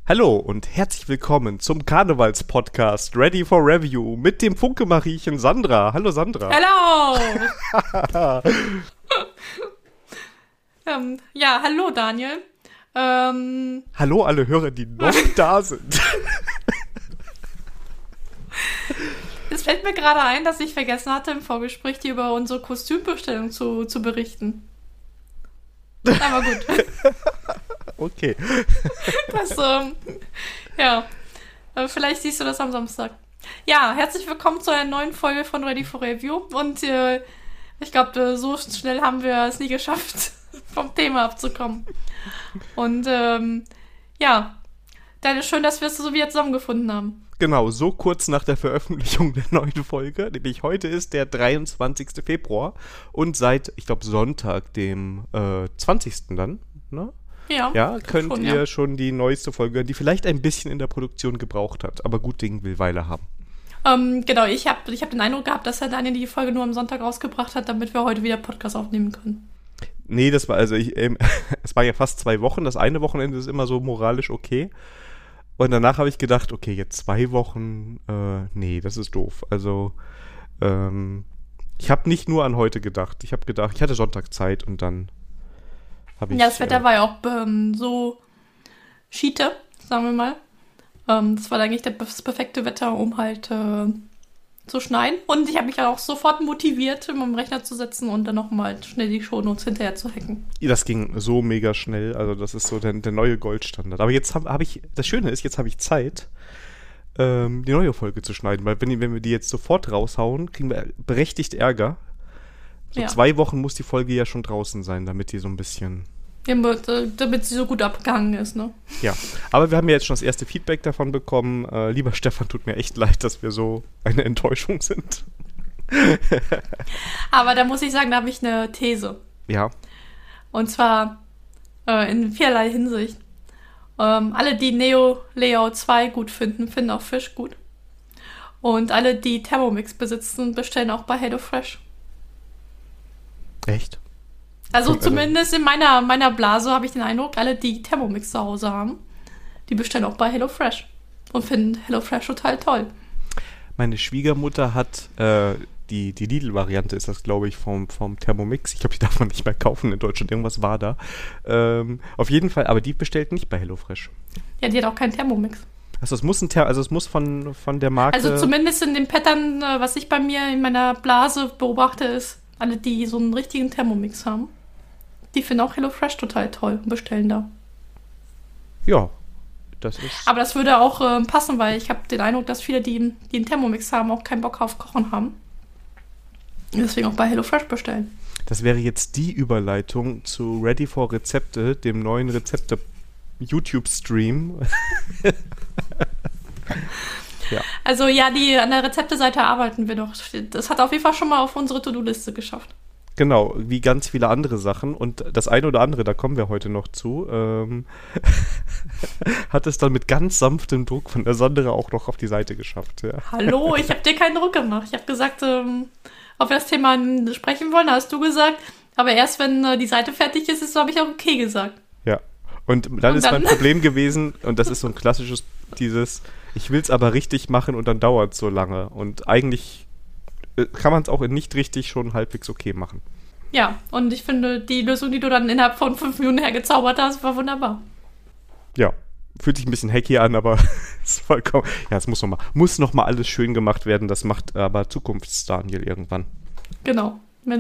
Hallo und herzlich willkommen zum Karnevals-Podcast Ready for Review mit dem Funke-Mariechen Sandra. Hallo Sandra. Hallo! Hallo Daniel. Hallo alle Hörer, die noch da sind. Es fällt mir gerade ein, dass ich vergessen hatte, im Vorgespräch dir über unsere Kostümbestellung zu berichten. Aber gut. Okay. Vielleicht siehst du das am Samstag. Ja, herzlich willkommen zu einer neuen Folge von Ready for Review. Und ich glaube, so schnell haben wir es nie geschafft, vom Thema abzukommen. Und Daniel, schön, dass wir es so wieder zusammengefunden haben. Genau, so kurz nach der Veröffentlichung der neuen Folge, nämlich heute ist der 23. Februar und seit, ich glaube, Sonntag, dem 20. dann, ne? Ja, könnt ihr schon die neueste Folge, die vielleicht ein bisschen in der Produktion gebraucht hat, aber gut Ding will Weile haben. Genau, ich hab den Eindruck gehabt, dass Herr Daniel die Folge nur am Sonntag rausgebracht hat, damit wir heute wieder Podcast aufnehmen können. Nee, das war, es war ja fast 2 Wochen, das eine Wochenende ist immer so moralisch okay. Und danach habe ich gedacht, okay, jetzt 2 Wochen, nee, das ist doof. Also, ich habe nicht nur an heute gedacht. Ich habe gedacht, ich hatte Sonntag Zeit und dann habe ich... Ja, das Wetter war ja auch so Schiete, sagen wir mal. Das war eigentlich das perfekte Wetter, um halt zu schneiden. Und ich habe mich dann auch sofort motiviert, in meinem Rechner zu setzen und dann nochmal schnell die Shownotes hinterher zu hacken. Das ging so mega schnell. Also das ist so der neue Goldstandard. Aber jetzt habe ich... Das Schöne ist, jetzt habe ich Zeit, die neue Folge zu schneiden. Weil wenn wir die jetzt sofort raushauen, kriegen wir berechtigt Ärger. So 2 Wochen muss die Folge ja schon draußen sein, damit die so ein bisschen... Ja, damit sie so gut abgehangen ist, ne? Ja, aber wir haben ja jetzt schon das erste Feedback davon bekommen. Lieber Stefan, tut mir echt leid, dass wir so eine Enttäuschung sind. Aber da muss ich sagen, da habe ich eine These. Ja. Und zwar in vielerlei Hinsicht. Alle, die Neo Layout 2 gut finden auch Fish gut. Und alle, die Thermomix besitzen, bestellen auch bei HelloFresh. Echt? Also zumindest in meiner Blase habe ich den Eindruck, alle, die Thermomix zu Hause haben, die bestellen auch bei HelloFresh und finden HelloFresh total toll. Meine Schwiegermutter hat die Lidl-Variante, ist das, glaube ich, vom Thermomix. Ich glaube, die darf man nicht mehr kaufen in Deutschland. Irgendwas war da. Auf jeden Fall, aber die bestellt nicht bei HelloFresh. Ja, die hat auch keinen Thermomix. Also es muss von der Marke... Also zumindest in dem Pattern, was ich bei mir in meiner Blase beobachte, ist, alle, die so einen richtigen Thermomix haben, die finden auch HelloFresh total toll und bestellen da. Ja, das ist... Aber das würde auch passen, weil ich habe den Eindruck, dass viele, die einen Thermomix haben, auch keinen Bock auf Kochen haben. Und deswegen auch bei HelloFresh bestellen. Das wäre jetzt die Überleitung zu Ready for Rezepte, dem neuen Rezepte-YouTube-Stream. Ja. Also ja, an der Rezepteseite arbeiten wir doch. Das hat auf jeden Fall schon mal auf unsere To-Do-Liste geschafft. Genau, wie ganz viele andere Sachen. Und das eine oder andere, da kommen wir heute noch zu, hat es dann mit ganz sanftem Druck von der Sandra auch noch auf die Seite geschafft. Ja. Hallo, ich habe dir keinen Druck gemacht. Ich habe gesagt, ob wir das Thema sprechen wollen, hast du gesagt. Aber erst wenn die Seite fertig ist, habe ich auch okay gesagt. Ja, und dann ist mein Problem gewesen, und das ist so ein klassisches, ich will es aber richtig machen und dann dauert es so lange. Und eigentlich kann man es auch in nicht richtig schon halbwegs okay machen. Ja, und ich finde, die Lösung, die du dann innerhalb von 5 Minuten hergezaubert hast, war wunderbar. Ja, fühlt sich ein bisschen hacky an, aber ist vollkommen... Ja, es muss noch mal alles schön gemacht werden. Das macht aber Zukunfts-Daniel irgendwann. Genau.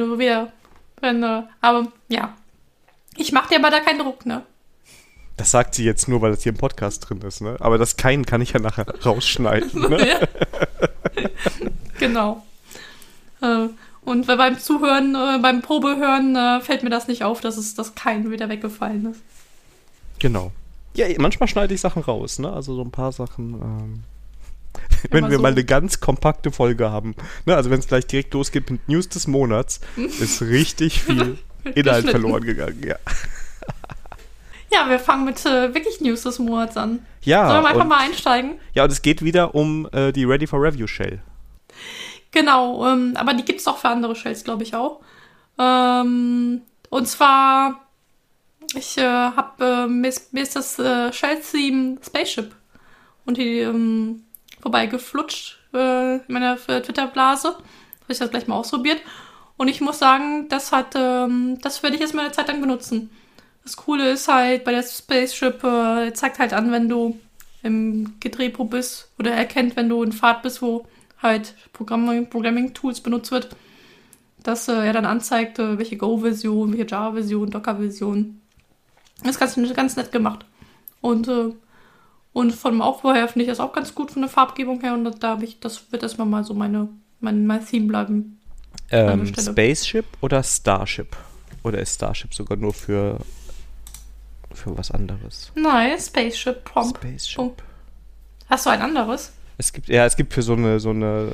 Aber ja, ich mache dir aber da keinen Druck, ne? Das sagt sie jetzt nur, weil das hier im Podcast drin ist, ne? Aber das kann ich ja nachher rausschneiden, ne? Genau. Und beim Zuhören, beim Probehören fällt mir das nicht auf, dass das Kein wieder weggefallen ist. Genau. Ja, manchmal schneide ich Sachen raus, ne? Also so ein paar Sachen, wenn wir mal eine ganz kompakte Folge haben, ne? Also wenn es gleich direkt losgeht mit News des Monats, ist richtig viel Inhalt verloren gegangen, ja. Ja, wir fangen mit wirklich News des Monats an. Ja. Sollen wir einfach mal einsteigen? Ja, und es geht wieder um die Ready for Review Shell. Genau, aber die gibt's auch für andere Shells, glaube ich auch. Und zwar Mir ist das Shell-Theme Spaceship und die vorbei geflutscht in meiner Twitter-Blase. Habe ich das gleich mal ausprobiert. Und ich muss sagen, das werde ich jetzt mal eine Zeit lang benutzen. Das Coole ist halt, bei der Spaceship zeigt halt an, wenn du im Gedrepo bist oder erkennt, wenn du in Fahrt bist, wo halt Programming-Tools benutzt wird, dass er dann anzeigt, welche Go-Version, welche Java-Version, Docker-Version. Das ist ganz nett gemacht. Und vom Aufbau her finde ich das auch ganz gut von der Farbgebung her. Und das wird erstmal mal so mein Theme bleiben. Spaceship oder Starship? Oder ist Starship sogar nur für was anderes? Nein, Spaceship Prompt. Spaceship. Oh. Hast du ein anderes? Es gibt für so eine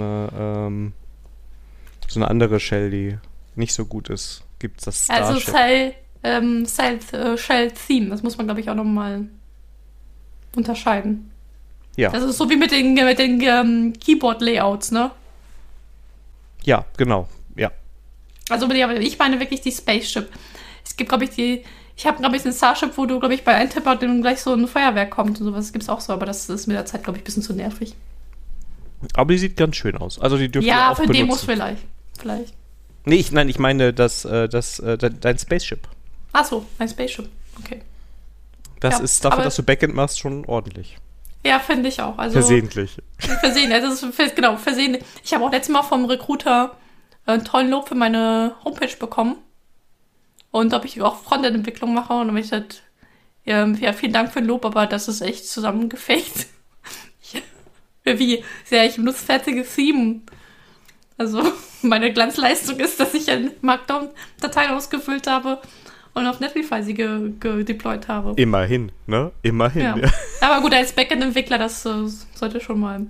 andere Shell, die nicht so gut ist, gibt es das Starship. Also Shell Theme, das muss man, glaube ich, auch nochmal unterscheiden. Ja. Das ist so wie mit den Keyboard-Layouts, ne? Ja, genau, ja. Also ich meine wirklich die Spaceship. Es gibt, glaube ich habe, glaube ich, einen Starship, wo du, glaube ich, bei Eintipper dann gleich so ein Feuerwerk kommt und sowas. Das gibt es auch so, aber das ist mit der Zeit, glaube ich, ein bisschen zu nervig. Aber die sieht ganz schön aus. Also die dürft ihr auch benutzen. Ja, für Demos vielleicht. Nee, ich meine dein Spaceship. Ach so, ein Spaceship. Okay. Das ist dafür, dass du Backend machst, schon ordentlich. Ja, finde ich auch. Also, versehentlich. Versehentlich. Ich habe auch letztes Mal vom Recruiter einen tollen Lob für meine Homepage bekommen. Und ob ich auch Frontend-Entwicklung mache. Und dann habe ich gesagt, ja, vielen Dank für den Lob, aber das ist echt zusammengefaked. Wie sehr ich benutze fertiges Theme. Also meine Glanzleistung ist, dass ich eine Markdown-Datei ausgefüllt habe und auf Netlify sie gedeployed habe. Immerhin, ne? Immerhin. Ja. Ja. Aber gut, als Backend-Entwickler, das sollte schon mal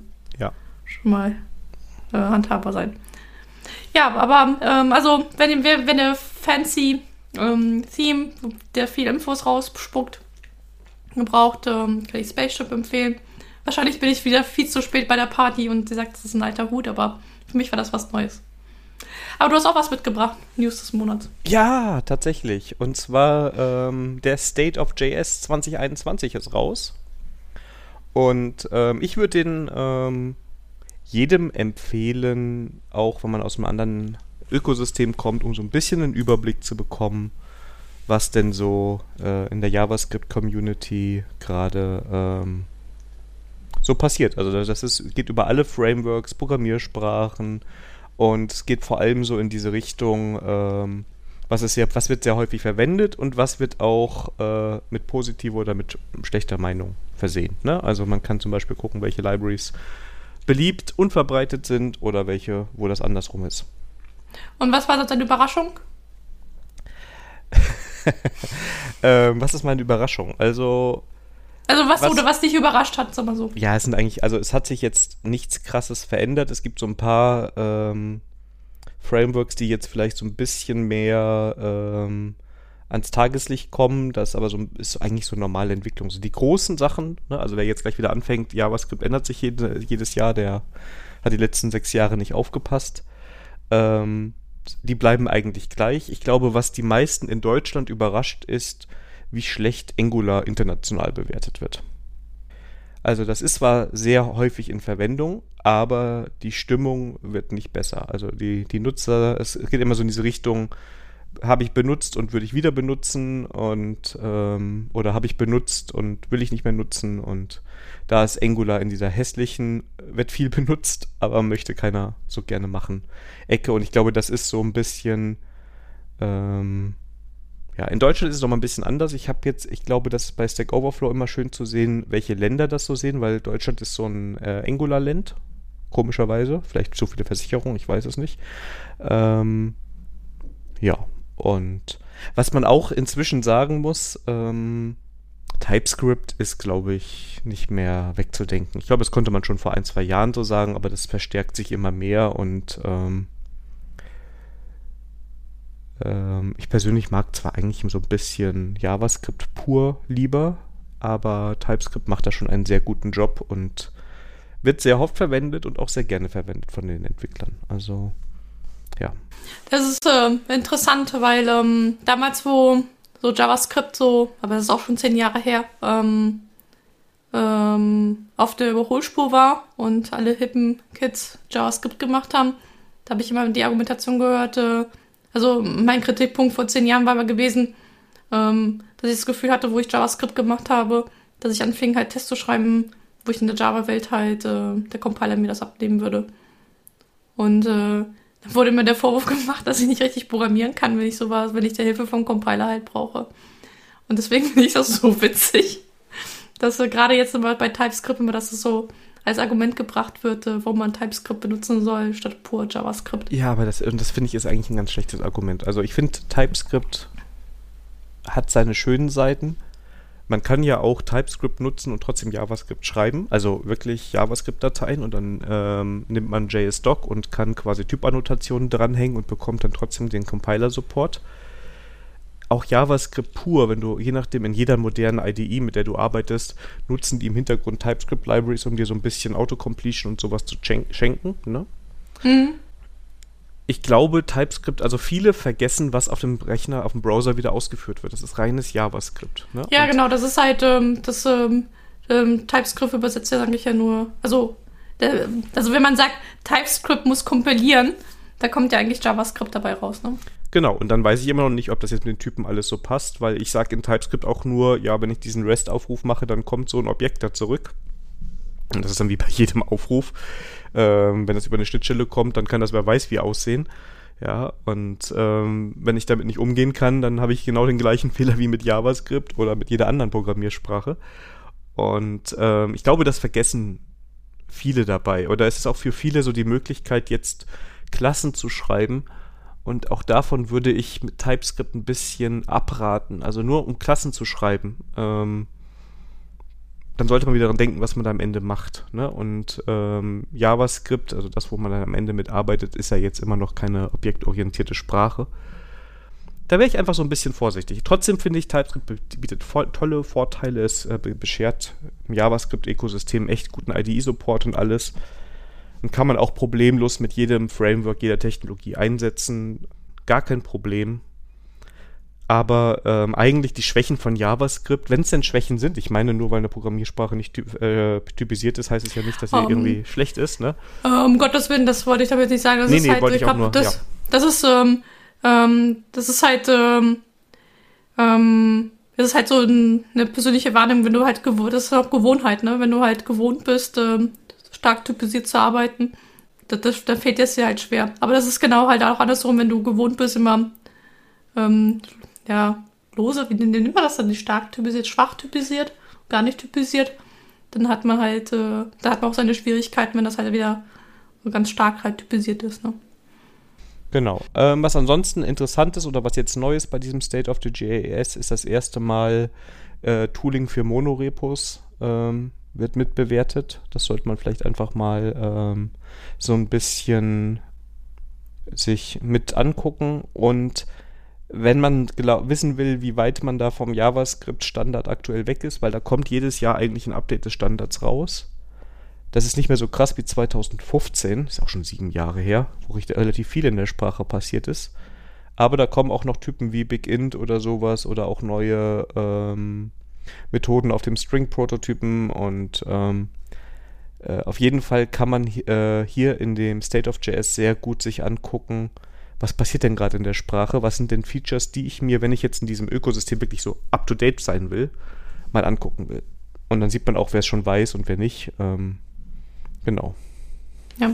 handhabbar sein. Ja, aber also wenn ihr fancy Theme, der viel Infos rausspuckt, braucht, kann ich Spaceship empfehlen. Wahrscheinlich bin ich wieder viel zu spät bei der Party und sie sagt, das ist ein alter Hut, aber für mich war das was Neues. Aber du hast auch was mitgebracht, News des Monats. Ja, tatsächlich. Und zwar der State of JS 2021 ist raus. Und ich würde den jedem empfehlen, auch wenn man aus einem anderen Ökosystem kommt, um so ein bisschen einen Überblick zu bekommen, was denn so in der JavaScript-Community gerade so passiert. Also geht über alle Frameworks, Programmiersprachen und es geht vor allem so in diese Richtung, was wird sehr häufig verwendet und was wird auch mit positiver oder mit schlechter Meinung versehen. Ne? Also man kann zum Beispiel gucken, welche Libraries beliebt und verbreitet sind oder welche, wo das andersrum ist. Und was war deine Überraschung? Was ist meine Überraschung? Also was dich überrascht hat, sag mal so. Ja, es hat sich jetzt nichts Krasses verändert. Es gibt so ein paar Frameworks, die jetzt vielleicht so ein bisschen mehr ans Tageslicht kommen. Das aber ist eigentlich so normale Entwicklung. So die großen Sachen, ne? Also wer jetzt gleich wieder anfängt, JavaScript ändert sich jedes Jahr, der hat die letzten 6 Jahre nicht aufgepasst. Die bleiben eigentlich gleich. Ich glaube, was die meisten in Deutschland überrascht ist, wie schlecht Angular international bewertet wird. Also das ist zwar sehr häufig in Verwendung, aber die Stimmung wird nicht besser. Also die Nutzer, es geht immer so in diese Richtung, habe ich benutzt und würde ich wieder benutzen und oder habe ich benutzt und will ich nicht mehr nutzen und da ist Angular in dieser hässlichen, wird viel benutzt, aber möchte keiner so gerne machen, Ecke und ich glaube, das ist so ein bisschen in Deutschland ist es noch mal ein bisschen anders. Ich glaube, das ist bei Stack Overflow immer schön zu sehen, welche Länder das so sehen, weil Deutschland ist so ein Angular-Land, komischerweise. Vielleicht zu viele Versicherungen, ich weiß es nicht. Und was man auch inzwischen sagen muss, TypeScript ist, glaube ich, nicht mehr wegzudenken. Ich glaube, das konnte man schon vor 1-2 Jahren so sagen, aber das verstärkt sich immer mehr und ich persönlich mag zwar eigentlich so ein bisschen JavaScript pur lieber, aber TypeScript macht da schon einen sehr guten Job und wird sehr oft verwendet und auch sehr gerne verwendet von den Entwicklern. Also, ja. Das ist interessant, weil damals, wo so JavaScript so, aber das ist auch schon 10 Jahre her, auf der Überholspur war und alle hippen Kids JavaScript gemacht haben. Da habe ich immer die Argumentation gehört, also mein Kritikpunkt vor 10 Jahren war aber gewesen, dass ich das Gefühl hatte, wo ich JavaScript gemacht habe, dass ich anfing halt Tests zu schreiben, wo ich in der Java-Welt halt der Compiler mir das abnehmen würde. Und dann wurde mir der Vorwurf gemacht, dass ich nicht richtig programmieren kann, wenn ich die Hilfe vom Compiler halt brauche. Und deswegen finde ich das so witzig, dass gerade jetzt immer bei TypeScript immer das so als Argument gebracht wird, warum man TypeScript benutzen soll, statt pur JavaScript. Ja, aber das finde ich ist eigentlich ein ganz schlechtes Argument. Also ich finde, TypeScript hat seine schönen Seiten. Man kann ja auch TypeScript nutzen und trotzdem JavaScript schreiben, also wirklich JavaScript-Dateien und dann nimmt man JS-Doc und kann quasi Typannotationen dranhängen und bekommt dann trotzdem den Compiler-Support. Auch JavaScript pur, wenn du, je nachdem, in jeder modernen IDE, mit der du arbeitest, nutzen die im Hintergrund TypeScript-Libraries, um dir so ein bisschen Autocompletion und sowas zu schenken, ne? Mhm. Ich glaube, TypeScript, also viele vergessen, was auf dem Rechner, auf dem Browser wieder ausgeführt wird. Das ist reines JavaScript. Ne? Ja, genau, das ist halt, TypeScript übersetzt ja eigentlich ja nur, also wenn man sagt, TypeScript muss kompilieren, da kommt ja eigentlich JavaScript dabei raus, ne? Genau, und dann weiß ich immer noch nicht, ob das jetzt mit den Typen alles so passt, weil ich sage in TypeScript auch nur, ja, wenn ich diesen REST-Aufruf mache, dann kommt so ein Objekt da zurück. Und das ist dann wie bei jedem Aufruf. Wenn das über eine Schnittstelle kommt, dann kann das wer weiß wie aussehen. Ja, und wenn ich damit nicht umgehen kann, dann habe ich genau den gleichen Fehler wie mit JavaScript oder mit jeder anderen Programmiersprache. Und ich glaube, das vergessen viele dabei. Oder es ist auch für viele so die Möglichkeit, jetzt Klassen zu schreiben. Und auch davon würde ich mit TypeScript ein bisschen abraten. Also nur um Klassen zu schreiben. Dann sollte man wieder daran denken, was man da am Ende macht. Ne? Und JavaScript, also das, wo man dann am Ende mitarbeitet, ist ja jetzt immer noch keine objektorientierte Sprache. Da wäre ich einfach so ein bisschen vorsichtig. Trotzdem finde ich, TypeScript bietet tolle Vorteile. Es beschert im JavaScript-Ökosystem echt guten IDE-Support und alles. Und kann man auch problemlos mit jedem Framework, jeder Technologie einsetzen. Gar kein Problem. Aber eigentlich die Schwächen von JavaScript, wenn es denn Schwächen sind, ich meine, nur weil eine Programmiersprache nicht typisiert ist, heißt es ja nicht, dass sie irgendwie schlecht ist, ne? Um Gottes Willen, das wollte ich damit nicht sagen. Das ist halt, wollte ich auch nur, ja. Das ist halt so eine persönliche Wahrnehmung, wenn du halt das ist auch Gewohnheit, ne? Wenn du halt gewohnt bist, stark typisiert zu arbeiten, da fällt es dir halt schwer. Aber das ist genau halt auch andersrum, wenn du gewohnt bist, immer lose, wie nennt man das dann, nicht stark typisiert, schwach typisiert, gar nicht typisiert, dann hat man halt, da hat man auch seine Schwierigkeiten, wenn das halt wieder so ganz stark halt typisiert ist, ne? Genau. Was ansonsten interessant ist oder was jetzt neu ist bei diesem State of the JAS, ist das erste Mal Tooling für Monorepos wird mitbewertet. Das sollte man vielleicht einfach mal so ein bisschen sich mit angucken. Und wenn man wissen will, wie weit man da vom JavaScript-Standard aktuell weg ist, weil da kommt jedes Jahr eigentlich ein Update des Standards raus. Das ist nicht mehr so krass wie 2015, ist auch schon 7 Jahre her, wo relativ viel in der Sprache passiert ist. Aber da kommen auch noch Typen wie BigInt oder sowas oder auch neue Methoden auf dem String-Prototypen und auf jeden Fall kann man hier in dem State of JS sehr gut sich angucken, was passiert denn gerade in der Sprache, was sind denn Features, die ich mir, wenn ich jetzt in diesem Ökosystem wirklich so up-to-date sein will, mal angucken will. Und dann sieht man auch, wer es schon weiß und wer nicht. Genau. Ja.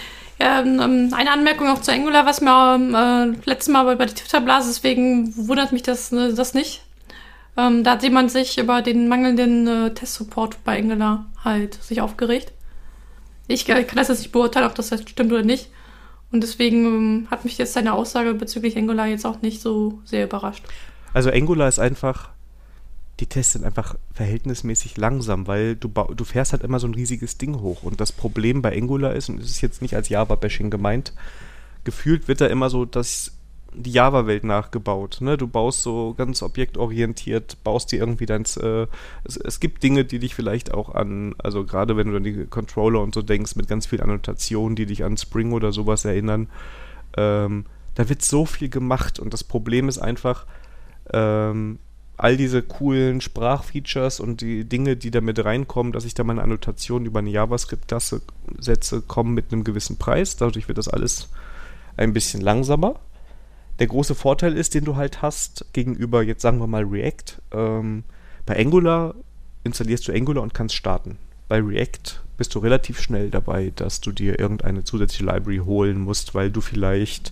Eine Anmerkung auch zu Angular, was mir letztes Mal bei der Twitter-Blase, deswegen wundert mich das nicht. Da hat jemand sich über den mangelnden Test-Support bei Angular halt sich aufgeregt. Ich kann das jetzt nicht beurteilen, ob das jetzt stimmt oder nicht. Und deswegen hat mich jetzt seine Aussage bezüglich Angular jetzt auch nicht so sehr überrascht. Also Angular ist einfach, die Tests sind einfach verhältnismäßig langsam, weil du fährst halt immer so ein riesiges Ding hoch. Und das Problem bei Angular ist, und es ist jetzt nicht als Java-Bashing gemeint, gefühlt wird da immer so die Java-Welt nachgebaut. Ne? Du baust so ganz objektorientiert, baust dir irgendwie es gibt Dinge, die dich vielleicht auch also gerade wenn du an die Controller und so denkst, mit ganz viel Annotationen, die dich an Spring oder sowas erinnern, da wird so viel gemacht und das Problem ist einfach, all diese coolen Sprachfeatures und die Dinge, die da mit reinkommen, dass ich da meine Annotation über eine JavaScript-Klasse setze, kommen mit einem gewissen Preis. Dadurch wird das alles ein bisschen langsamer. Der große Vorteil ist, den du halt hast, gegenüber, jetzt sagen wir mal React, bei Angular installierst du Angular und kannst starten. Bei React bist du relativ schnell dabei, dass du dir irgendeine zusätzliche Library holen musst, weil du vielleicht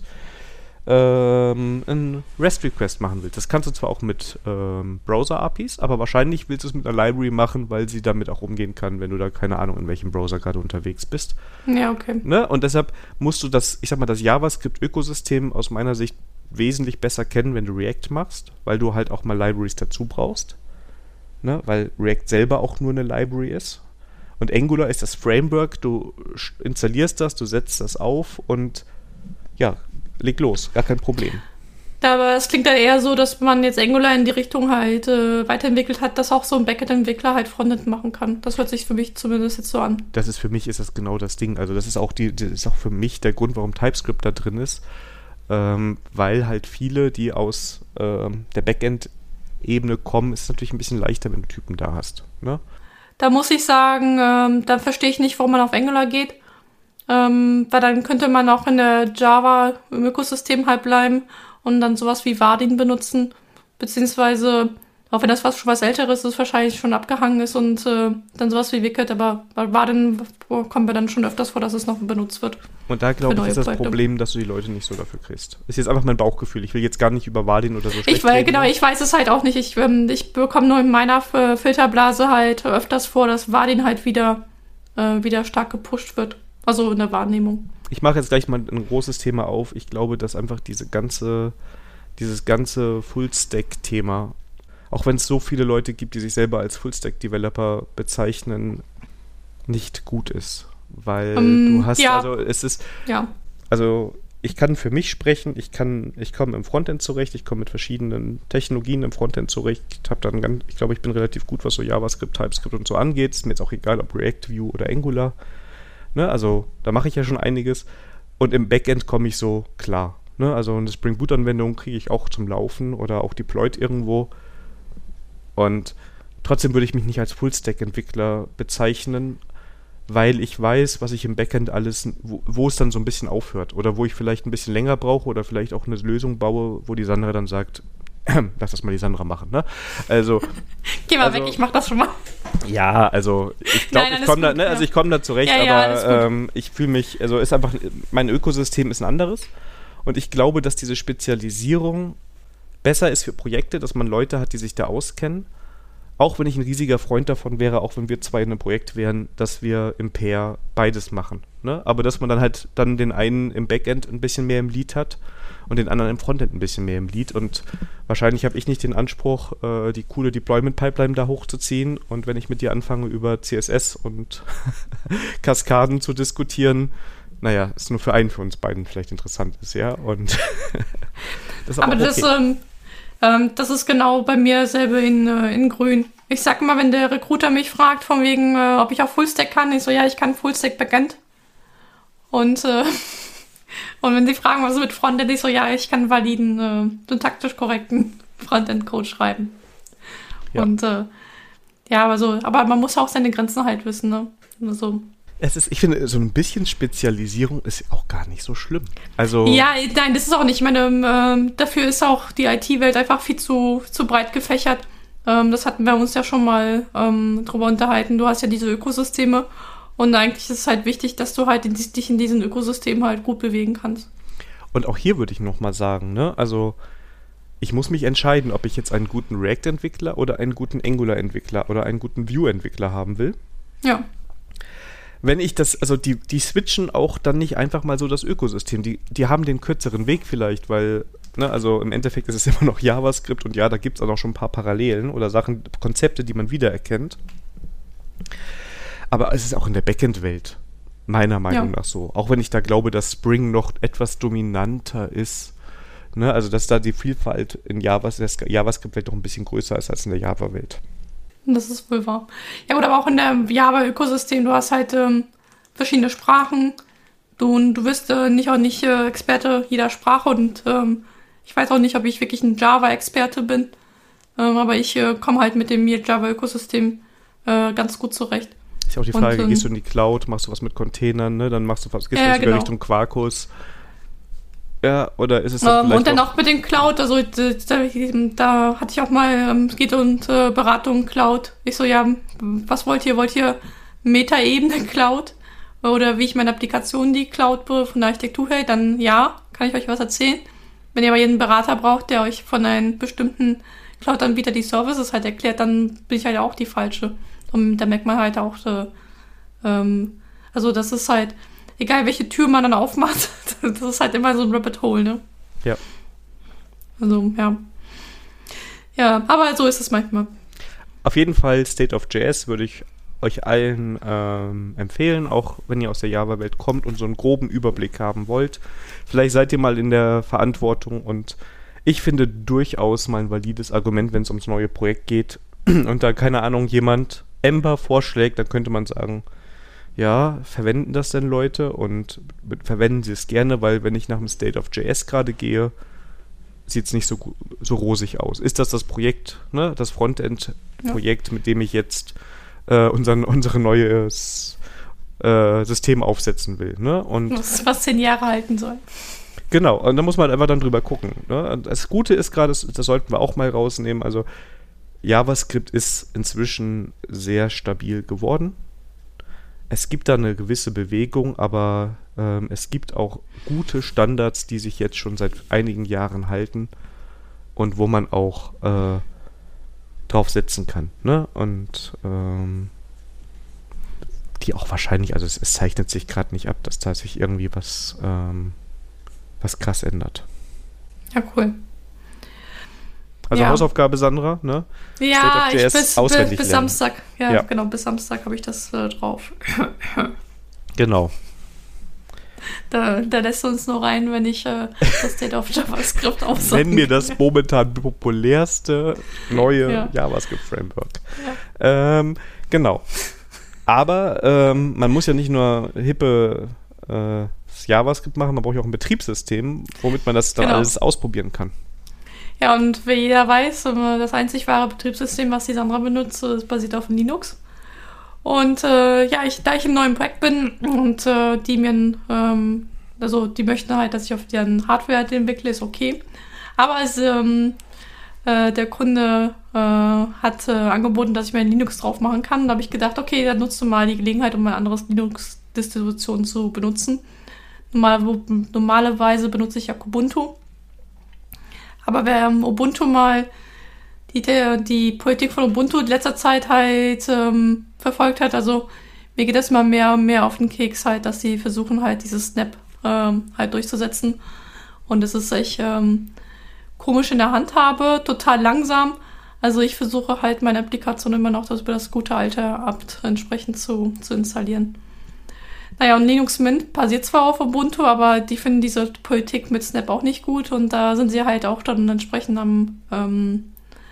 einen REST-Request machen willst. Das kannst du zwar auch mit Browser-APIs, aber wahrscheinlich willst du es mit einer Library machen, weil sie damit auch umgehen kann, wenn du da keine Ahnung, in welchem Browser gerade unterwegs bist. Ja, okay. Ne? Und deshalb musst du das JavaScript-Ökosystem aus meiner Sicht wesentlich besser kennen, wenn du React machst, weil du halt auch mal Libraries dazu brauchst. Ne? Weil React selber auch nur eine Library ist. Und Angular ist das Framework, du installierst das, du setzt das auf und ja, leg los, gar kein Problem. Aber es klingt ja eher so, dass man jetzt Angular in die Richtung halt weiterentwickelt hat, dass auch so ein Backend-Entwickler halt Frontend machen kann. Das hört sich für mich zumindest jetzt so an. Für mich ist das genau das Ding. Also das ist auch für mich der Grund, warum TypeScript da drin ist. Weil halt viele, die aus der Backend-Ebene kommen, ist es natürlich ein bisschen leichter, wenn du Typen da hast. Ne? Da muss ich sagen, da verstehe ich nicht, warum man auf Angular geht. Weil dann könnte man auch in der Java im Ökosystem halt bleiben und dann sowas wie Vardin benutzen. Beziehungsweise, auch wenn das schon was Älteres ist, wahrscheinlich schon abgehangen ist und dann sowas wie Wicked, aber bei Vardin kommen wir dann schon öfters vor, dass es noch benutzt wird. Und da glaube ich, ist das Problem, dass du die Leute nicht so dafür kriegst. Ist jetzt einfach mein Bauchgefühl. Ich will jetzt gar nicht über Vardin oder so schlecht reden. Genau, ich weiß es halt auch nicht. Ich bekomme nur in meiner Filterblase halt öfters vor, dass Vardin halt wieder stark gepusht wird. Also in der Wahrnehmung. Ich mache jetzt gleich mal ein großes Thema auf. Ich glaube, dass einfach dieses ganze Full-Stack-Thema, auch wenn es so viele Leute gibt, die sich selber als Full-Stack-Developer bezeichnen, nicht gut ist. Weil du hast, ja. also es ist, ja. Also ich kann für mich sprechen, ich komme im Frontend zurecht, ich komme mit verschiedenen Technologien im Frontend zurecht. Ich glaube, ich bin relativ gut, was so JavaScript, TypeScript und so angeht. Ist mir jetzt auch egal, ob React, Vue oder Angular. Ne? Also da mache ich ja schon einiges. Und im Backend komme ich so klar. Ne? Also eine Spring Boot-Anwendung kriege ich auch zum Laufen oder auch deployed irgendwo. Und trotzdem würde ich mich nicht als Full-Stack-Entwickler bezeichnen, weil ich weiß, was ich im Backend alles, wo es dann so ein bisschen aufhört oder wo ich vielleicht ein bisschen länger brauche oder vielleicht auch eine Lösung baue, wo die Sandra dann sagt, lass das mal die Sandra machen, ne? Also geh mal weg, ich mach das schon mal. Ja, also ich glaube, ich komme da zurecht, aber ich fühle mich, also ist einfach, mein Ökosystem ist ein anderes und ich glaube, dass diese Spezialisierung besser ist für Projekte, dass man Leute hat, die sich da auskennen. Auch wenn ich ein riesiger Freund davon wäre, auch wenn wir zwei in einem Projekt wären, dass wir im Pair beides machen. Ne? Aber dass man dann halt den einen im Backend ein bisschen mehr im Lead hat und den anderen im Frontend ein bisschen mehr im Lead. Und wahrscheinlich habe ich nicht den Anspruch, die coole Deployment-Pipeline da hochzuziehen. Und wenn ich mit dir anfange, über CSS und Kaskaden zu diskutieren, naja, ist nur für einen von uns beiden vielleicht interessant ist, ja. Und das ist aber okay. Das ist genau bei mir selber in Grün. Ich sag mal, wenn der Recruiter mich fragt, von wegen, ob ich auch Fullstack kann, ich so, ja, ich kann Fullstack Backend. Und wenn sie fragen, was mit Frontend, ich so, ja, ich kann validen, syntaktisch korrekten Frontend-Code schreiben. Ja. Und aber man muss auch seine Grenzen halt wissen, ne? Also, ich finde, so ein bisschen Spezialisierung ist auch gar nicht so schlimm. Also ja, nein, das ist auch nicht. Ich meine, dafür ist auch die IT-Welt einfach viel zu breit gefächert. Das hatten wir uns ja schon mal drüber unterhalten. Du hast ja diese Ökosysteme und eigentlich ist es halt wichtig, dass du halt dich in diesen Ökosystemen halt gut bewegen kannst. Und auch hier würde ich nochmal sagen, ne, also ich muss mich entscheiden, ob ich jetzt einen guten React-Entwickler oder einen guten Angular-Entwickler oder einen guten Vue-Entwickler haben will. Ja. Wenn ich die switchen auch dann nicht einfach mal so das Ökosystem. Die haben den kürzeren Weg vielleicht, weil, ne, also im Endeffekt ist es immer noch JavaScript und ja, da gibt es auch noch schon ein paar Parallelen oder Konzepte, die man wiedererkennt. Aber es ist auch in der Backend-Welt, meiner Meinung nach so. Auch wenn ich da glaube, dass Spring noch etwas dominanter ist. Ne, also dass da die Vielfalt in JavaScript-Welt doch ein bisschen größer ist als in der Java-Welt. Das ist wohl wahr. Ja gut, aber auch in der Java-Ökosystem, du hast halt verschiedene Sprachen. Du wirst nicht Experte jeder Sprache und Ich weiß auch nicht, ob ich wirklich ein Java-Experte bin, aber ich komme halt mit dem Java-Ökosystem ganz gut zurecht. Ist ja auch die Frage, gehst du in die Cloud, machst du was mit Containern, ne? Dann gehst du sogar Richtung Quarkus. Ja, oder ist es dann vielleicht und dann auch mit dem Cloud, also da hatte ich auch mal, es geht um Beratung Cloud. Ich so, ja, was wollt ihr? Wollt ihr Meta-Ebene Cloud? Oder wie ich meine Applikation die Cloud von der Architektur hält, dann ja, kann ich euch was erzählen. Wenn ihr aber jeden Berater braucht, der euch von einem bestimmten Cloud-Anbieter die Services halt erklärt, dann bin ich halt auch die Falsche. Und da merkt man halt auch, also das ist halt, egal welche Tür man dann aufmacht, das ist halt immer so ein Rabbit Hole, ne? Ja. Also, ja. Ja, aber so ist es manchmal. Auf jeden Fall State of JS würde ich euch allen empfehlen, auch wenn ihr aus der Java-Welt kommt und so einen groben Überblick haben wollt. Vielleicht seid ihr mal in der Verantwortung und ich finde durchaus mal ein valides Argument, wenn es ums neue Projekt geht und da, keine Ahnung, jemand Ember vorschlägt, dann könnte man sagen, ja, verwenden das denn Leute und verwenden sie es gerne, weil wenn ich nach dem State of JS gerade gehe, sieht es nicht so rosig aus. Ist das Projekt, ne, das Frontend-Projekt, mit dem ich jetzt unser neues System aufsetzen will, ne? Und was 10 Jahre halten soll. Genau, und da muss man einfach dann drüber gucken, ne? Und das Gute ist gerade, das sollten wir auch mal rausnehmen, also JavaScript ist inzwischen sehr stabil geworden. Es gibt da eine gewisse Bewegung, aber es gibt auch gute Standards, die sich jetzt schon seit einigen Jahren halten und wo man auch drauf setzen kann, ne? Und die auch wahrscheinlich, also es zeichnet sich gerade nicht ab, dass da sich irgendwie was krass ändert. Ja, cool. Also ja. Hausaufgabe, Sandra, ne? Ja, ich bis Samstag. Ja, genau, bis Samstag habe ich das drauf. Genau. Da lässt du uns nur rein, wenn ich das State of JavaScript aufsage. Nenn mir das momentan populärste neue JavaScript-Framework. Ja. Genau. Aber man muss ja nicht nur hippe JavaScript machen, man braucht ja auch ein Betriebssystem, womit man das dann alles ausprobieren kann. Ja, und wie jeder weiß, das einzig wahre Betriebssystem, was die Sandra benutzt, ist basiert auf Linux. Und da ich im neuen Projekt bin und die möchten halt, dass ich auf deren Hardware halt entwickle, ist okay. Aber der Kunde hat angeboten, dass ich mir Linux drauf machen kann. Da habe ich gedacht, okay, dann nutzt du mal die Gelegenheit, um ein anderes Linux-Distribution zu benutzen. Normalerweise benutze ich ja Ubuntu. Aber wer Ubuntu mal die Politik von Ubuntu in letzter Zeit halt verfolgt hat, also mir geht das immer mehr und mehr auf den Keks halt, dass sie versuchen halt dieses Snap halt durchzusetzen. Und es ist echt komisch in der Handhabe, total langsam. Also ich versuche halt meine Applikation immer noch über das gute alte Apt entsprechend zu installieren. Naja, und Linux Mint basiert zwar auf Ubuntu, aber die finden diese Politik mit Snap auch nicht gut und da sind sie halt auch dann entsprechend am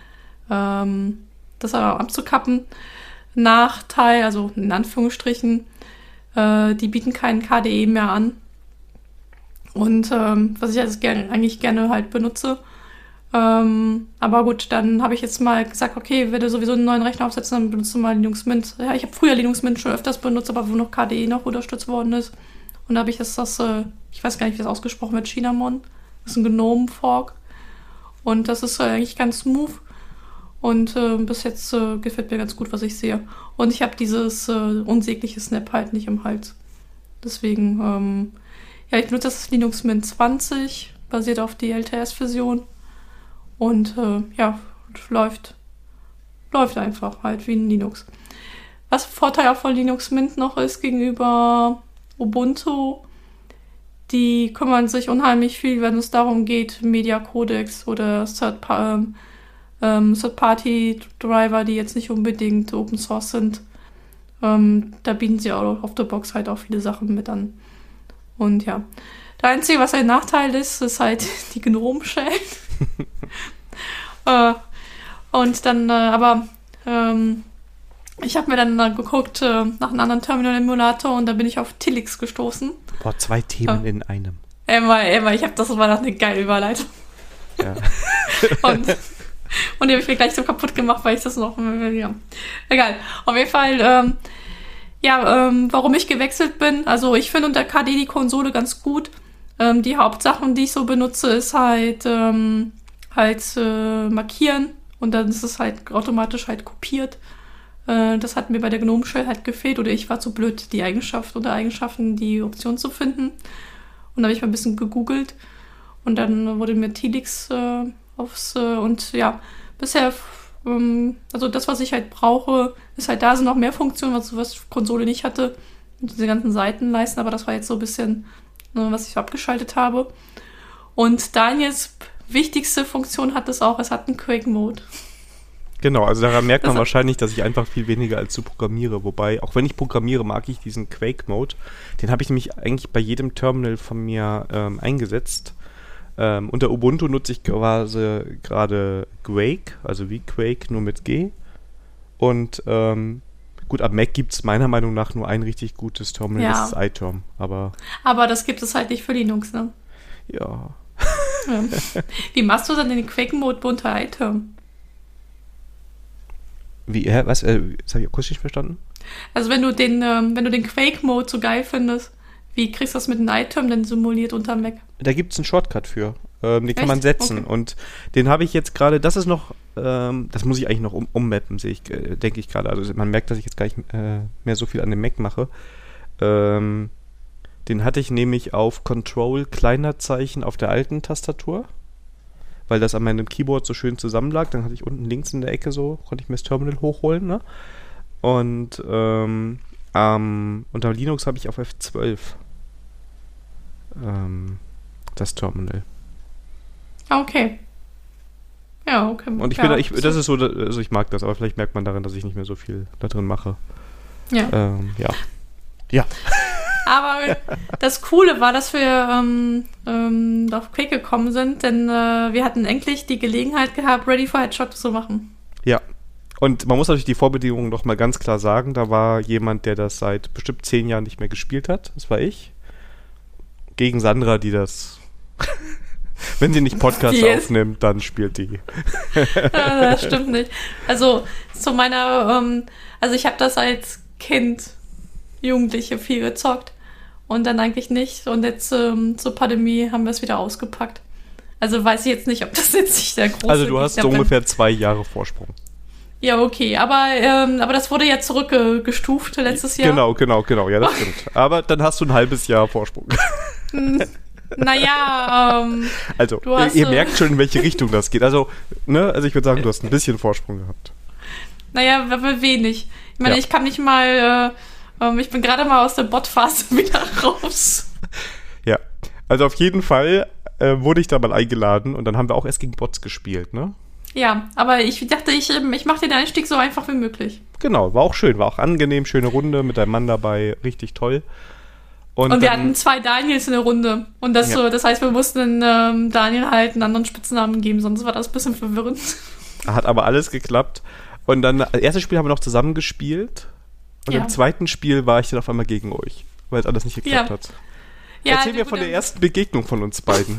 das abzukappen. Nachteil, also in Anführungsstrichen, die bieten keinen KDE mehr an. Und was ich also eigentlich gerne halt benutze. Aber gut, dann habe ich jetzt mal gesagt, okay, wenn du sowieso einen neuen Rechner aufsetzen, dann benutzt du mal Linux Mint. Ja, ich habe früher Linux Mint schon öfters benutzt, aber wo noch KDE noch unterstützt worden ist. Und da habe ich jetzt ich weiß gar nicht, wie das ausgesprochen wird, Cinnamon. Das ist ein GNOME-Fork. Und das ist eigentlich ganz smooth. Und bis jetzt gefällt mir ganz gut, was ich sehe. Und ich habe dieses unsägliche Snap halt nicht im Hals. Deswegen, ich benutze das Linux Mint 20, basiert auf die LTS-Version. Und läuft einfach halt wie ein Linux. Was Vorteil auch von Linux Mint noch ist gegenüber Ubuntu, die kümmern sich unheimlich viel, wenn es darum geht, Media Codecs oder Third-Party-Driver, die jetzt nicht unbedingt Open Source sind. Da bieten sie auch auf der Box halt auch viele Sachen mit an. Und ja, der Einzige, was ein Nachteil ist halt die GNOME-Shell. Und dann, ich habe mir dann geguckt nach einem anderen Terminal-Emulator und da bin ich auf Tilix gestoßen. Boah, 2 Themen in einem. Emma, das war noch eine geile Überleitung. Ja. Und die habe ich mir gleich so kaputt gemacht, weil ich das noch... Ja. Egal. Auf jeden Fall, warum ich gewechselt bin. Also ich finde unter KDE die Konsole ganz gut. Die Hauptsachen, die ich so benutze, ist halt markieren. Und dann ist es halt automatisch halt kopiert. Das hat mir bei der GNOME Shell halt gefehlt. Oder ich war zu blöd, die Eigenschaften, die Option zu finden. Und da habe ich mal ein bisschen gegoogelt. Und dann wurde mir Tilix bisher, also das, was ich halt brauche, ist halt, da sind noch mehr Funktionen, was Konsole nicht hatte. Und diese ganzen Seitenleisten, aber das war jetzt so ein bisschen, was ich so abgeschaltet habe. Und Daniels wichtigste Funktion hat es auch, es hat einen Quake-Mode. Genau, also daran merkt man wahrscheinlich, dass ich einfach viel weniger als du programmiere. Wobei, auch wenn ich programmiere, mag ich diesen Quake-Mode. Den habe ich nämlich eigentlich bei jedem Terminal von mir eingesetzt. Unter Ubuntu nutze ich quasi gerade Quake, also wie Quake, nur mit G. Und gut, am Mac gibt es meiner Meinung nach nur ein richtig gutes Terminal, das ist iTerm. Aber das gibt es halt nicht für Linux, ne? Ja. Wie machst du dann den Quake-Mode unter iTerm? Was? Das habe ich akustisch nicht verstanden? Also wenn du den Quake-Mode so geil findest, wie kriegst du das mit dem iTerm denn simuliert unter Mac? Da gibt es einen Shortcut für. Den kann man setzen. Okay. Und den habe ich jetzt gerade, das ist noch, das muss ich eigentlich noch ummappen, denke ich gerade. Also man merkt, dass ich jetzt gar nicht mehr so viel an dem Mac mache. Den hatte ich nämlich auf Control kleiner Zeichen auf der alten Tastatur, weil das an meinem Keyboard so schön zusammenlag. Dann hatte ich unten links in der Ecke so, konnte ich mir das Terminal hochholen, ne? Und unter Linux habe ich auf F12 das Terminal. Okay. Ja, okay. Und ich das ist so, also ich mag das, aber vielleicht merkt man daran, dass ich nicht mehr so viel da drin mache. Ja. Ja. Aber das Coole war, dass wir auf Quake gekommen sind, denn wir hatten endlich die Gelegenheit gehabt, Ready for Headshot zu machen. Ja. Und man muss natürlich die Vorbedingungen noch mal ganz klar sagen. Da war jemand, der das seit bestimmt 10 Jahren nicht mehr gespielt hat. Das war ich. Gegen Sandra, die das... Wenn sie nicht Podcasts aufnimmt, dann spielt die. Das stimmt nicht. Also zu meiner... also ich habe das als Kind, Jugendliche viel gezockt. Und dann eigentlich nicht. Und jetzt zur Pandemie haben wir es wieder ausgepackt. Also weiß ich jetzt nicht, ob das jetzt nicht der große... Also du hast so ungefähr 2 Jahre Vorsprung. Ja, okay, aber das wurde ja zurückgestuft letztes Jahr. Genau, ja, das stimmt. Aber dann hast du ein halbes Jahr Vorsprung. Naja, also, ihr merkt schon, in welche Richtung das geht. Also, ich würde sagen, du hast ein bisschen Vorsprung gehabt. Naja, wenig. Ich meine, ich kann nicht mal, ich bin gerade mal aus der Bot-Phase wieder raus. Ja, also auf jeden Fall wurde ich da mal eingeladen und dann haben wir auch erst gegen Bots gespielt, ne? Ja, aber ich dachte, ich mache den Einstieg so einfach wie möglich. Genau, war auch schön, war auch angenehm, schöne Runde mit deinem Mann dabei, richtig toll. Und wir hatten 2 Daniels in der Runde. Und das heißt, wir mussten Daniel halt einen anderen Spitznamen geben, sonst war das ein bisschen verwirrend. Hat aber alles geklappt. Und dann, das erste Spiel haben wir noch zusammen gespielt. Und im zweiten Spiel war ich dann auf einmal gegen euch, weil es alles nicht geklappt hat. Ja, erzähl mir von der ersten Begegnung von uns beiden.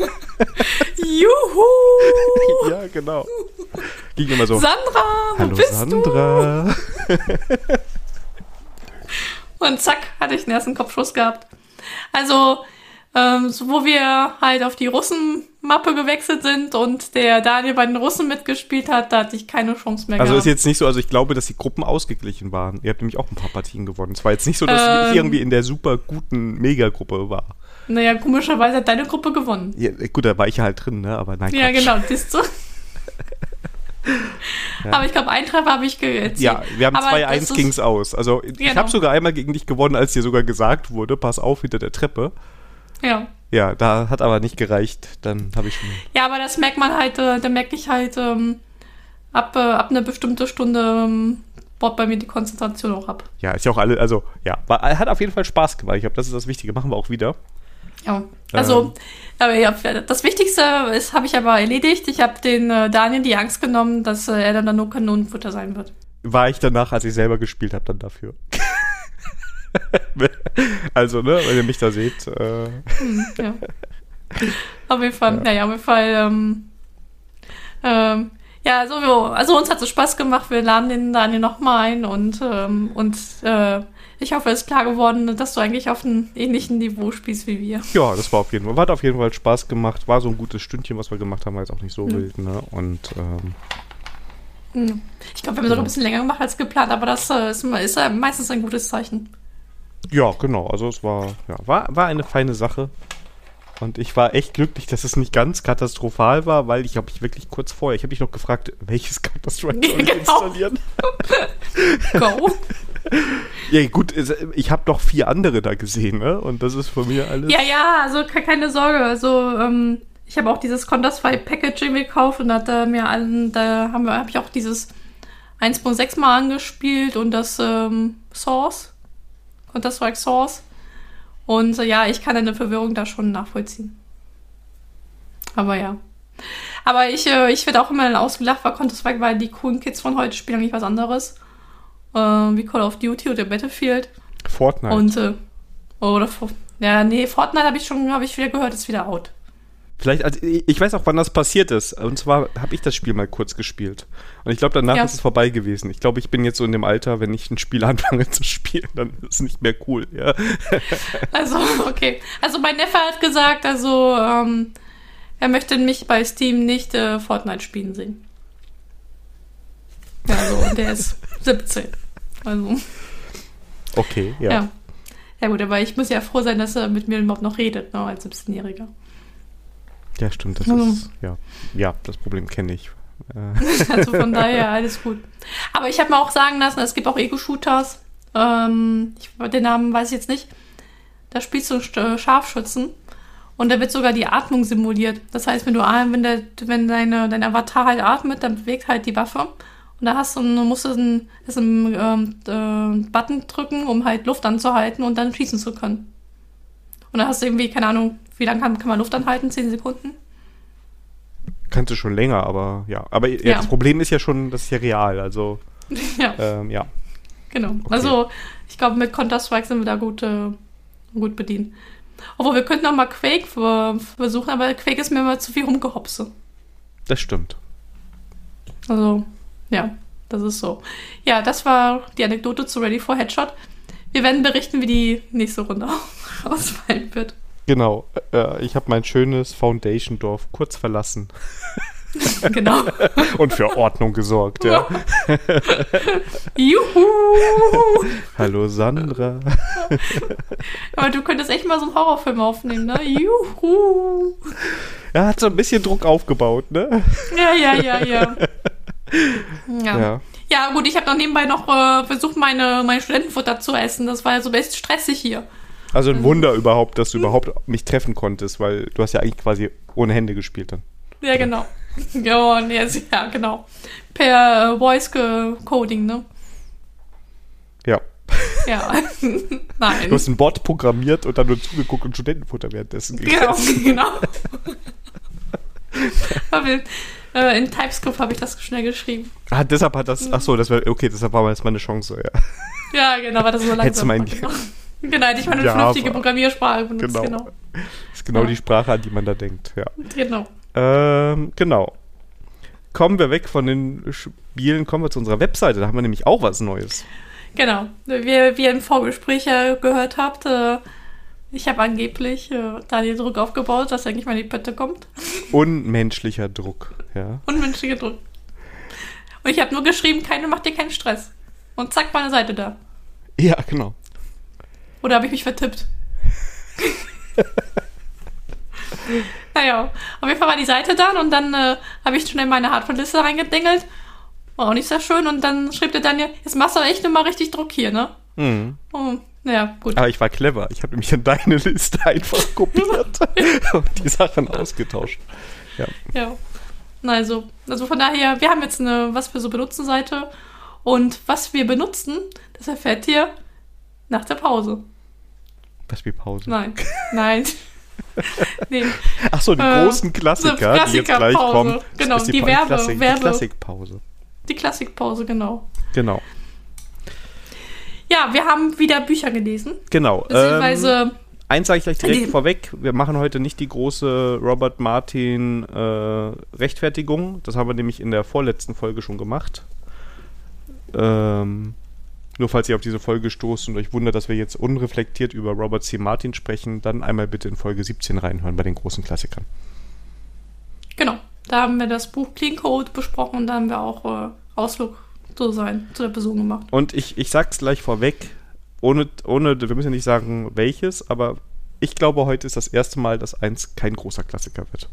Juhu! Ja, genau. Ging immer so. Sandra, hallo bist Sandra. Du? Und zack, hatte ich den ersten Kopfschuss gehabt. Also, wo wir halt auf die Russen-Mappe gewechselt sind und der Daniel bei den Russen mitgespielt hat, da hatte ich keine Chance mehr gehabt. Also ist jetzt nicht so, also ich glaube, dass die Gruppen ausgeglichen waren. Ihr habt nämlich auch ein paar Partien gewonnen. Es war jetzt nicht so, dass ich irgendwie in der super guten Megagruppe war. Naja, komischerweise hat deine Gruppe gewonnen. Ja, gut, da war ich ja halt drin, ne? Aber nein, ja, Quatsch. Genau, siehst du. Ja. Aber ich glaube, einen Treffer habe ich erzielt. Ja, wir haben 2-1 ging's aus. Also ich habe sogar einmal gegen dich gewonnen, als dir sogar gesagt wurde, pass auf, hinter der Treppe. Ja. Ja, da hat aber nicht gereicht. Dann habe ich schon... Ja, aber das merkt man halt, da merke ich halt ab einer bestimmten Stunde baut bei mir die Konzentration auch ab. Ja, ist ja auch alle, also ja, hat auf jeden Fall Spaß gemacht. Ich glaube, das ist das Wichtige. Machen wir auch wieder. Ja, also das Wichtigste habe ich aber erledigt. Ich habe den Daniel die Angst genommen, dass er dann nur Kanonenfutter sein wird. War ich danach, als ich selber gespielt habe, dann dafür. Also, ne, wenn ihr mich da seht. Ja. Auf jeden Fall, auf jeden Fall, ja, also uns hat es Spaß gemacht, wir laden den Daniel nochmal ein und ich hoffe, es ist klar geworden, dass du eigentlich auf einem ähnlichen Niveau spielst wie wir. Ja, das war hat auf jeden Fall Spaß gemacht, war so ein gutes Stündchen, was wir gemacht haben, war jetzt auch nicht so wild, ne, und ich glaube, wir haben sogar ein bisschen länger gemacht als geplant, aber das ist meistens ein gutes Zeichen. Ja, genau, also es war eine feine Sache. Und ich war echt glücklich, dass es nicht ganz katastrophal war, weil ich habe mich wirklich kurz vorher, ich habe mich noch gefragt, welches Counter-Strike soll ich installieren? Go. Ja gut, ich habe noch 4 andere da gesehen, ne? Und das ist von mir alles... Ja, also keine Sorge, also ich habe auch dieses Counter-Strike Packaging gekauft und habe ich auch dieses 1.6 mal angespielt und das Source, Counter-Strike Source. Und ja, ich kann deine Verwirrung da schon nachvollziehen. Aber ja. Aber ich werde auch immer ausgelacht, weil die coolen Kids von heute spielen eigentlich was anderes. Wie Call of Duty oder Battlefield. Fortnite. Und, Fortnite habe ich wieder gehört, ist wieder out. Vielleicht, also ich weiß auch, wann das passiert ist. Und zwar habe ich das Spiel mal kurz gespielt. Und ich glaube, danach ist es vorbei gewesen. Ich glaube, ich bin jetzt so in dem Alter, wenn ich ein Spiel anfange zu spielen, dann ist es nicht mehr cool, ja. Also, okay. Also mein Neffe hat gesagt, er möchte mich bei Steam nicht Fortnite spielen sehen. Ja, also, der ist 17. Also. Okay, ja. Ja gut, aber ich muss ja froh sein, dass er mit mir überhaupt noch redet, ne, als 17-Jähriger. Ja, stimmt, das ist, ja, das Problem kenne ich. Also von daher alles gut. Aber ich habe mir auch sagen lassen, es gibt auch Ego-Shooters. Den Namen weiß ich jetzt nicht. Da spielst du Scharfschützen und da wird sogar die Atmung simuliert. Das heißt, wenn dein Avatar halt atmet, dann bewegt halt die Waffe. Und da musst du einen Button drücken, um halt Luft anzuhalten und dann schießen zu können. Und dann hast du irgendwie, keine Ahnung, wie lange kann man Luft anhalten? 10 Sekunden? Kannst du schon länger, aber ja. Aber ja, das Problem ist ja schon, das ist ja real, also ja. Genau. Okay. Also ich glaube, mit Counter-Strike sind wir da gut bedient. Obwohl, wir könnten auch mal Quake versuchen, aber Quake ist mir immer zu viel rumgehopse. Das stimmt. Also, ja, das ist so. Ja, das war die Anekdote zu Ready for Headshot. Wir werden berichten, wie die nächste Runde ausfallen wird. Genau. Ich habe mein schönes Foundation-Dorf kurz verlassen. Genau. Und für Ordnung gesorgt, ja. Juhu! Hallo Sandra. Aber du könntest echt mal so einen Horrorfilm aufnehmen, ne? Juhu! Er hat so ein bisschen Druck aufgebaut, ne? Ja. Ja, gut, ich habe noch nebenbei versucht, meine Studentenfutter zu essen. Das war ja so ein bisschen stressig hier. Also ein Wunder überhaupt, dass du überhaupt mich treffen konntest, weil du hast ja eigentlich quasi ohne Hände gespielt dann. Ja, genau. Ja, genau. Per Voice-Coding, ne? Ja. Ja, nein. Du hast einen Bot programmiert und dann nur zugeguckt und Studentenfutter währenddessen gegessen. Genau. In TypeScript habe ich das schnell geschrieben. Deshalb hat das, deshalb war jetzt meine Chance, ja. Ja, genau, weil das so langsam war. Genau, hätte ich mal eine vernünftige Programmiersprache benutzt, genau. Das ist genau die Sprache, an die man da denkt, ja. Genau. Genau. Kommen wir weg von den Spielen, kommen wir zu unserer Webseite, da haben wir nämlich auch was Neues. Genau, wie ihr im Vorgespräch ja gehört habt, ich habe angeblich Daniel Druck aufgebaut, dass eigentlich mal die Pötte kommt. Unmenschlicher Druck, ja. Unmenschlicher Druck. Und ich habe nur geschrieben, mach dir keinen Stress. Und zack, meine Seite da. Ja, genau. Oder habe ich mich vertippt? Naja, auf jeden Fall war die Seite dann und dann habe ich schnell meine Hardware-Liste reingedingelt. War auch nicht sehr schön und dann schrieb der Daniel, jetzt machst du echt immer richtig Druck hier, ne? Mhm. Oh, naja, gut. Aber ich war clever. Ich habe nämlich in deine Liste einfach kopiert und die Sachen ausgetauscht. Ja. Na, also von daher, wir haben jetzt eine was wir so benutzen Seite und was wir benutzen, das erfährt ihr nach der Pause. Was wie Pause? Nein. Nee. Ach so, die großen Klassiker, die jetzt gleich kommen. Genau, die Klassikpause. Die Klassikpause, genau. Genau. Ja, wir haben wieder Bücher gelesen. Genau. Beziehungsweise Eins sage ich gleich direkt vorweg, wir machen heute nicht die große Robert Martin Rechtfertigung. Das haben wir nämlich in der vorletzten Folge schon gemacht. Nur falls ihr auf diese Folge stoßt und euch wundert, dass wir jetzt unreflektiert über Robert C. Martin sprechen, dann einmal bitte in Folge 17 reinhören bei den großen Klassikern. Genau, da haben wir das Buch Clean Code besprochen und da haben wir auch Ausflug zu der Person gemacht. Und ich sag's gleich vorweg, ohne, wir müssen ja nicht sagen welches, aber ich glaube, heute ist das erste Mal, dass eins kein großer Klassiker wird.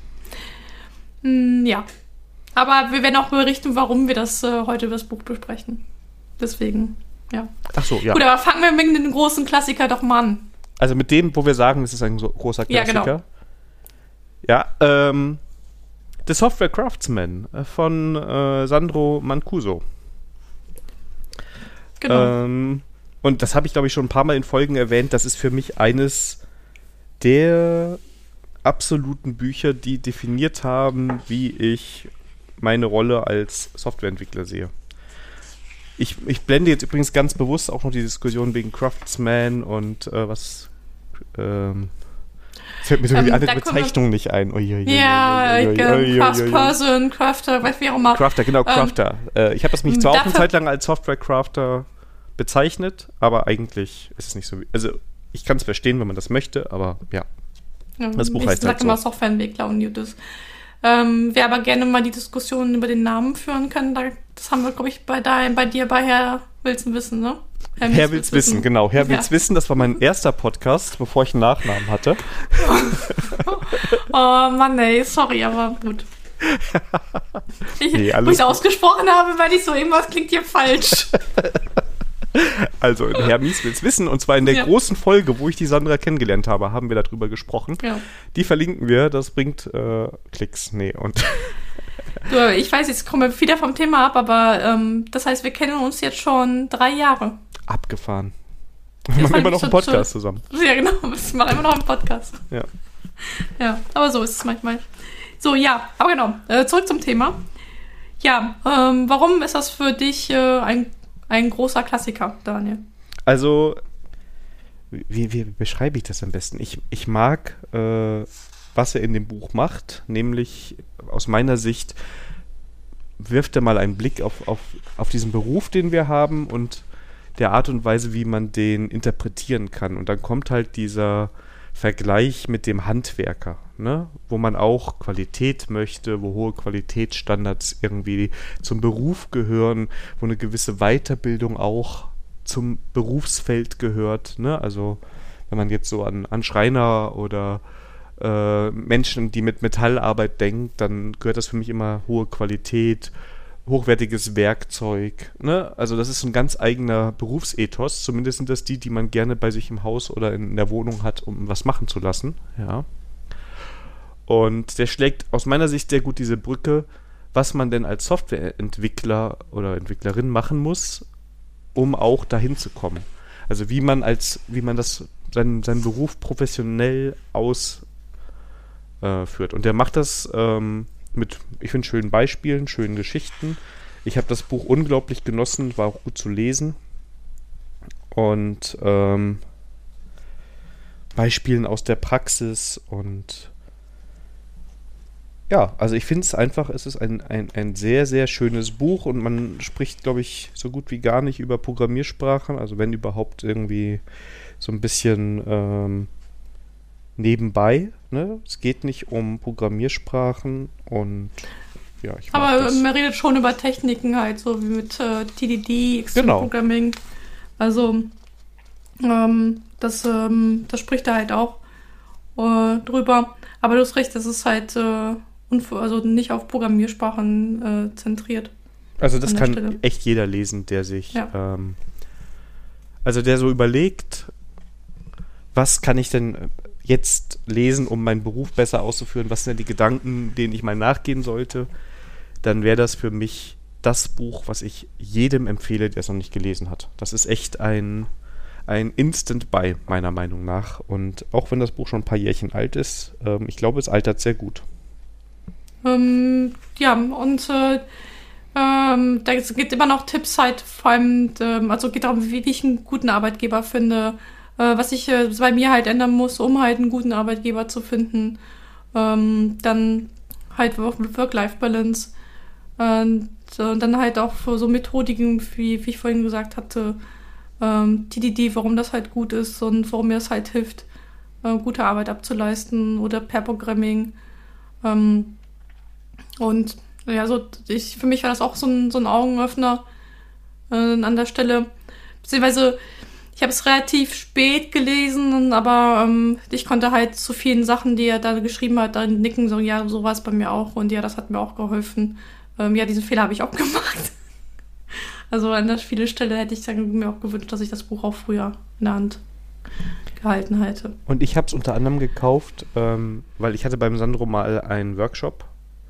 Ja, aber wir werden auch berichten, warum wir das heute das Buch besprechen. Deswegen, ja. Ach so, ja. Gut, aber fangen wir mit dem großen Klassiker doch mal an. Also mit dem, wo wir sagen, es ist ein so großer Klassiker. Ja, genau. Ja, The Software Craftsman von Sandro Mancuso. Genau. Und das habe ich, glaube ich, schon ein paar Mal in Folgen erwähnt. Das ist für mich eines der absoluten Bücher, die definiert haben, wie ich meine Rolle als Softwareentwickler sehe. Ich blende jetzt übrigens ganz bewusst auch noch die Diskussion wegen Craftsman und was fällt mir die andere Bezeichnung nicht ein. Craftsperson, Crafter, wie auch immer. Crafter, genau, Crafter. Ich habe das mich zwar auch eine Zeit lang als Software-Crafter bezeichnet, aber eigentlich ist es nicht so. Also ich kann es verstehen, wenn man das möchte, aber ja. Das Buch heißt halt so. Ich sage immer Softwareentwickler und Judas. Wer aber gerne mal die Diskussion über den Namen führen kann, das haben wir, glaube ich, bei dir bei Herr Will's wissen, ne? Herr Will's wissen, genau. Herr Will's wissen, das war mein erster Podcast, bevor ich einen Nachnamen hatte. Oh Mann, ey, sorry, aber gut. Wo ich ausgesprochen habe, weil ich so, irgendwas klingt hier falsch. Also in Herr Will's wissen, und zwar in der großen Folge, wo ich die Sandra kennengelernt habe, haben wir darüber gesprochen. Ja. Die verlinken wir, das bringt Klicks. Nee, und du, ich weiß, jetzt kommen wir wieder vom Thema ab, aber das heißt, wir kennen uns jetzt schon 3 Jahre. Abgefahren. Wir machen immer noch einen Podcast zusammen. Ja, genau, wir machen immer noch einen Podcast. Ja. Ja, aber so ist es manchmal. So, ja, aber genau, zurück zum Thema. Ja, warum ist das für dich ein großer Klassiker, Daniel? Also, wie beschreibe ich das am besten? Ich mag, was er in dem Buch macht, nämlich aus meiner Sicht wirft er mal einen Blick auf diesen Beruf, den wir haben und der Art und Weise, wie man den interpretieren kann. Und dann kommt halt dieser Vergleich mit dem Handwerker, ne? Wo man auch Qualität möchte, wo hohe Qualitätsstandards irgendwie zum Beruf gehören, wo eine gewisse Weiterbildung auch zum Berufsfeld gehört, ne? Also wenn man jetzt so an Schreiner oder Menschen, die mit Metallarbeit denkt, dann gehört das für mich immer hohe Qualität, hochwertiges Werkzeug, ne? Also das ist ein ganz eigener Berufsethos, zumindest sind das die man gerne bei sich im Haus oder in der Wohnung hat, um was machen zu lassen, ja. Und der schlägt aus meiner Sicht sehr gut diese Brücke, was man denn als Softwareentwickler oder Entwicklerin machen muss, um auch dahin zu kommen. Also wie man seinen Beruf professionell ausführt. Und der macht das mit, ich finde, schönen Beispielen, schönen Geschichten. Ich habe das Buch unglaublich genossen, war auch gut zu lesen. Und Beispielen aus der Praxis und ja, also ich finde es einfach, es ist ein sehr, sehr schönes Buch und man spricht, glaube ich, so gut wie gar nicht über Programmiersprachen, also wenn überhaupt irgendwie so ein bisschen nebenbei, ne? Es geht nicht um Programmiersprachen und ja, ich mag aber das. Man redet schon über Techniken halt, so wie mit TDD, Extreme Genau. Programming. Also das spricht da halt auch drüber. Aber du hast recht, das ist halt also nicht auf Programmiersprachen zentriert. Also das kann echt jeder lesen, der sich also der so überlegt, was kann ich denn jetzt lesen, um meinen Beruf besser auszuführen, was sind denn die Gedanken, denen ich mal nachgehen sollte, dann wäre das für mich das Buch, was ich jedem empfehle, der es noch nicht gelesen hat. Das ist echt ein Instant-Buy, meiner Meinung nach. Und auch wenn das Buch schon ein paar Jährchen alt ist, ich glaube, es altert sehr gut. Ja, und da gibt immer noch Tipps halt, vor allem, also geht darum, wie ich einen guten Arbeitgeber finde, was ich bei mir halt ändern muss, um halt einen guten Arbeitgeber zu finden. Dann halt Work-Life-Balance. Und dann halt auch für so Methodiken, wie ich vorhin gesagt hatte, TDD, warum das halt gut ist und warum mir das halt hilft, gute Arbeit abzuleisten oder Pair-Programming. Und ja, für mich war das auch so ein Augenöffner an der Stelle. Beziehungsweise, ich habe es relativ spät gelesen, aber ich konnte halt zu vielen Sachen, die er da geschrieben hat, da nicken, so, ja, so war es bei mir auch und ja, das hat mir auch geholfen. Ja, diesen Fehler habe ich auch gemacht. Also an der viele Stelle hätte ich mir auch gewünscht, dass ich das Buch auch früher in der Hand gehalten hätte. Und ich habe es unter anderem gekauft, weil ich hatte beim Sandro mal einen Workshop.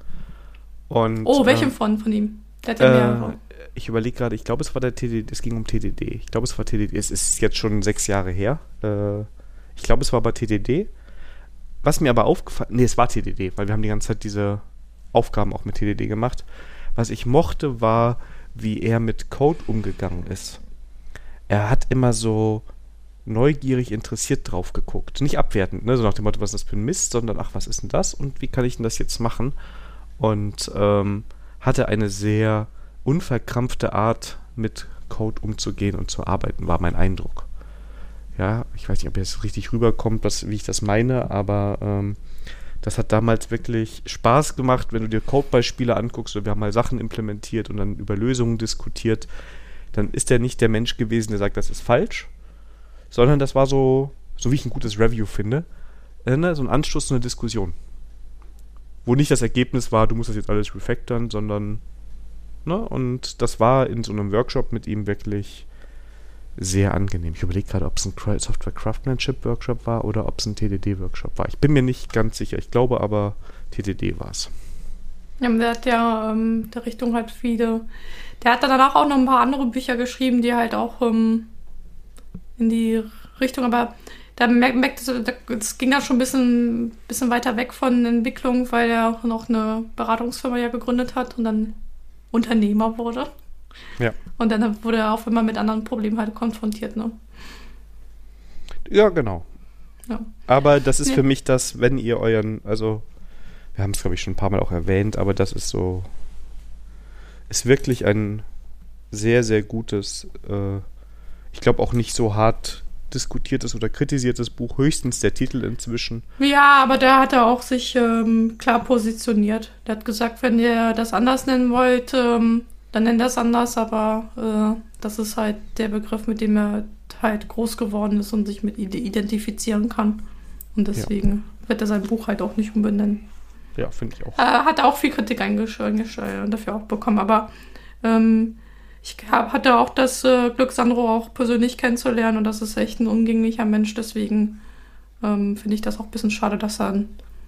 Und, welchen von ihm? Der hat ja mehrere. Ich überlege gerade, ich glaube, es war der TDD, es ging um TDD. Ich glaube, es war TDD, es ist jetzt schon 6 Jahre her. Ich glaube, es war aber TDD. Was mir aber aufgefallen, es war TDD, weil wir haben die ganze Zeit diese Aufgaben auch mit TDD gemacht. Was ich mochte, war, wie er mit Code umgegangen ist. Er hat immer so neugierig interessiert drauf geguckt. Nicht abwertend, ne? So nach dem Motto, was ist das für ein Mist, sondern ach, was ist denn das und wie kann ich denn das jetzt machen? Und hatte eine sehr unverkrampfte Art, mit Code umzugehen und zu arbeiten, war mein Eindruck. Ja, ich weiß nicht, ob jetzt richtig rüberkommt, wie ich das meine, aber das hat damals wirklich Spaß gemacht, wenn du dir Codebeispiele anguckst und wir haben mal Sachen implementiert und dann über Lösungen diskutiert, dann ist er nicht der Mensch gewesen, der sagt, das ist falsch, sondern das war so wie ich ein gutes Review finde, so ein Anstoß zu einer Diskussion. Wo nicht das Ergebnis war, du musst das jetzt alles refactoren, sondern, und das war in so einem Workshop mit ihm wirklich sehr angenehm. Ich überlege gerade, ob es ein Software Craftsmanship Workshop war oder ob es ein TDD Workshop war. Ich bin mir nicht ganz sicher. Ich glaube aber, TDD war es. Ja, der hat ja der Richtung halt viele. Der hat dann danach auch noch ein paar andere Bücher geschrieben, die halt auch in die Richtung, aber da merkt es ging dann schon ein bisschen weiter weg von Entwicklung, weil er auch noch eine Beratungsfirma ja gegründet hat und dann Unternehmer wurde. Ja. Und dann wurde er auch immer mit anderen Problemen halt konfrontiert, ne? Ja, genau. Ja. Aber das ist für mich das, wenn ihr wir haben es, glaube ich, schon ein paar Mal auch erwähnt, aber das ist wirklich ein sehr, sehr gutes, ich glaube auch nicht so hart diskutiertes oder kritisiertes Buch, höchstens der Titel inzwischen. Ja, aber da hat er auch sich klar positioniert. Der hat gesagt, wenn ihr das anders nennen wollt, dann nennt er es anders, aber das ist halt der Begriff, mit dem er halt groß geworden ist und sich mit identifizieren kann. Und deswegen wird er sein Buch halt auch nicht umbenennen. Ja, finde ich auch. Hat auch viel Kritik und dafür auch bekommen, aber ich hatte auch das Glück, Sandro auch persönlich kennenzulernen und das ist echt ein umgänglicher Mensch, deswegen finde ich das auch ein bisschen schade, dass er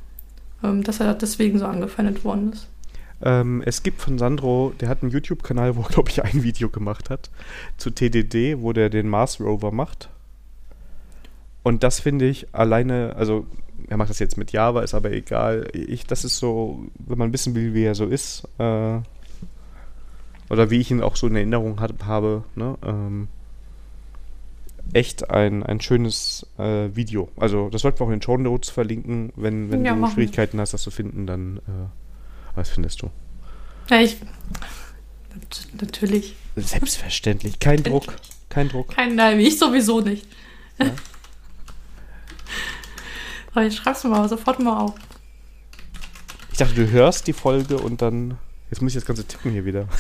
deswegen so angefeindet worden ist. Es gibt von Sandro, der hat einen YouTube-Kanal, wo er, glaube ich, ein Video gemacht hat zu TDD, wo der den Mars Rover macht. Und das finde ich alleine, also er macht das jetzt mit Java, ist aber egal. Das ist so, wenn man wissen will, wie er so ist, oder wie ich ihn auch so in Erinnerung habe, ne, echt ein schönes Video. Also das sollten wir auch in den Shownotes verlinken, wenn du Schwierigkeiten hast, das zu finden, dann was findest du? Ja, natürlich. Selbstverständlich. Kein Druck. Nein, ich sowieso nicht. Ja. Aber ich schreib's mir mal sofort mal auf. Ich dachte, du hörst die Folge und dann... Jetzt muss ich das Ganze tippen hier wieder.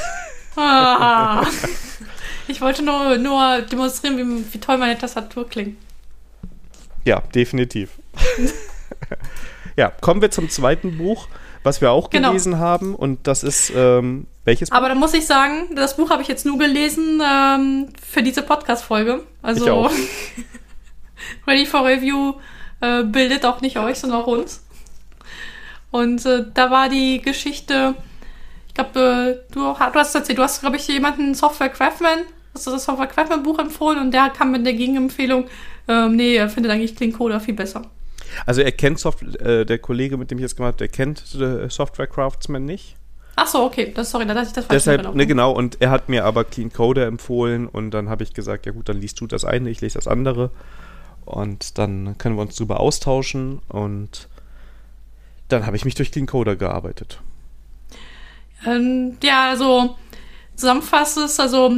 Ich wollte nur demonstrieren, wie toll meine Tastatur klingt. Ja, definitiv. Ja, kommen wir zum zweiten Buch, was wir auch gelesen haben. Und das ist, welches Buch? Aber da muss ich sagen, das Buch habe ich jetzt nur gelesen für diese Podcast-Folge. Also ich auch. Ready for Review bildet auch nicht euch, sondern auch uns. Und da war die Geschichte, ich glaube, du hast erzählt, du hast, glaube ich, jemanden Software Craftsman, hast du das Software Craftsman Buch empfohlen und der kam mit der Gegenempfehlung, er findet eigentlich Clean Coder viel besser. Also er kennt der Kollege, mit dem ich jetzt gemacht habe, der kennt Software Craftsman nicht. Ach so, okay, sorry, da dachte ich, das falsch. Deshalb, genau, und er hat mir aber Clean Coder empfohlen und dann habe ich gesagt, ja gut, dann liest du das eine, ich lese das andere. Und dann können wir uns drüber austauschen und dann habe ich mich durch Clean Coder gearbeitet. Ja, also zusammenfassend,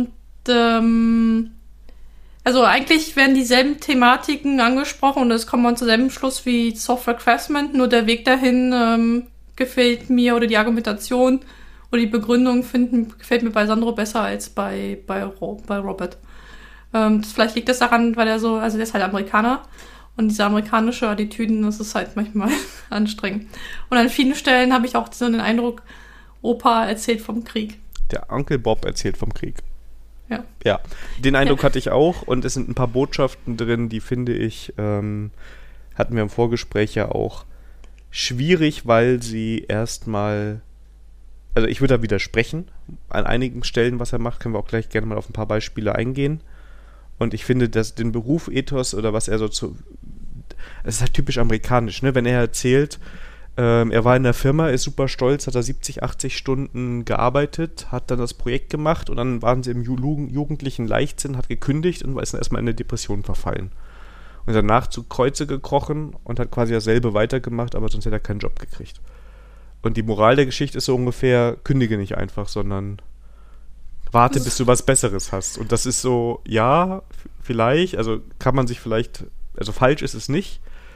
also eigentlich werden dieselben Thematiken angesprochen und es kommt man zu selben Schluss wie Software Craftsman, nur der Weg dahin gefällt mir oder die Argumentation oder die Begründung gefällt mir bei Sandro besser als bei Robert. Vielleicht liegt das daran, weil also der ist halt Amerikaner und diese amerikanische Attitüden, das ist halt manchmal anstrengend. Und an vielen Stellen habe ich auch so den Eindruck, Opa erzählt vom Krieg. Der Onkel Bob erzählt vom Krieg. Ja, den Eindruck hatte ich auch und es sind ein paar Botschaften drin, die finde ich, hatten wir im Vorgespräch ja auch, schwierig, weil sie erstmal, also ich würde da widersprechen, an einigen Stellen, was er macht, können wir auch gleich gerne mal auf ein paar Beispiele eingehen und ich finde, dass den Beruf Ethos oder was er so es ist halt typisch amerikanisch, ne, wenn er erzählt, er war in der Firma, ist super stolz, hat da 70, 80 Stunden gearbeitet, hat dann das Projekt gemacht und dann waren sie im jugendlichen Leichtsinn, hat gekündigt und ist dann erstmal in eine Depression verfallen. Und danach zu Kreuze gekrochen und hat quasi dasselbe weitergemacht, aber sonst hätte er keinen Job gekriegt. Und die Moral der Geschichte ist so ungefähr, kündige nicht einfach, sondern warte, bis du was Besseres hast. Und das ist so, ja, vielleicht, also kann man sich vielleicht, also falsch ist es nicht,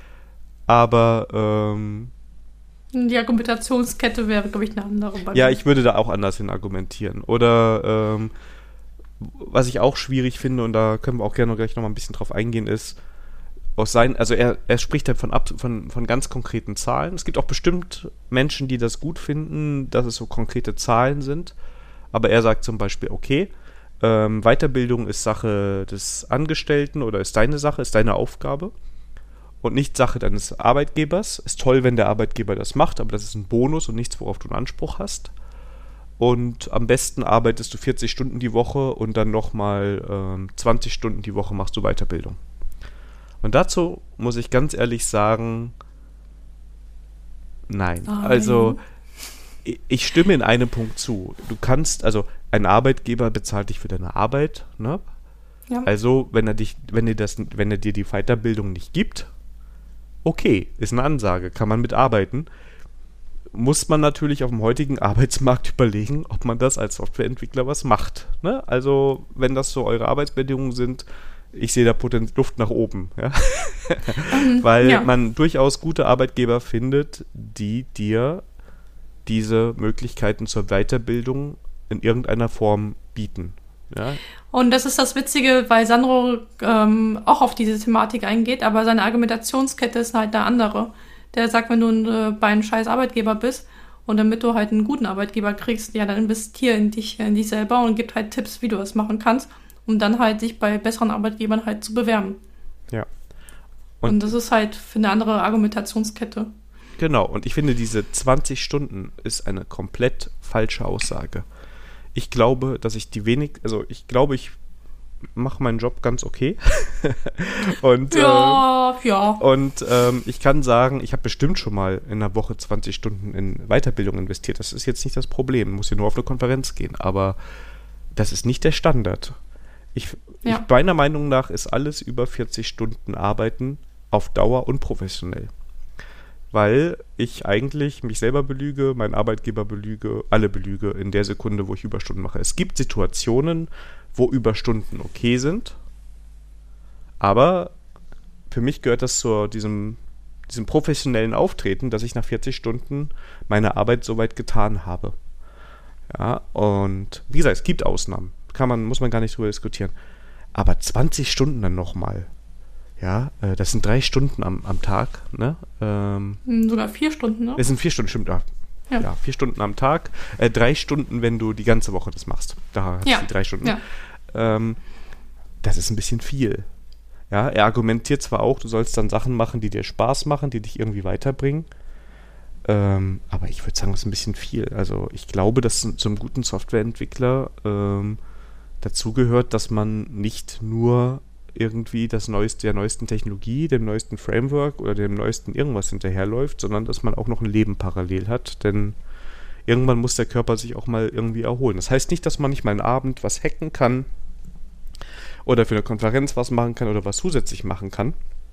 aber die Argumentationskette wäre, glaube ich, eine andere. Ja, ich würde da auch anders hin argumentieren. Oder was ich auch schwierig finde, und da können wir auch gerne gleich nochmal ein bisschen drauf eingehen, ist, also er spricht halt von ganz konkreten Zahlen. Es gibt auch bestimmt Menschen, die das gut finden, dass es so konkrete Zahlen sind. Aber er sagt zum Beispiel, okay, Weiterbildung ist Sache des Angestellten oder ist deine Sache, ist deine Aufgabe. Und nicht Sache deines Arbeitgebers. Ist toll, wenn der Arbeitgeber das macht, aber das ist ein Bonus und nichts, worauf du einen Anspruch hast. Und am besten arbeitest du 40 Stunden die Woche und dann nochmal 20 Stunden die Woche machst du Weiterbildung. Und dazu muss ich ganz ehrlich sagen, nein. Also ich stimme in einem Punkt zu. Du kannst, also ein Arbeitgeber bezahlt dich für deine Arbeit, ne? Ja. Also wenn er dir die Weiterbildung nicht gibt, okay, ist eine Ansage, kann man mitarbeiten. Muss man natürlich auf dem heutigen Arbeitsmarkt überlegen, ob man das als Softwareentwickler was macht. Ne? Also, wenn das so eure Arbeitsbedingungen sind, ich sehe da Luft nach oben. Ja? Weil man durchaus gute Arbeitgeber findet, die dir diese Möglichkeiten zur Weiterbildung in irgendeiner Form bieten. Ja? Und das ist das Witzige, weil Sandro auch auf diese Thematik eingeht, aber seine Argumentationskette ist halt eine andere. Der sagt, wenn du bei einem scheiß Arbeitgeber bist und damit du halt einen guten Arbeitgeber kriegst, ja, dann investier in dich selber und gib halt Tipps, wie du das machen kannst, um dann halt dich bei besseren Arbeitgebern halt zu bewerben. Ja. Und das ist halt für eine andere Argumentationskette. Genau, und ich finde, diese 20 Stunden ist eine komplett falsche Aussage. Ich glaube, dass ich ich mache meinen Job ganz okay. Und, Und ich kann sagen, ich habe bestimmt schon mal in einer Woche 20 Stunden in Weiterbildung investiert. Das ist jetzt nicht das Problem. Muss ja nur auf eine Konferenz gehen. Aber das ist nicht der Standard. Meiner Meinung nach ist alles über 40 Stunden Arbeiten auf Dauer unprofessionell. Weil ich eigentlich mich selber belüge, meinen Arbeitgeber belüge, alle belüge in der Sekunde, wo ich Überstunden mache. Es gibt Situationen, wo Überstunden okay sind, aber für mich gehört das zu diesem professionellen Auftreten, dass ich nach 40 Stunden meine Arbeit soweit getan habe. Ja, und wie gesagt, es gibt Ausnahmen. Muss man gar nicht drüber diskutieren. Aber 20 Stunden dann nochmal. Ja, das sind 3 Stunden am Tag, ne? Sogar 4 Stunden, ne? Es sind 4 Stunden, stimmt. Ja, 4 Stunden am Tag. 3 Stunden, wenn du die ganze Woche das machst. Da hast du die 3 Stunden. Ja. Das ist ein bisschen viel. Ja, er argumentiert zwar auch, du sollst dann Sachen machen, die dir Spaß machen, die dich irgendwie weiterbringen. Aber ich würde sagen, das ist ein bisschen viel. Also ich glaube, dass zu einem guten Softwareentwickler dazugehört, dass man nicht nur irgendwie der neuesten Technologie, dem neuesten Framework oder dem neuesten irgendwas hinterherläuft, sondern dass man auch noch ein Leben parallel hat, denn irgendwann muss der Körper sich auch mal irgendwie erholen. Das heißt nicht, dass man nicht mal einen Abend was hacken kann oder für eine Konferenz was machen kann oder was zusätzlich machen kann,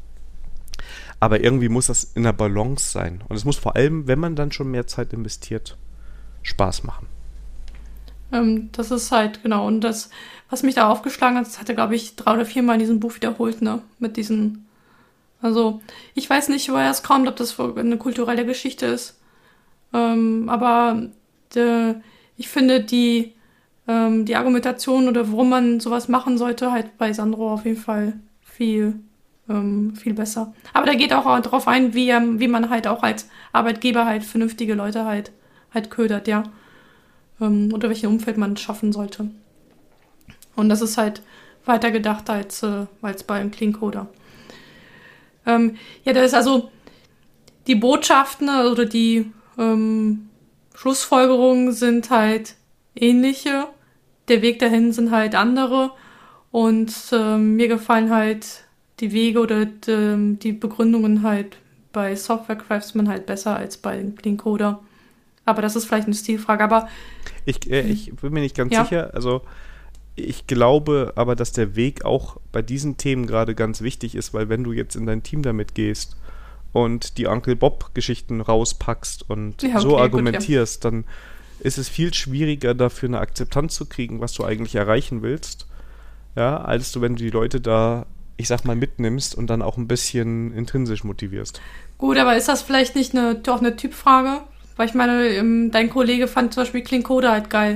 Aber irgendwie muss das in der Balance sein. Und es muss vor allem, wenn man dann schon mehr Zeit investiert, Spaß machen. Das ist halt, genau. Und das, was mich da aufgeschlagen hat, das hat er, glaube ich, 3 oder 4 Mal in diesem Buch wiederholt, ne? Mit diesen, also, ich weiß nicht, woher es kommt, ob das eine kulturelle Geschichte ist. Aber ich finde die Argumentation oder warum man sowas machen sollte, halt bei Sandro auf jeden Fall viel besser. Aber da geht auch darauf ein, wie man halt auch als Arbeitgeber halt vernünftige Leute halt ködert, ja. Unter welchem Umfeld man schaffen sollte. Und das ist halt weiter gedacht als beim Clean Coder. Ja, da ist also die Botschaften oder die Schlussfolgerungen sind halt ähnliche. Der Weg dahin sind halt andere. Und mir gefallen halt die Wege oder die Begründungen halt bei Software Craftsman halt besser als bei Clean Coder. Aber das ist vielleicht eine Stilfrage. Aber ich bin mir nicht ganz sicher. Also ich glaube aber, dass der Weg auch bei diesen Themen gerade ganz wichtig ist, weil wenn du jetzt in dein Team damit gehst und die Uncle Bob-Geschichten rauspackst und so argumentierst, dann ist es viel schwieriger, dafür eine Akzeptanz zu kriegen, was du eigentlich erreichen willst, ja, als wenn du die Leute da, ich sag mal, mitnimmst und dann auch ein bisschen intrinsisch motivierst. Gut, aber ist das vielleicht nicht doch eine Typfrage? Weil ich meine, dein Kollege fand zum Beispiel Clean Coder halt geil.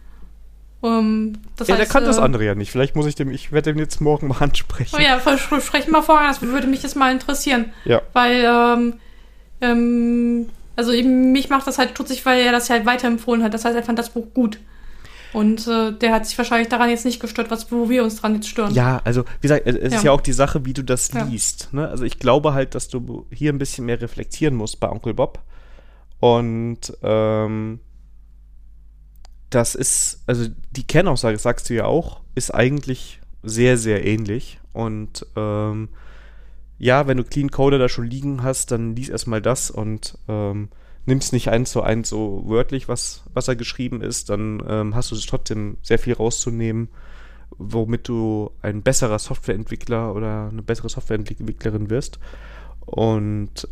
Der kann das andere ja nicht. Vielleicht ich werde dem jetzt morgen mal ansprechen. Oh ja, sprechen mal vor, das würde mich jetzt mal interessieren. Ja. Weil, also mich macht das halt stutzig, weil er das halt weiterempfohlen hat. Das heißt, er fand das Buch gut. Und der hat sich wahrscheinlich daran jetzt nicht gestört, wo wir uns dran jetzt stören. Ja, also wie gesagt, es ist ja auch die Sache, wie du das liest. Ne? Also ich glaube halt, dass du hier ein bisschen mehr reflektieren musst bei Uncle Bob. Und das ist, also die Kernaussage, das sagst du ja auch, ist eigentlich sehr, sehr ähnlich. Und ja, wenn du Clean Coder da schon liegen hast, dann lies erstmal das und nimm's nicht 1:1 so wörtlich, was er geschrieben ist, dann hast du es trotzdem sehr viel rauszunehmen, womit du ein besserer Softwareentwickler oder eine bessere Softwareentwicklerin wirst. Und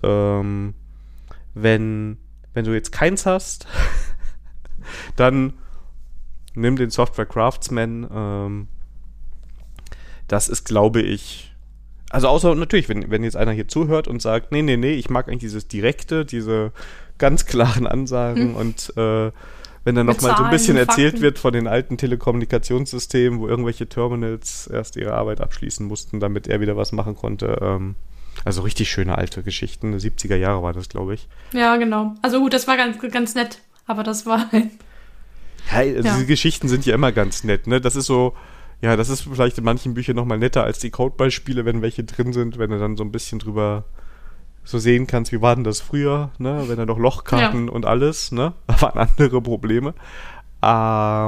wenn du jetzt keins hast, dann nimm den Software Craftsman. Das ist, glaube ich, also außer natürlich, wenn jetzt einer hier zuhört und sagt, nee, ich mag eigentlich dieses Direkte, diese ganz klaren Ansagen und wenn dann nochmal so ein bisschen erzählt wird von den alten Telekommunikationssystemen, wo irgendwelche Terminals erst ihre Arbeit abschließen mussten, damit er wieder was machen konnte. Also richtig schöne alte Geschichten. 70er Jahre war das, glaube ich. Ja, genau. Also gut, das war ganz, ganz nett, aber das war halt... Ja, diese Geschichten sind ja immer ganz nett, ne? Das ist so, ja, das ist vielleicht in manchen Büchern nochmal netter als die Codebeispiele, wenn welche drin sind, wenn du dann so ein bisschen drüber so sehen kannst, wie war denn das früher, ne? Wenn da noch Lochkarten und alles, ne? Da waren andere Probleme. Ja.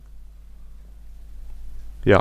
Ja.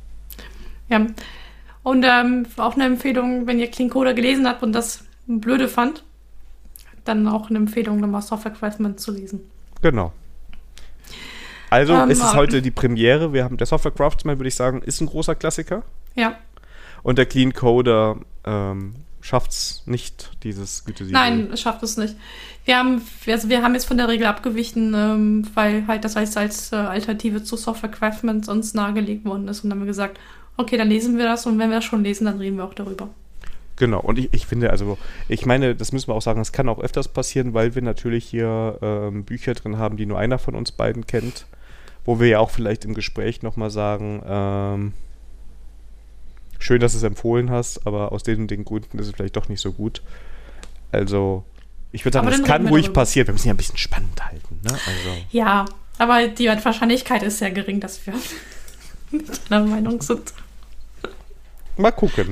Und auch eine Empfehlung, wenn ihr Clean Coder gelesen habt und das blöde fand, dann auch eine Empfehlung, nochmal Software Craftsman zu lesen. Genau. Also es ist heute die Premiere. Der Software Craftsman, würde ich sagen, ist ein großer Klassiker. Ja. Und der Clean Coder schafft es nicht, dieses Gütesiegel. Nein, schafft es nicht. Wir haben jetzt von der Regel abgewichen, weil halt das als Alternative zu Software Craftsman uns nahegelegt worden ist. Und dann haben wir gesagt, okay, dann lesen wir das und wenn wir das schon lesen, dann reden wir auch darüber. Genau, und ich finde, also, ich meine, das müssen wir auch sagen, das kann auch öfters passieren, weil wir natürlich hier Bücher drin haben, die nur einer von uns beiden kennt, wo wir ja auch vielleicht im Gespräch nochmal sagen, schön, dass du es empfohlen hast, aber aus den Gründen ist es vielleicht doch nicht so gut. Also, ich würde sagen, das kann ruhig passieren. Wir müssen ja ein bisschen spannend halten, ne? Also. Ja, aber die Wahrscheinlichkeit ist sehr gering, dass wir nicht einer Meinung sind. Mal gucken.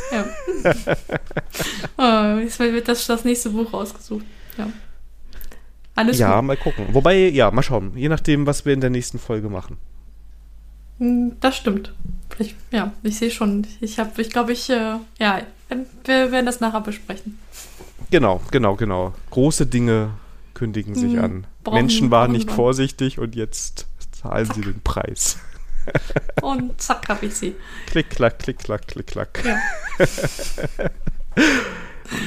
Ja. Jetzt wird das nächste Buch rausgesucht. Ja. Alles ja, gut. Mal gucken. Wobei, ja, mal schauen. Je nachdem, was wir in der nächsten Folge machen. Das stimmt. Ich sehe schon. Wir werden das nachher besprechen. Genau. Große Dinge kündigen sich an. Menschen waren nicht vorsichtig und jetzt zahlen sie den Preis. Und zack, hab ich sie. Klick, klack, klick, klack, klick, klack. Ja.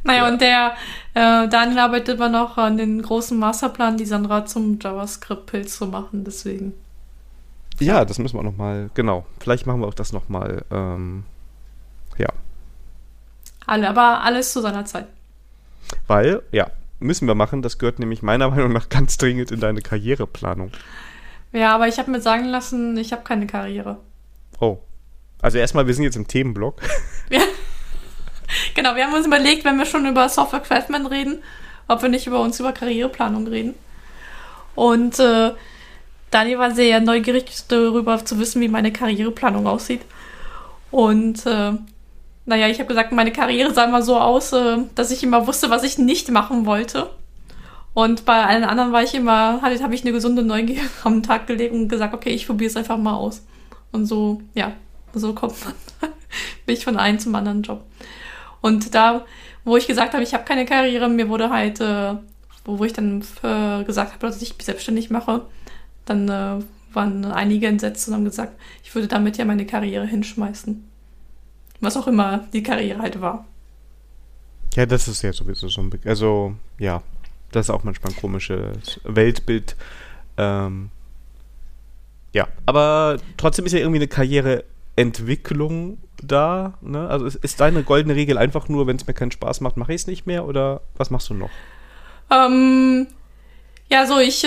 Naja, Ja. und der Daniel arbeitet immer noch an den großen Masterplan, die Sandra zum JavaScript-Pilz zu machen, deswegen. Ja, das müssen wir auch nochmal, genau. Vielleicht machen wir auch das nochmal, ja. Aber alles zu seiner Zeit. Weil, ja, müssen wir machen. Das gehört nämlich meiner Meinung nach ganz dringend in deine Karriereplanung. Ja, aber ich habe mir sagen lassen, ich habe keine Karriere. Oh. Also erstmal, wir sind jetzt im Themenblock. Ja. Genau, wir haben uns überlegt, wenn wir schon über Software Craftsman reden, ob wir nicht über Karriereplanung reden. Und Dani war sehr neugierig darüber zu wissen, wie meine Karriereplanung aussieht. Und naja, ich habe gesagt, meine Karriere sah immer so aus, dass ich immer wusste, was ich nicht machen wollte. Und bei allen anderen habe ich eine gesunde Neugier am Tag gelegt und gesagt, okay, ich probiere es einfach mal aus. Und so, ja, so kommt man, bin ich von einem zum anderen Job. Und da, wo ich gesagt habe, ich habe keine Karriere, mir wurde halt, wo ich dann gesagt habe, dass ich mich selbstständig mache, dann waren einige entsetzt und haben gesagt, ich würde damit ja meine Karriere hinschmeißen. Was auch immer die Karriere halt war. Ja, das ist ja sowieso so ein also, ja, das ist auch manchmal ein komisches Weltbild. Ja, aber trotzdem ist ja irgendwie eine Karriereentwicklung da, ne? Also ist deine goldene Regel einfach nur, wenn es mir keinen Spaß macht, mache ich es nicht mehr, oder was machst du noch? Ja, so ich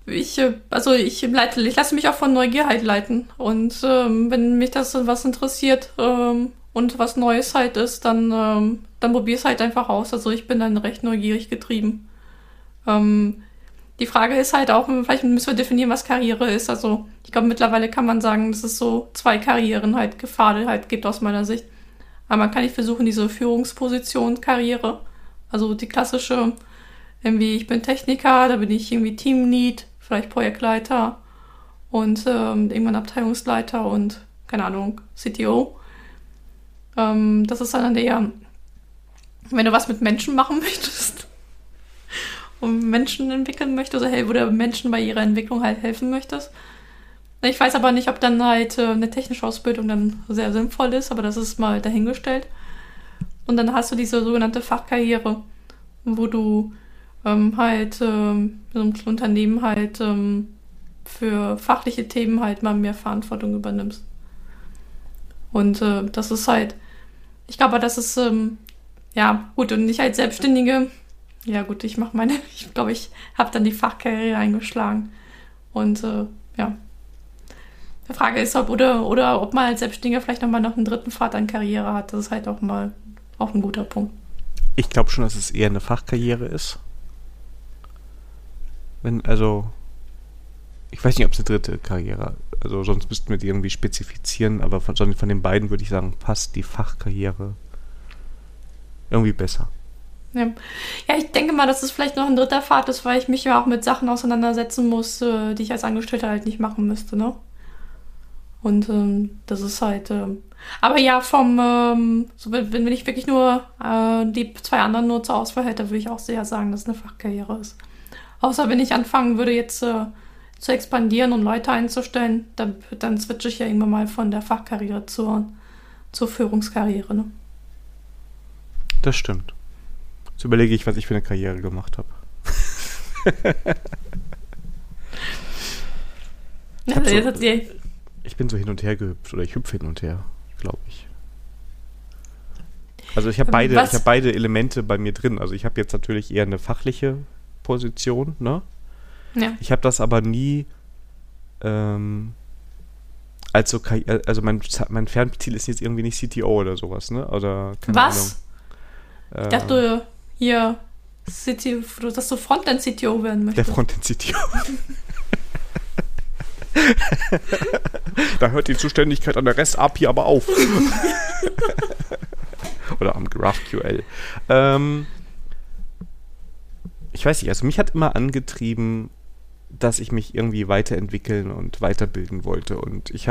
lasse mich auch von Neugier halt leiten. Und wenn mich das was interessiert und was Neues halt ist, dann probier es halt einfach aus. Also ich bin dann recht neugierig getrieben. Die Frage ist halt auch, vielleicht müssen wir definieren, was Karriere ist. Also ich glaube, mittlerweile kann man sagen, dass es so 2 Karrieren halt Pfade halt gibt aus meiner Sicht. Aber man kann nicht versuchen, diese Führungsposition Karriere, also die klassische, irgendwie ich bin Techniker, da bin ich irgendwie Teamlead, vielleicht Projektleiter und irgendwann Abteilungsleiter und, keine Ahnung, CTO. Das ist dann eher, wenn du was mit Menschen machen möchtest und Menschen entwickeln möchtest oder Menschen bei ihrer Entwicklung halt helfen möchtest. Ich weiß aber nicht, ob dann halt eine technische Ausbildung dann sehr sinnvoll ist, aber das ist mal dahingestellt. Und dann hast du diese sogenannte Fachkarriere, wo du halt in so einem Unternehmen halt für fachliche Themen halt mal mehr Verantwortung übernimmst. Und das ist halt, ich glaube, das ist, ja, gut, und ich als Selbstständige, ja gut, ich glaube, ich habe dann die Fachkarriere eingeschlagen. Und ja, die Frage ist, ob man als Selbstständiger vielleicht nochmal noch einen dritten Pfad an Karriere hat. Das ist halt auch ein guter Punkt. Ich glaube schon, dass es eher eine Fachkarriere ist. Ich weiß nicht, ob es eine dritte Karriere, also sonst müssten wir die irgendwie spezifizieren, aber von den beiden würde ich sagen, passt die Fachkarriere irgendwie besser. Ja. Ja, ich denke mal, dass es vielleicht noch ein dritter Pfad ist, weil ich mich ja auch mit Sachen auseinandersetzen muss, die ich als Angestellter halt nicht machen müsste, ne? Und das ist halt, aber ja, so wenn ich wirklich nur die 2 anderen nur zur Auswahl hätte, würde ich auch sehr sagen, dass es eine Fachkarriere ist. Außer wenn ich anfangen würde, jetzt zu expandieren und Leute einzustellen, dann switche ich ja irgendwann mal von der Fachkarriere zur Führungskarriere. Ne? Das stimmt. Jetzt überlege ich, was ich für eine Karriere gemacht habe. Ich bin so hin und her gehüpft, oder ich hüpfe hin und her, glaube ich. Also ich habe beide Elemente bei mir drin. Also ich habe jetzt natürlich eher eine fachliche Position, ne? Ja. Ich habe das aber nie also mein Fernziel ist jetzt irgendwie nicht CTO oder sowas, ne? Oder keine Was? Ahnung. Ich dachte hier dass du Frontend-CTO werden möchtest. Der Frontend-CTO. Da hört die Zuständigkeit an der REST-API aber auf. Oder am GraphQL. Ich weiß nicht, also mich hat immer angetrieben, dass ich mich irgendwie weiterentwickeln und weiterbilden wollte. Und ich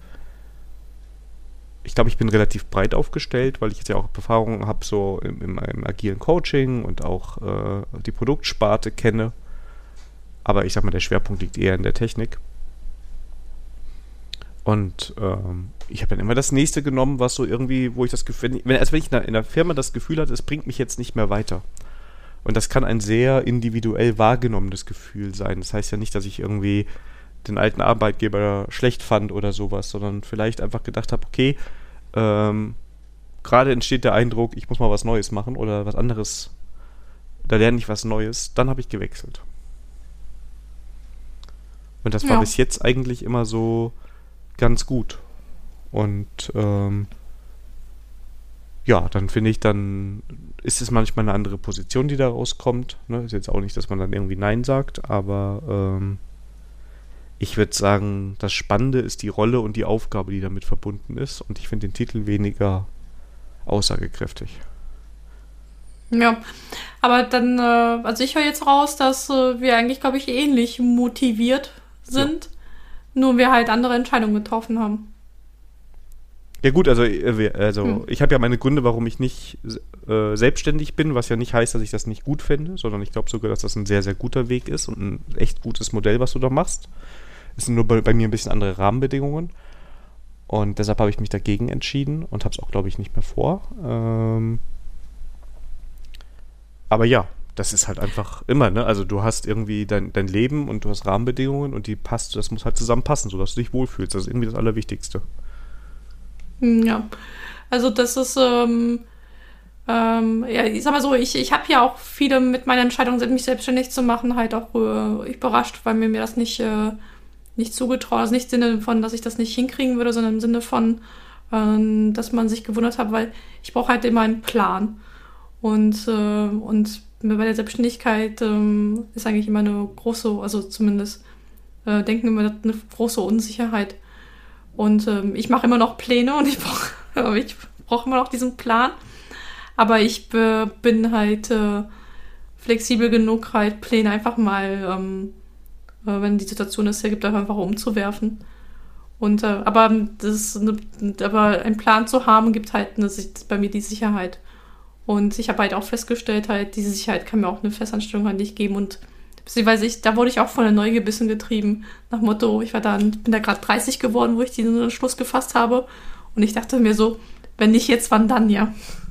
glaube, ich bin relativ breit aufgestellt, weil ich jetzt ja auch Erfahrungen habe, so im agilen Coaching und auch die Produktsparte kenne. Aber ich sag mal, der Schwerpunkt liegt eher in der Technik. Und ich habe dann immer das nächste genommen, was so irgendwie, wo ich das Gefühl, wenn ich in der Firma das Gefühl hatte, es bringt mich jetzt nicht mehr weiter. Und das kann ein sehr individuell wahrgenommenes Gefühl sein. Das heißt ja nicht, dass ich irgendwie den alten Arbeitgeber schlecht fand oder sowas, sondern vielleicht einfach gedacht habe, okay, gerade entsteht der Eindruck, ich muss mal was Neues machen oder was anderes, da lerne ich was Neues, dann habe ich gewechselt. Und das war bis jetzt eigentlich immer so ganz gut. Und dann finde ich, dann ist es manchmal eine andere Position, die da rauskommt. Ne? Ist jetzt auch nicht, dass man dann irgendwie Nein sagt, aber ich würde sagen, das Spannende ist die Rolle und die Aufgabe, die damit verbunden ist. Und ich finde den Titel weniger aussagekräftig. Ja, aber dann, also ich höre jetzt raus, dass wir eigentlich, glaube ich, ähnlich motiviert sind, nur wir halt andere Entscheidungen getroffen haben. Ja gut, also ich habe ja meine Gründe, warum ich nicht selbstständig bin, was ja nicht heißt, dass ich das nicht gut finde, sondern ich glaube sogar, dass das ein sehr, sehr guter Weg ist und ein echt gutes Modell, was du da machst. Es sind nur bei mir ein bisschen andere Rahmenbedingungen und deshalb habe ich mich dagegen entschieden und habe es auch, glaube ich, nicht mehr vor. Aber ja, das ist halt einfach immer, ne? Also du hast irgendwie dein Leben und du hast Rahmenbedingungen und das muss halt zusammenpassen, sodass du dich wohlfühlst. Das ist irgendwie das Allerwichtigste. Ja, also das ist, ich sag mal so, ich habe ja auch viele mit meiner Entscheidung, mich selbstständig zu machen, halt auch überrascht, weil mir das nicht zugetraut, also nicht im Sinne von, dass ich das nicht hinkriegen würde, sondern im Sinne von, dass man sich gewundert hat, weil ich brauche halt immer einen Plan. Und bei der Selbstständigkeit ist eigentlich immer eine große, also zumindest denken immer eine große Unsicherheit. Und ich mache immer noch Pläne und ich brauche immer noch diesen Plan. Aber ich bin halt flexibel genug, halt Pläne einfach mal, wenn die Situation es hergibt, einfach umzuwerfen. Und aber einen Plan zu haben, gibt halt bei mir die Sicherheit. Und ich habe halt auch festgestellt, halt, diese Sicherheit kann mir auch eine Festanstellung halt nicht geben. Und beziehungsweise da wurde ich auch von der Neugier ein bisschen getrieben. Nach Motto, bin da gerade 30 geworden, wo ich diesen Entschluss gefasst habe. Und ich dachte mir so, wenn nicht jetzt, wann dann, ja.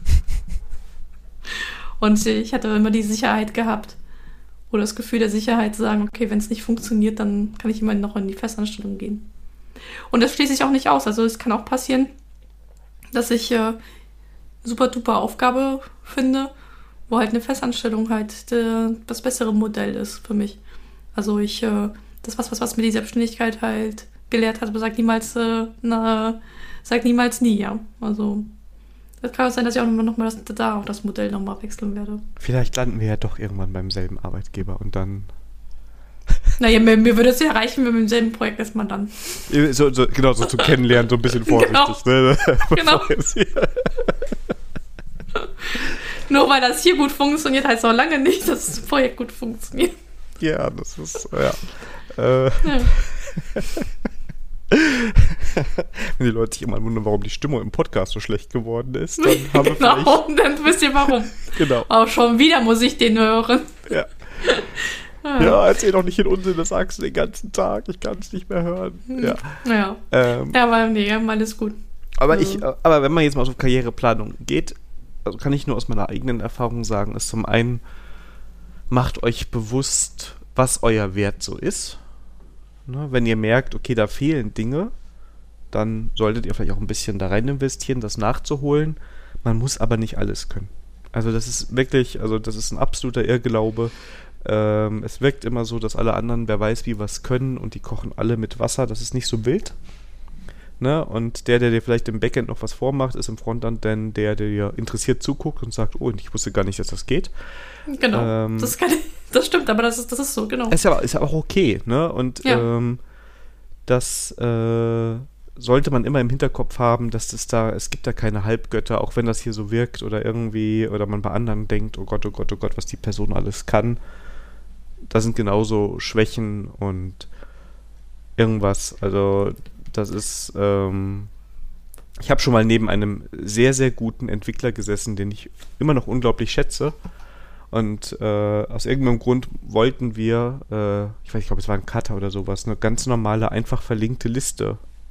Und ich hatte immer die Sicherheit gehabt. Oder das Gefühl der Sicherheit zu sagen, okay, wenn es nicht funktioniert, dann kann ich immerhin noch in die Festanstellung gehen. Und das schließe ich auch nicht aus. Also es kann auch passieren, dass ich super duper Aufgabe finde, wo halt eine Festanstellung halt das bessere Modell ist für mich. Also das was mir die Selbstständigkeit halt gelehrt hat, aber sag niemals nie, ja. Also das kann auch sein, dass ich auch nochmal das Modell nochmal wechseln werde. Vielleicht landen wir ja doch irgendwann beim selben Arbeitgeber und dann... Naja, mir würde es ja reichen, wenn wir im selben Projekt erstmal dann... So zum Kennenlernen, so ein bisschen vorsichtig. Genau. Nur weil das hier gut funktioniert, heißt auch lange nicht, dass das Projekt gut funktioniert. Ja, das ist, Wenn die Leute sich immer wundern, warum die Stimmung im Podcast so schlecht geworden ist, dann haben wir vielleicht... Dann wisst ihr warum. Genau. Auch schon wieder muss ich den hören. Ja. Ja, erzähl doch nicht in Unsinn, das sagst du den ganzen Tag, ich kann es nicht mehr hören. Ja. Aber nee, alles gut. Aber wenn man jetzt mal auf Karriereplanung geht, also kann ich nur aus meiner eigenen Erfahrung sagen, ist zum einen, macht euch bewusst, was euer Wert so ist. Ne, wenn ihr merkt, okay, da fehlen Dinge, dann solltet ihr vielleicht auch ein bisschen da rein investieren, das nachzuholen. Man muss aber nicht alles können. Also das ist wirklich, das ist ein absoluter Irrglaube. Es wirkt immer so, dass alle anderen, wer weiß wie, was können und die kochen alle mit Wasser. Das ist nicht so wild. Ne? Und der dir vielleicht im Backend noch was vormacht, ist im Frontend dann der dir interessiert zuguckt und sagt, oh, ich wusste gar nicht, dass das geht. Genau, das stimmt, aber das ist so, genau. Ist aber auch okay, ne? Und das sollte man immer im Hinterkopf haben, dass es gibt da keine Halbgötter, auch wenn das hier so wirkt oder man bei anderen denkt, oh Gott, was die Person alles kann. Da sind genauso Schwächen und irgendwas, also das ist, ich habe schon mal neben einem sehr, sehr guten Entwickler gesessen, den ich immer noch unglaublich schätze. Und aus irgendeinem Grund wollten wir, ich glaube, es war ein Cutter oder sowas, eine ganz normale, einfach verlinkte Liste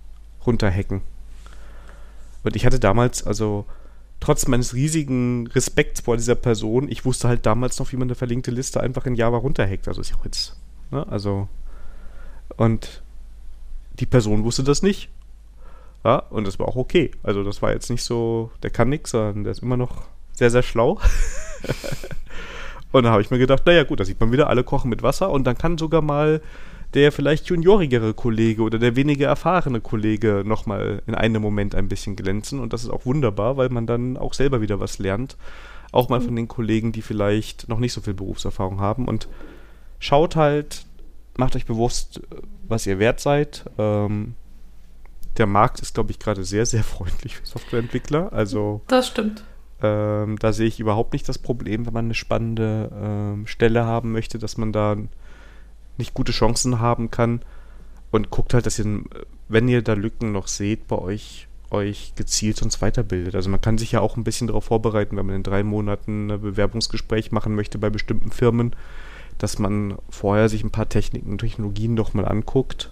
runterhacken. Und ich hatte damals, also trotz meines riesigen Respekts vor dieser Person, ich wusste halt damals noch, wie man eine verlinkte Liste einfach in Java runterhackt. Also ist ja auch jetzt, ne? Also, und die Person wusste das nicht. Ja, und das war auch okay. Also das war jetzt nicht so, der kann nix, sondern der ist immer noch sehr, sehr schlau. Und da habe ich mir gedacht, naja gut, da sieht man wieder, alle kochen mit Wasser und dann kann sogar mal der vielleicht juniorigere Kollege oder der weniger erfahrene Kollege nochmal in einem Moment ein bisschen glänzen. Und das ist auch wunderbar, weil man dann auch selber wieder was lernt. Auch mal von den Kollegen, die vielleicht noch nicht so viel Berufserfahrung haben. Und schaut halt, macht euch bewusst, was ihr wert seid. Der Markt ist, glaube ich, gerade sehr, sehr freundlich für Softwareentwickler. Also Das stimmt. da sehe ich überhaupt nicht das Problem, wenn man eine spannende Stelle haben möchte, dass man da nicht gute Chancen haben kann. Und guckt halt, dass ihr, wenn ihr da Lücken noch seht, bei euch gezielt sonst weiterbildet. Also man kann sich ja auch ein bisschen darauf vorbereiten, wenn man in 3 Monaten ein Bewerbungsgespräch machen möchte bei bestimmten Firmen, dass man vorher sich ein paar Techniken und Technologien doch mal anguckt.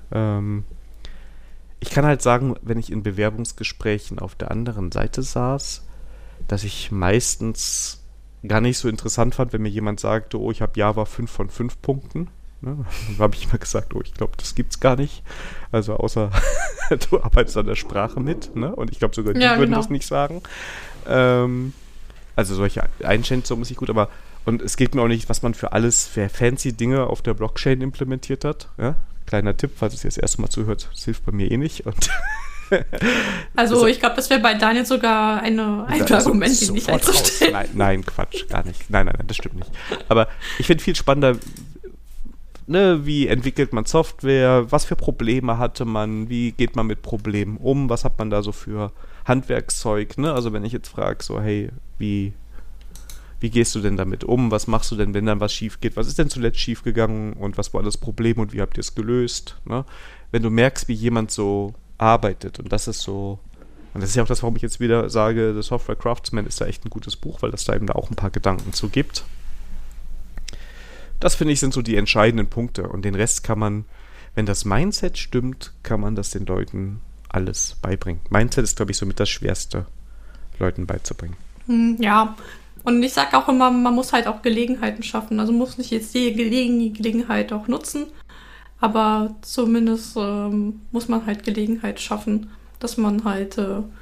Ich kann halt sagen, wenn ich in Bewerbungsgesprächen auf der anderen Seite saß, dass ich meistens gar nicht so interessant fand, wenn mir jemand sagte, oh, ich habe Java 5 von 5 Punkten. Ne? Dann habe ich immer gesagt, oh, ich glaube, das gibt's gar nicht. Also außer du arbeitest an der Sprache mit, ne? Und ich glaube sogar die würden das nicht sagen. Also solche Einschätzungen ist nicht gut, aber und es geht mir auch nicht, was man für fancy Dinge auf der Blockchain implementiert hat. Ja? Kleiner Tipp, falls es jetzt das erste Mal zuhört, das hilft bei mir eh nicht. Und also ich glaube, das wäre bei Daniel sogar ein Argument, die nicht einzustellen. Nein, Quatsch, gar nicht. Nein, das stimmt nicht. Aber ich finde viel spannender, ne, wie entwickelt man Software, was für Probleme hatte man, wie geht man mit Problemen um, was hat man da so für Handwerkszeug, ne? Also wenn ich jetzt frage, so, hey, wie gehst du denn damit um, was machst du denn, wenn dann was schief geht, was ist denn zuletzt schief gegangen und was war das Problem und wie habt ihr es gelöst, ne? Wenn du merkst, wie jemand so arbeitet und das ist so, und das ist ja auch das, warum ich jetzt wieder sage, The Software Craftsman ist da echt ein gutes Buch, weil das da eben da auch ein paar Gedanken zu gibt. Das, finde ich, sind so die entscheidenden Punkte. Und den Rest kann man, wenn das Mindset stimmt, kann man das den Leuten alles beibringen. Mindset ist, glaube ich, somit das Schwerste, Leuten beizubringen. Ja, und ich sage auch immer, man muss halt auch Gelegenheiten schaffen. Also muss nicht jetzt die Gelegenheit auch nutzen, aber zumindest muss man halt Gelegenheit schaffen, dass man halt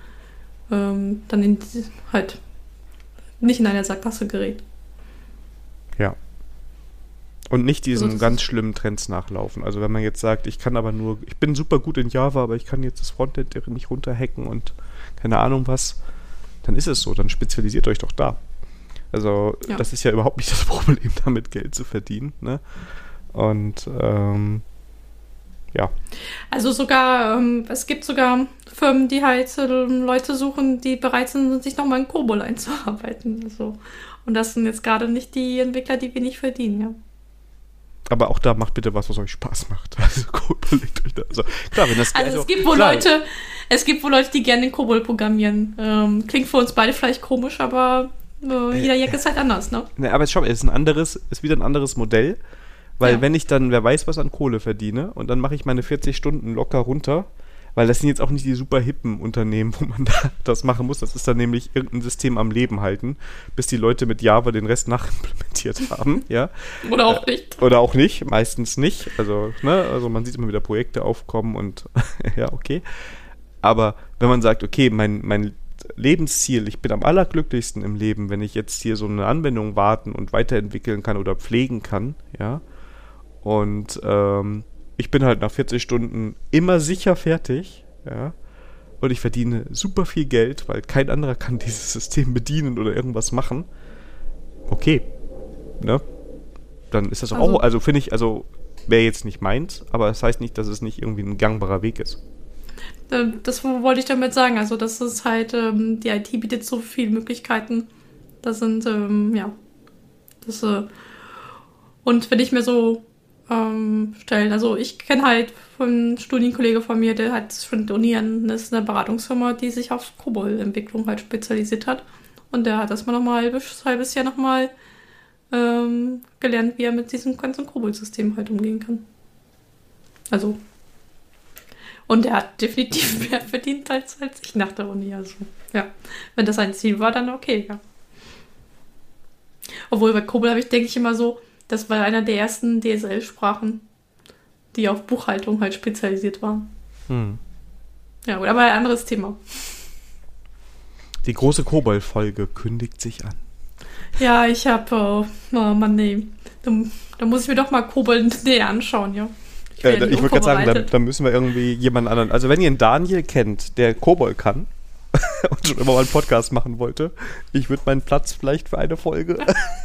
dann halt nicht in eine Sackgasse gerät. Ja. Und nicht diesen ganz schlimmen Trends nachlaufen. Also wenn man jetzt sagt, ich bin super gut in Java, aber ich kann jetzt das Frontend nicht runterhacken und keine Ahnung was, dann ist es so, dann spezialisiert euch doch da. Also das ist ja überhaupt nicht das Problem, damit Geld zu verdienen, ne? Und ja. Also sogar, es gibt sogar Firmen, die halt Leute suchen, die bereit sind, sich nochmal in Kobol einzuarbeiten. Also. Und das sind jetzt gerade nicht die Entwickler, die wenig verdienen, ja. Aber auch da macht bitte was euch Spaß macht. Also Kobol legt euch da. Also, klar, wenn das es gibt wohl Leute, die gerne in Kobol programmieren. Klingt für uns beide vielleicht komisch, aber jeder Jack ist halt anders, ne? Ne, aber schau mal, ist wieder ein anderes Modell, weil wenn ich dann, wer weiß, was an Kohle verdiene und dann mache ich meine 40 Stunden locker runter, weil das sind jetzt auch nicht die super hippen Unternehmen, wo man da das machen muss. Das ist dann nämlich irgendein System am Leben halten, bis die Leute mit Java den Rest nachimplementiert haben, ja. Oder auch nicht. Oder auch nicht, meistens nicht. Also, ne, also man sieht immer wieder Projekte aufkommen und ja, okay. Aber wenn man sagt, okay, mein Lebensziel, ich bin am allerglücklichsten im Leben, wenn ich jetzt hier so eine Anwendung warten und weiterentwickeln kann oder pflegen kann, ja. Und ich bin halt nach 40 Stunden immer sicher fertig, ja, und ich verdiene super viel Geld, weil kein anderer kann dieses System bedienen oder irgendwas machen. Okay, ne? Dann ist das auch, also finde ich, also wäre jetzt nicht meins, aber das heißt nicht, dass es nicht irgendwie ein gangbarer Weg ist. Das wollte ich damit sagen, also das ist halt, die IT bietet so viele Möglichkeiten, das sind, und wenn ich mir so stellen. Also ich kenne halt von einem Studienkollege von mir, der hat schon ist eine Beratungsfirma, die sich auf Kobol-Entwicklung halt spezialisiert hat. Und der hat erstmal nochmal ein halbes Jahr nochmal gelernt, wie er mit diesem ganzen Kobol-System halt umgehen kann. Also Und er hat definitiv mehr verdient als ich nach der Uni. Also, ja. Wenn das ein Ziel war, dann okay, ja. Obwohl bei Kobol denke ich immer so, das war einer der ersten DSL-Sprachen, die auf Buchhaltung halt spezialisiert waren. Ja, gut, aber ein anderes Thema. Die große Kobold-Folge kündigt sich an. Ja, ich habe, oh Mann, nee. Da muss ich mir doch mal Kobold näher anschauen, ja. Ich wollte gerade sagen, dann müssen wir irgendwie jemanden anderen. Also wenn ihr einen Daniel kennt, der Kobold kann und schon immer mal einen Podcast machen wollte, ich würde meinen Platz vielleicht für eine Folge.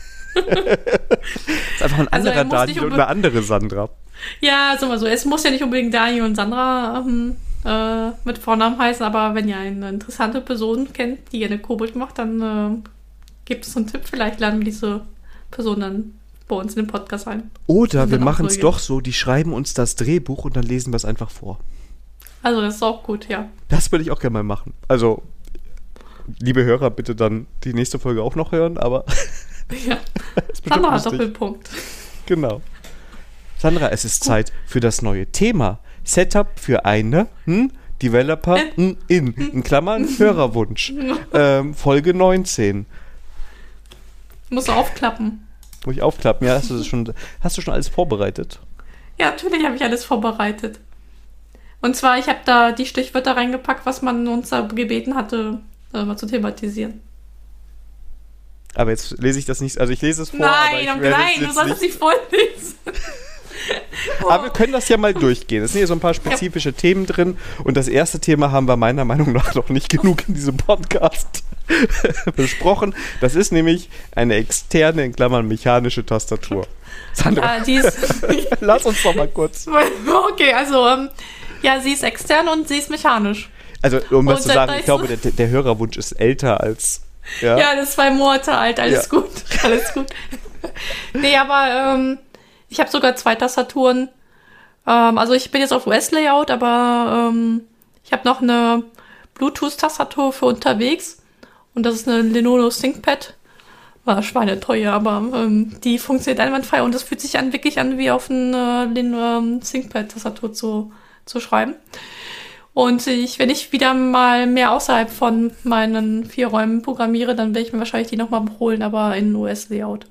Ist einfach ein anderer Daniel und eine andere Sandra. Ja, sag mal so, es muss ja nicht unbedingt Daniel und Sandra mit Vornamen heißen, aber wenn ihr eine interessante Person kennt, die gerne Kobold macht, dann gibt es einen Tipp, vielleicht laden wir diese Person dann bei uns in den Podcast ein. Oder wir machen es doch so, die schreiben uns das Drehbuch und dann lesen wir es einfach vor. Also das ist auch gut, ja. Das würde ich auch gerne mal machen. Also, liebe Hörer, bitte dann die nächste Folge auch noch hören, aber... Ja, Sandra hat Doppelpunkt. Genau. Sandra, es ist Zeit für das neue Thema. Setup für eine Developer in Klammern Hörerwunsch. Folge 19. Musst du aufklappen. Muss ich aufklappen? Ja, hast du schon alles vorbereitet? Ja, natürlich habe ich alles vorbereitet. Und zwar, ich habe da die Stichwörter reingepackt, was man uns da gebeten hatte, mal zu thematisieren. Aber jetzt lese ich das nicht, also ich lese es vor. Nein, du sollst es nicht vorlesen. Aber wir können das ja mal durchgehen. Es sind hier so ein paar spezifische Themen drin und das erste Thema haben wir meiner Meinung nach noch nicht genug in diesem Podcast besprochen. Das ist nämlich eine externe, in Klammern mechanische Tastatur. Sandra, ja, die ist lass uns doch mal kurz. Okay, also, ja, sie ist extern und sie ist mechanisch. Also, um was zu sagen, ich glaube, der Hörerwunsch ist älter als... Ja, das ist 2 Monate alt, alles gut. Nee, aber ich habe sogar 2 Tastaturen. Also ich bin jetzt auf US-Layout, aber ich habe noch eine Bluetooth-Tastatur für unterwegs. Und das ist eine Lenovo ThinkPad. War schweineteuer, aber die funktioniert einwandfrei und das fühlt sich wirklich an, wie auf eine ThinkPad-Tastatur zu schreiben. Und wenn ich wieder mal mehr außerhalb von meinen 4 Räumen programmiere, dann werde ich mir wahrscheinlich die nochmal holen, aber in US-Layout.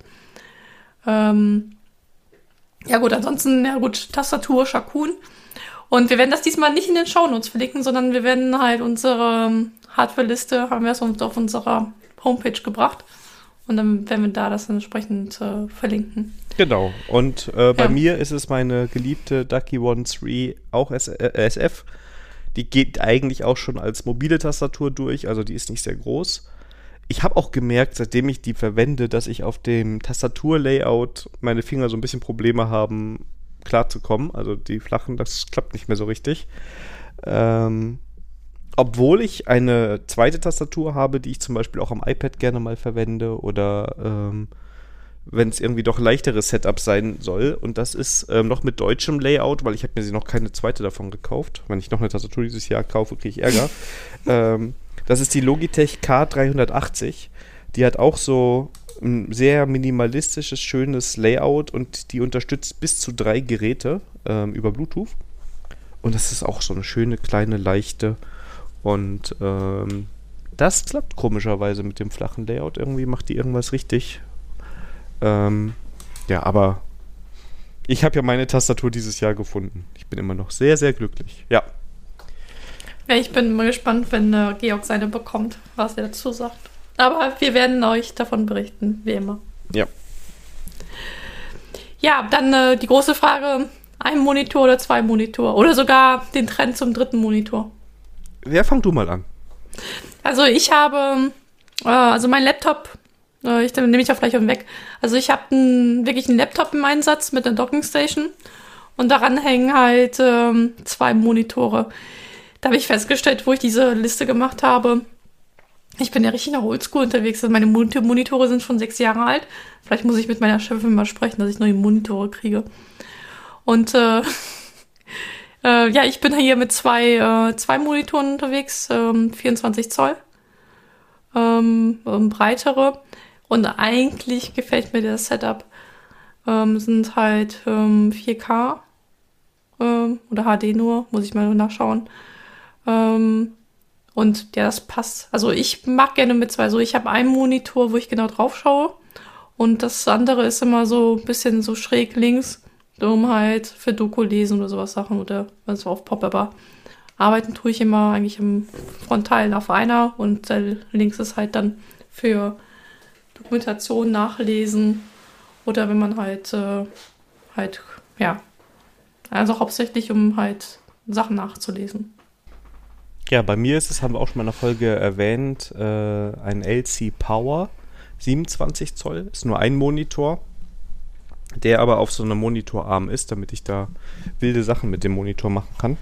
Ja gut, ansonsten, Tastatur, Shakun. Und wir werden das diesmal nicht in den Shownotes verlinken, sondern wir werden halt unsere Hardware-Liste, haben wir es uns auf unserer Homepage gebracht. Und dann werden wir da das entsprechend verlinken. Genau. Und bei mir ist es meine geliebte Ducky One 3, auch SF. Die geht eigentlich auch schon als mobile Tastatur durch, also die ist nicht sehr groß. Ich habe auch gemerkt, seitdem ich die verwende, dass ich auf dem Tastaturlayout meine Finger so ein bisschen Probleme haben, klarzukommen. Also die flachen, das klappt nicht mehr so richtig. Obwohl ich eine zweite Tastatur habe, die ich zum Beispiel auch am iPad gerne mal verwende oder wenn es irgendwie doch leichteres Setup sein soll. Und das ist noch mit deutschem Layout, weil ich habe mir noch keine zweite davon gekauft. Wenn ich noch eine Tastatur dieses Jahr kaufe, kriege ich Ärger. Das ist die Logitech K380. Die hat auch so ein sehr minimalistisches, schönes Layout und die unterstützt bis zu 3 Geräte über Bluetooth. Und das ist auch so eine schöne, kleine, leichte. Und das klappt komischerweise mit dem flachen Layout. Irgendwie macht die irgendwas richtig. Ja, aber ich habe ja meine Tastatur dieses Jahr gefunden. Ich bin immer noch sehr, sehr glücklich. Ja. Ja, ich bin mal gespannt, wenn Georg seine bekommt, was er dazu sagt. Aber wir werden euch davon berichten, wie immer. Ja. Ja, dann die große Frage, 1 Monitor oder 2 Monitor? Oder sogar den Trend zum 3. Monitor. Ja, fang du mal an. Also ich habe, mein Laptop, ich nehme ich auch gleich weg. Also ich habe wirklich einen Laptop im Einsatz mit einer Dockingstation und daran hängen halt 2 Monitore. Da habe ich festgestellt, wo ich diese Liste gemacht habe, ich bin ja richtig nach Oldschool unterwegs. Also meine Monitore sind schon 6 Jahre alt. Vielleicht muss ich mit meiner Chefin mal sprechen, dass ich neue Monitore kriege. Und ja, ich bin hier mit zwei Monitoren unterwegs, 24 Zoll, breitere. Und eigentlich gefällt mir das Setup. Sind halt 4K oder HD nur, muss ich mal nachschauen. Und ja, das passt. Also ich mag gerne mit zwei. So, ich habe einen Monitor, wo ich genau drauf schaue. Und das andere ist immer so ein bisschen so schräg links, um halt für Doku lesen oder sowas Sachen oder was auf Pop, aber arbeiten tue ich immer eigentlich im Frontalen auf einer und links ist halt dann für Dokumentation nachlesen oder wenn man halt, ja, also hauptsächlich um halt Sachen nachzulesen. Ja, bei mir ist es, haben wir auch schon mal in einer Folge erwähnt, ein LC Power, 27 Zoll, ist nur ein Monitor, der aber auf so einem Monitorarm ist, damit ich da wilde Sachen mit dem Monitor machen kann.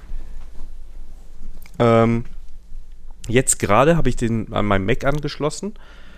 Jetzt gerade habe ich den an meinem Mac angeschlossen.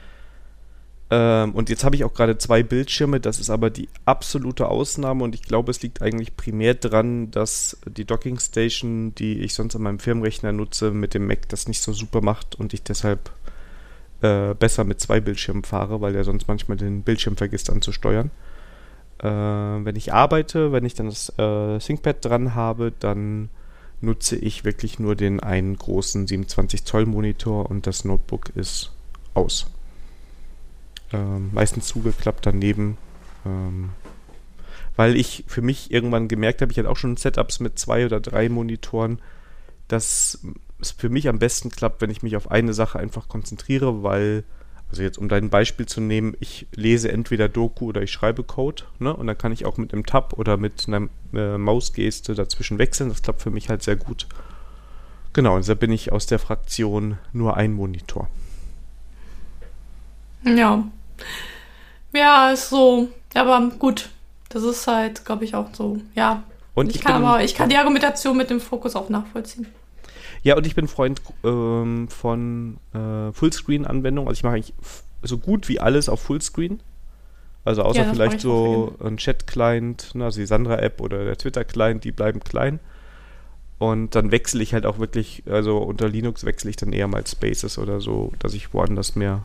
Und jetzt habe ich auch gerade 2 Bildschirme, das ist aber die absolute Ausnahme und ich glaube, es liegt eigentlich primär daran, dass die Docking Station, die ich sonst an meinem Firmenrechner nutze, mit dem Mac das nicht so super macht und ich deshalb besser mit 2 Bildschirmen fahre, weil er sonst manchmal den Bildschirm vergisst anzusteuern. Wenn ich arbeite, wenn ich dann das ThinkPad dran habe, dann nutze ich wirklich nur den einen großen 27 Zoll Monitor und das Notebook ist aus. Meistens zugeklappt daneben, weil ich für mich irgendwann gemerkt habe, ich hatte auch schon Setups mit 2 oder 3 Monitoren, dass es für mich am besten klappt, wenn ich mich auf eine Sache einfach konzentriere, weil, also jetzt um dein Beispiel zu nehmen, ich lese entweder Doku oder ich schreibe Code, ne? Und dann kann ich auch mit einem Tab oder mit einer Mausgeste dazwischen wechseln, das klappt für mich halt sehr gut. Genau, und da bin ich aus der Fraktion nur ein Monitor. Ja. Ja, ist so. Aber gut. Das ist halt, glaube ich, auch so. Ja. Und ich kann die Argumentation mit dem Fokus auch nachvollziehen. Ja, und ich bin Freund von Fullscreen-Anwendungen. Also ich mache eigentlich so gut wie alles auf Fullscreen. Also außer vielleicht so ein Chat-Client, ne, also die Sandra-App oder der Twitter-Client, die bleiben klein. Und dann wechsle ich halt auch wirklich, also unter Linux wechsle ich dann eher mal Spaces oder so, dass ich woanders mehr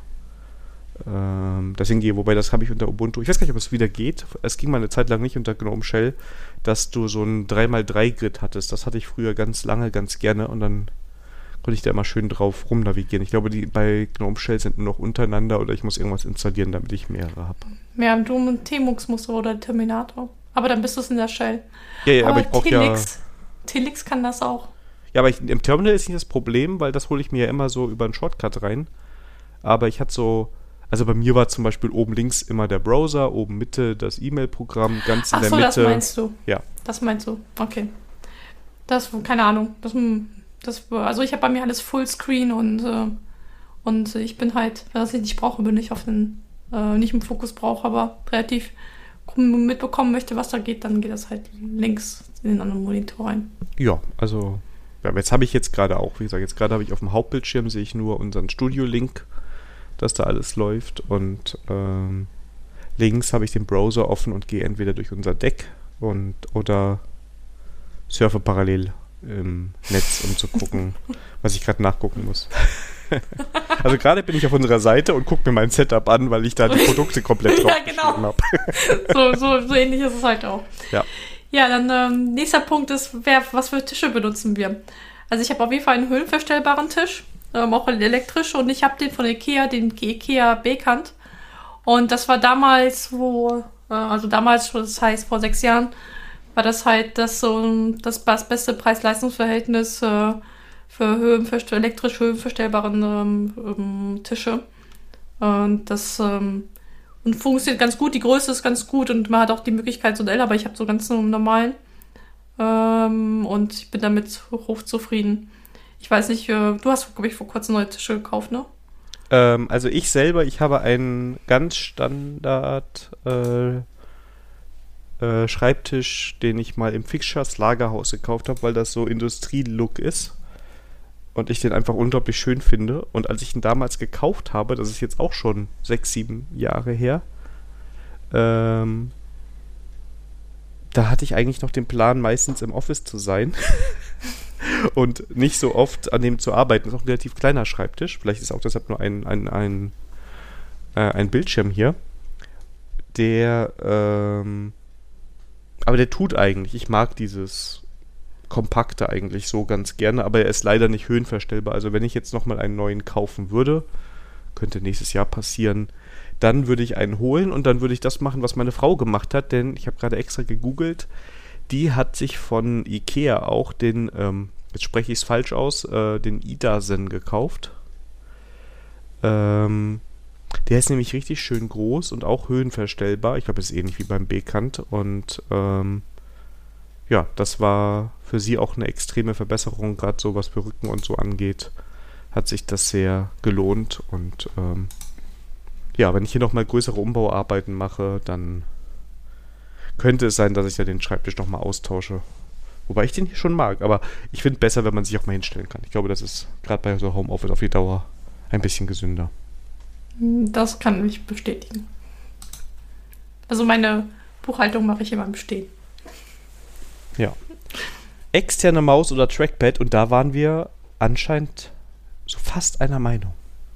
das hingehe, wobei das habe ich unter Ubuntu. Ich weiß gar nicht, ob es wieder geht. Es ging mal eine Zeit lang nicht unter GNOME Shell, dass du so ein 3x3-Grid hattest. Das hatte ich früher ganz lange, ganz gerne und dann konnte ich da immer schön drauf rumnavigieren. Ich glaube, die bei GNOME Shell sind nur noch untereinander oder ich muss irgendwas installieren, damit ich mehrere habe. Ja, du mit Tmux oder Terminator. Aber dann bist du es in der Shell. Ja, aber ich brauche ja... Telix kann das auch. Ja, aber im Terminal ist nicht das Problem, weil das hole ich mir ja immer so über einen Shortcut rein. Aber ich hatte so... Also bei mir war zum Beispiel oben links immer der Browser, oben Mitte das E-Mail-Programm, ganz in der Mitte. Ach so, das meinst du. Ja. Das meinst du, okay. Das, keine Ahnung. Also ich habe bei mir alles Fullscreen und ich bin halt, was ich nicht brauche, bin ich auf den, nicht im Fokus brauche, aber relativ mitbekommen möchte, was da geht, dann geht das halt links in den anderen Monitor rein. Ja, also jetzt habe ich jetzt gerade auch, wie gesagt, jetzt gerade habe ich auf dem Hauptbildschirm, sehe ich nur unseren Studio-Link, dass da alles läuft und links habe ich den Browser offen und gehe entweder durch unser Deck oder surfe parallel im Netz, um zu gucken, was ich gerade nachgucken muss. Also gerade bin ich auf unserer Seite und gucke mir mein Setup an, weil ich da die Produkte komplett drauf geschrieben habe. So ähnlich ist es halt auch. Ja. Ja, dann nächster Punkt ist, was für Tische benutzen wir? Also ich habe auf jeden Fall einen höhenverstellbaren Tisch. Auch elektrisch und ich habe den von Ikea, den Ikea Bekant. Und das war damals, das heißt vor 6 Jahren, war das halt das beste Preis-Leistungs-Verhältnis für elektrisch höhenverstellbaren Tische. Und das und funktioniert ganz gut, die Größe ist ganz gut und man hat auch die Möglichkeit so ein L, aber ich habe so ganz normalen. Und ich bin damit hochzufrieden. Ich weiß nicht, du hast, glaube ich, vor kurzem neue Tische gekauft, ne? Also ich selber, ich habe einen ganz Standard Schreibtisch, den ich mal im Fixtures Lagerhaus gekauft habe, weil das so Industrie-Look ist und ich den einfach unglaublich schön finde. Und als ich ihn damals gekauft habe, das ist jetzt auch schon 6, 7 Jahre her, da hatte ich eigentlich noch den Plan, meistens im Office zu sein. Und nicht so oft an dem zu arbeiten. Das ist auch ein relativ kleiner Schreibtisch. Vielleicht ist auch deshalb nur ein Bildschirm hier. Aber der tut eigentlich. Ich mag dieses kompakte eigentlich so ganz gerne, aber er ist leider nicht höhenverstellbar. Also wenn ich jetzt nochmal einen neuen kaufen würde, könnte nächstes Jahr passieren, dann würde ich einen holen und dann würde ich das machen, was meine Frau gemacht hat, denn ich habe gerade extra gegoogelt, die hat sich von Ikea auch den, jetzt spreche ich es falsch aus, den Idasen gekauft. Der ist nämlich richtig schön groß und auch höhenverstellbar. Ich glaube, das ist ähnlich wie beim Bekant. Und ja, das war für sie auch eine extreme Verbesserung, gerade so was für Rücken und so angeht. Hat sich das sehr gelohnt. Und ja, wenn ich hier nochmal größere Umbauarbeiten mache, dann könnte es sein, dass ich ja den Schreibtisch nochmal austausche. Wobei ich den hier schon mag. Aber ich finde besser, wenn man sich auch mal hinstellen kann. Ich glaube, das ist gerade bei so Homeoffice auf die Dauer ein bisschen gesünder. Das kann ich bestätigen. Also meine Buchhaltung mache ich immer im Stehen. Ja. Externe Maus oder Trackpad, und da waren wir anscheinend so fast einer Meinung.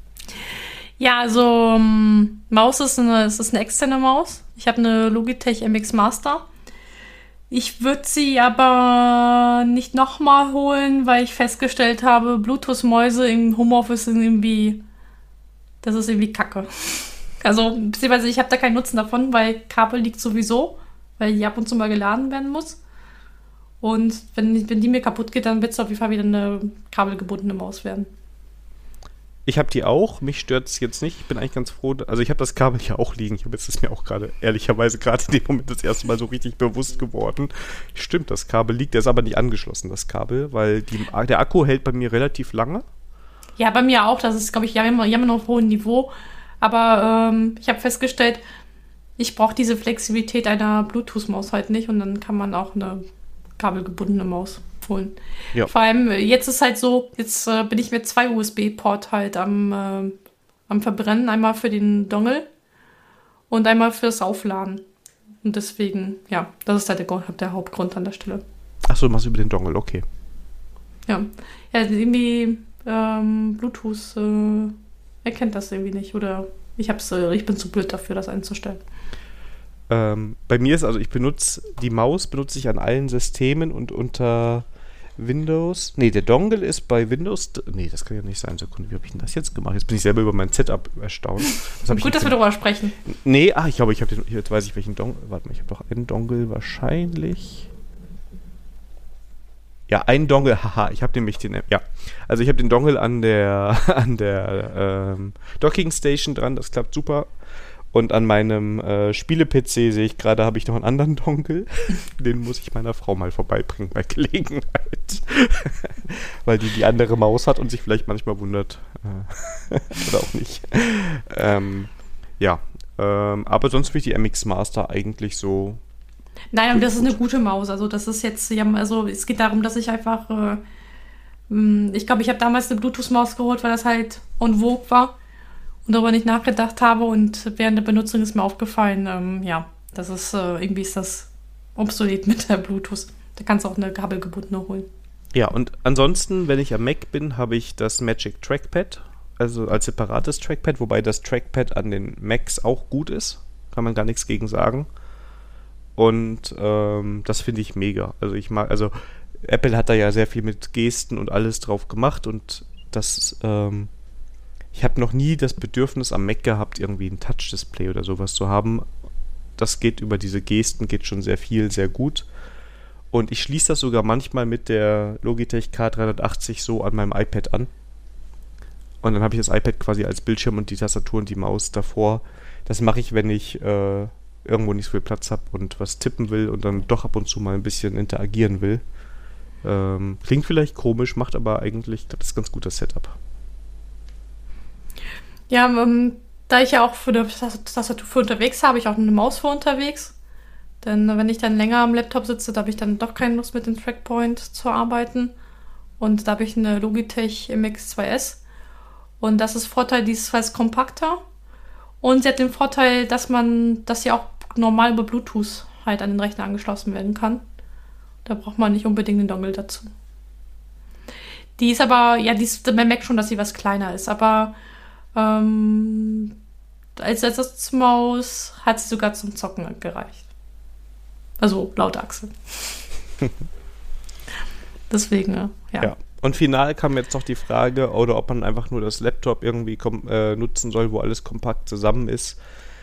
Ja, also Maus ist eine externe Maus. Ich habe eine Logitech MX Master. Ich würde sie aber nicht nochmal holen, weil ich festgestellt habe, Bluetooth-Mäuse im Homeoffice sind irgendwie, das ist irgendwie Kacke. Also, beziehungsweise ich habe da keinen Nutzen davon, weil Kabel liegt sowieso, weil die ab und zu mal geladen werden muss. Und wenn die mir kaputt geht, dann wird es auf jeden Fall wieder eine kabelgebundene Maus werden. Ich habe die auch, mich stört es jetzt nicht. Ich bin eigentlich ganz froh, also ich habe das Kabel hier auch liegen. Ich habe jetzt das mir auch gerade, ehrlicherweise gerade in dem Moment das erste Mal so richtig bewusst geworden. Stimmt, das Kabel liegt, der ist aber nicht angeschlossen, das Kabel, weil der Akku hält bei mir relativ lange. Ja, bei mir auch, das ist, glaube ich, ja immer noch auf hohem Niveau. Aber ich habe festgestellt, ich brauche diese Flexibilität einer Bluetooth-Maus halt nicht und dann kann man auch eine kabelgebundene Maus holen. Ja. Vor allem, jetzt ist halt so, jetzt bin ich mit 2 USB-Port halt am Verbrennen. Einmal für den Dongle und einmal fürs Aufladen. Und deswegen, ja, das ist halt der Hauptgrund an der Stelle. Achso, du machst über den Dongle, okay. Ja, irgendwie Bluetooth erkennt das irgendwie nicht. Oder ich bin zu blöd dafür, das einzustellen. Bei mir ist, also die Maus benutze ich an allen Systemen und unter Windows. Nee, der Dongle ist bei Windows. Nee, das kann ja nicht sein. Sekunde, wie habe ich denn das jetzt gemacht? Jetzt bin ich selber über mein Setup erstaunt. Gut, dass wir darüber sprechen. Nee, ich glaube, jetzt weiß ich welchen Dongle. Warte mal, ich habe doch einen Dongle wahrscheinlich. Ja, einen Dongle, haha, ich habe nämlich also ich habe den Dongle an der Docking Station dran, das klappt super. Und an meinem Spiele-PC sehe ich gerade, habe ich noch einen anderen Dongle. Den muss ich meiner Frau mal vorbeibringen bei Gelegenheit. Weil die andere Maus hat und sich vielleicht manchmal wundert. Oder auch nicht. Aber sonst finde ich die MX Master eigentlich so. Nein, und das ist eine gute Maus. Also das ist jetzt, also es geht darum, dass ich einfach, ich glaube, ich habe damals eine Bluetooth-Maus geholt, weil das halt en vogue war. Und darüber nicht nachgedacht habe und während der Benutzung ist mir aufgefallen, das ist, irgendwie ist das obsolet mit der Bluetooth. Da kannst du auch eine kabelgebundene holen. Ja, und ansonsten, wenn ich am Mac bin, habe ich das Magic Trackpad, also als separates Trackpad, wobei das Trackpad an den Macs auch gut ist. Kann man gar nichts gegen sagen. Und das finde ich mega. Also Apple hat da ja sehr viel mit Gesten und alles drauf gemacht und das, ich habe noch nie das Bedürfnis am Mac gehabt, irgendwie ein Touch-Display oder sowas zu haben. Das geht über diese Gesten, geht schon sehr viel, sehr gut. Und ich schließe das sogar manchmal mit der Logitech K380 so an meinem iPad an. Und dann habe ich das iPad quasi als Bildschirm und die Tastatur und die Maus davor. Das mache ich, wenn ich irgendwo nicht so viel Platz habe und was tippen will und dann doch ab und zu mal ein bisschen interagieren will. Klingt vielleicht komisch, macht aber eigentlich das ganz gutes Setup. Ja, da ich ja auch für die Tastatur für unterwegs habe, ich auch eine Maus für unterwegs. Denn wenn ich dann länger am Laptop sitze, da habe ich dann doch keine Lust mit dem Trackpoint zu arbeiten. Und da habe ich eine Logitech MX2S. Und das ist Vorteil, die ist zwar kompakter. Und sie hat den Vorteil, dass sie auch normal über Bluetooth halt an den Rechner angeschlossen werden kann. Da braucht man nicht unbedingt den Dongle dazu. Die ist aber, man merkt schon, dass sie was kleiner ist. Aber als Ersatzmaus hat sie sogar zum Zocken gereicht. Also laut Axel. Deswegen, ja. Ja. Und final kam jetzt noch die Frage, oder ob man einfach nur das Laptop irgendwie nutzen soll, wo alles kompakt zusammen ist.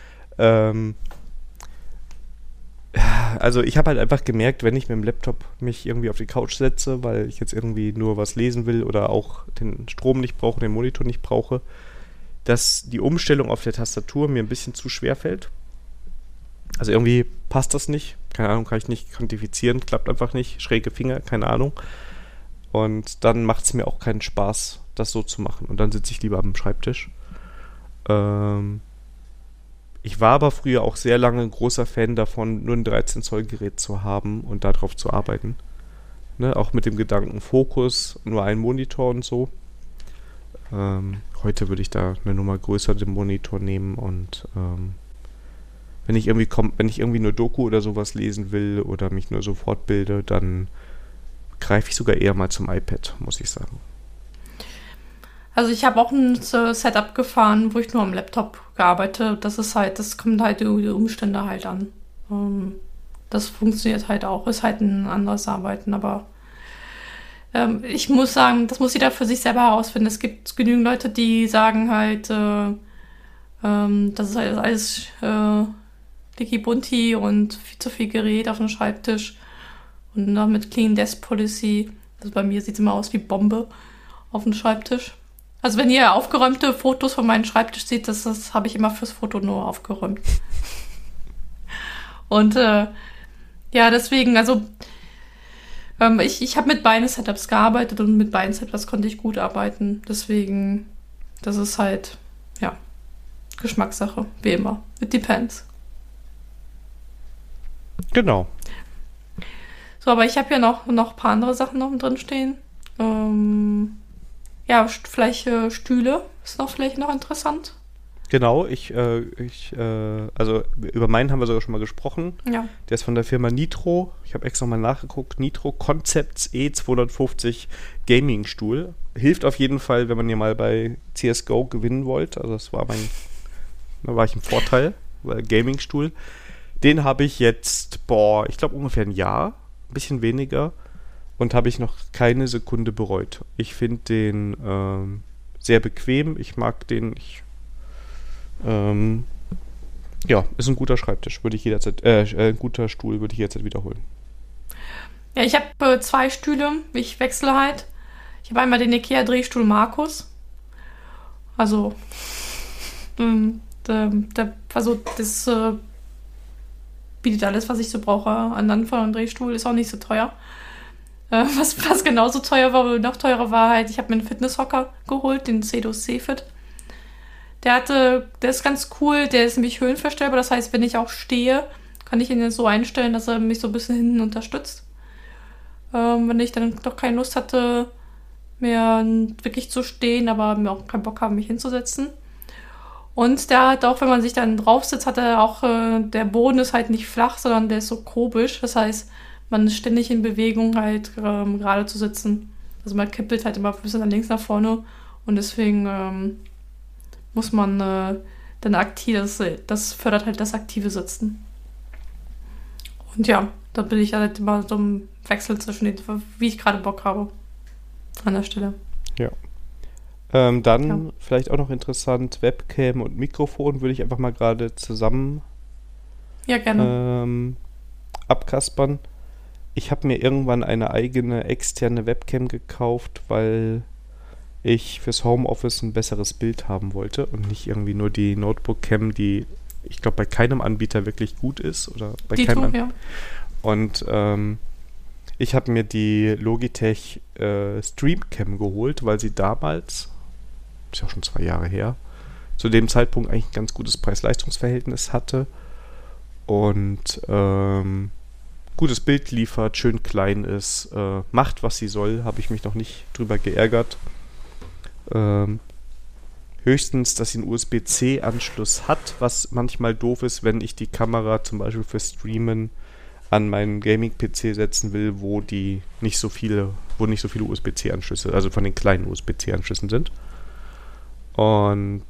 Also ich habe halt einfach gemerkt, wenn ich mit dem Laptop mich irgendwie auf die Couch setze, weil ich jetzt irgendwie nur was lesen will oder auch den Strom nicht brauche, den Monitor nicht brauche, dass die Umstellung auf der Tastatur mir ein bisschen zu schwer fällt. Also irgendwie passt das nicht. Keine Ahnung, kann ich nicht quantifizieren, klappt einfach nicht. Schräge Finger, keine Ahnung. Und dann macht es mir auch keinen Spaß, das so zu machen. Und dann sitze ich lieber am Schreibtisch. Ich war aber früher auch sehr lange ein großer Fan davon, nur ein 13-Zoll-Gerät zu haben und darauf zu arbeiten. Ne? Auch mit dem Gedanken Fokus, nur ein Monitor und so. Heute würde ich da eine Nummer größer den Monitor nehmen und wenn ich irgendwie nur Doku oder sowas lesen will oder mich nur so fortbilde, dann greife ich sogar eher mal zum iPad, muss ich sagen. Also ich habe auch ein Setup gefahren, wo ich nur am Laptop gearbeitet. Das kommt halt über die Umstände halt an. Das funktioniert halt auch, ist halt ein anderes Arbeiten, aber ich muss sagen, das muss jeder für sich selber herausfinden. Es gibt genügend Leute, die sagen halt, das ist halt alles dicky bunti und viel zu viel Gerät auf dem Schreibtisch und noch mit Clean Desk Policy. Also bei mir sieht es immer aus wie Bombe auf dem Schreibtisch. Also wenn ihr aufgeräumte Fotos von meinem Schreibtisch seht, das habe ich immer fürs Foto nur aufgeräumt. Und ja, deswegen, also ich habe mit beiden Setups gearbeitet und mit beiden Setups konnte ich gut arbeiten. Deswegen, das ist halt, ja, Geschmackssache, wie immer. It depends. Genau. So, aber ich habe ja noch ein paar andere Sachen noch drin stehen. Ja, vielleicht Stühle ist vielleicht noch interessant. Genau, also über meinen haben wir sogar schon mal gesprochen. Ja. Der ist von der Firma Nitro. Ich habe extra mal nachgeguckt. Nitro Concepts E250 Gaming Stuhl. Hilft auf jeden Fall, wenn man hier mal bei CSGO gewinnen wollt. Also da war ich im Vorteil, Gaming Stuhl. Den habe ich jetzt, ich glaube ungefähr ein Jahr, ein bisschen weniger. Und habe ich noch keine Sekunde bereut. Ich finde den sehr bequem. Ich mag den. Ja, ist ein guter Schreibtisch. Würde ich jederzeit, ein guter Stuhl würde ich jederzeit wiederholen. Ja, ich habe 2 Stühle. Ich wechsle halt. Ich habe einmal den IKEA Drehstuhl Markus. Also, das bietet alles, was ich so brauche. An Anfang und Drehstuhl ist auch nicht so teuer. Was genauso teuer war, aber noch teurer war halt, ich habe mir einen Fitnesshocker geholt, den Cedos C-Fit. Der ist ganz cool, der ist nämlich höhenverstellbar, das heißt, wenn ich auch stehe, kann ich ihn jetzt so einstellen, dass er mich so ein bisschen hinten unterstützt. Wenn ich dann doch keine Lust hatte, mehr wirklich zu stehen, aber mir auch keinen Bock habe, mich hinzusetzen. Und der hat auch, wenn man sich dann drauf sitzt, hat er auch, der Boden ist halt nicht flach, sondern der ist so kubisch, das heißt, man ist ständig in Bewegung, halt gerade zu sitzen. Also man kippelt halt immer ein bisschen nach links, nach vorne. Und deswegen muss man dann aktiv, das fördert halt das aktive Sitzen. Und ja, da bin ich halt immer so im Wechsel zwischen den, wie ich gerade Bock habe. An der Stelle. Ja. Vielleicht auch noch interessant, Webcam und Mikrofon würde ich einfach mal gerade zusammen gerne. Abkaspern. Ich habe mir irgendwann eine eigene externe Webcam gekauft, weil ich fürs Homeoffice ein besseres Bild haben wollte und nicht irgendwie nur die Notebook-Cam, die ich glaube bei keinem Anbieter wirklich gut ist. Oder bei keinem ja. Und ich habe mir die Logitech Streamcam geholt, weil sie damals, ist ja auch schon 2 Jahre her, zu dem Zeitpunkt eigentlich ein ganz gutes Preis-Leistungs-Verhältnis hatte und gutes Bild liefert, schön klein ist, macht, was sie soll, habe ich mich noch nicht drüber geärgert. Höchstens, dass sie einen USB-C-Anschluss hat, was manchmal doof ist, wenn ich die Kamera zum Beispiel für Streamen an meinen Gaming-PC setzen will, wo nicht so viele USB-C-Anschlüsse, also von den kleinen USB-C-Anschlüssen sind. Und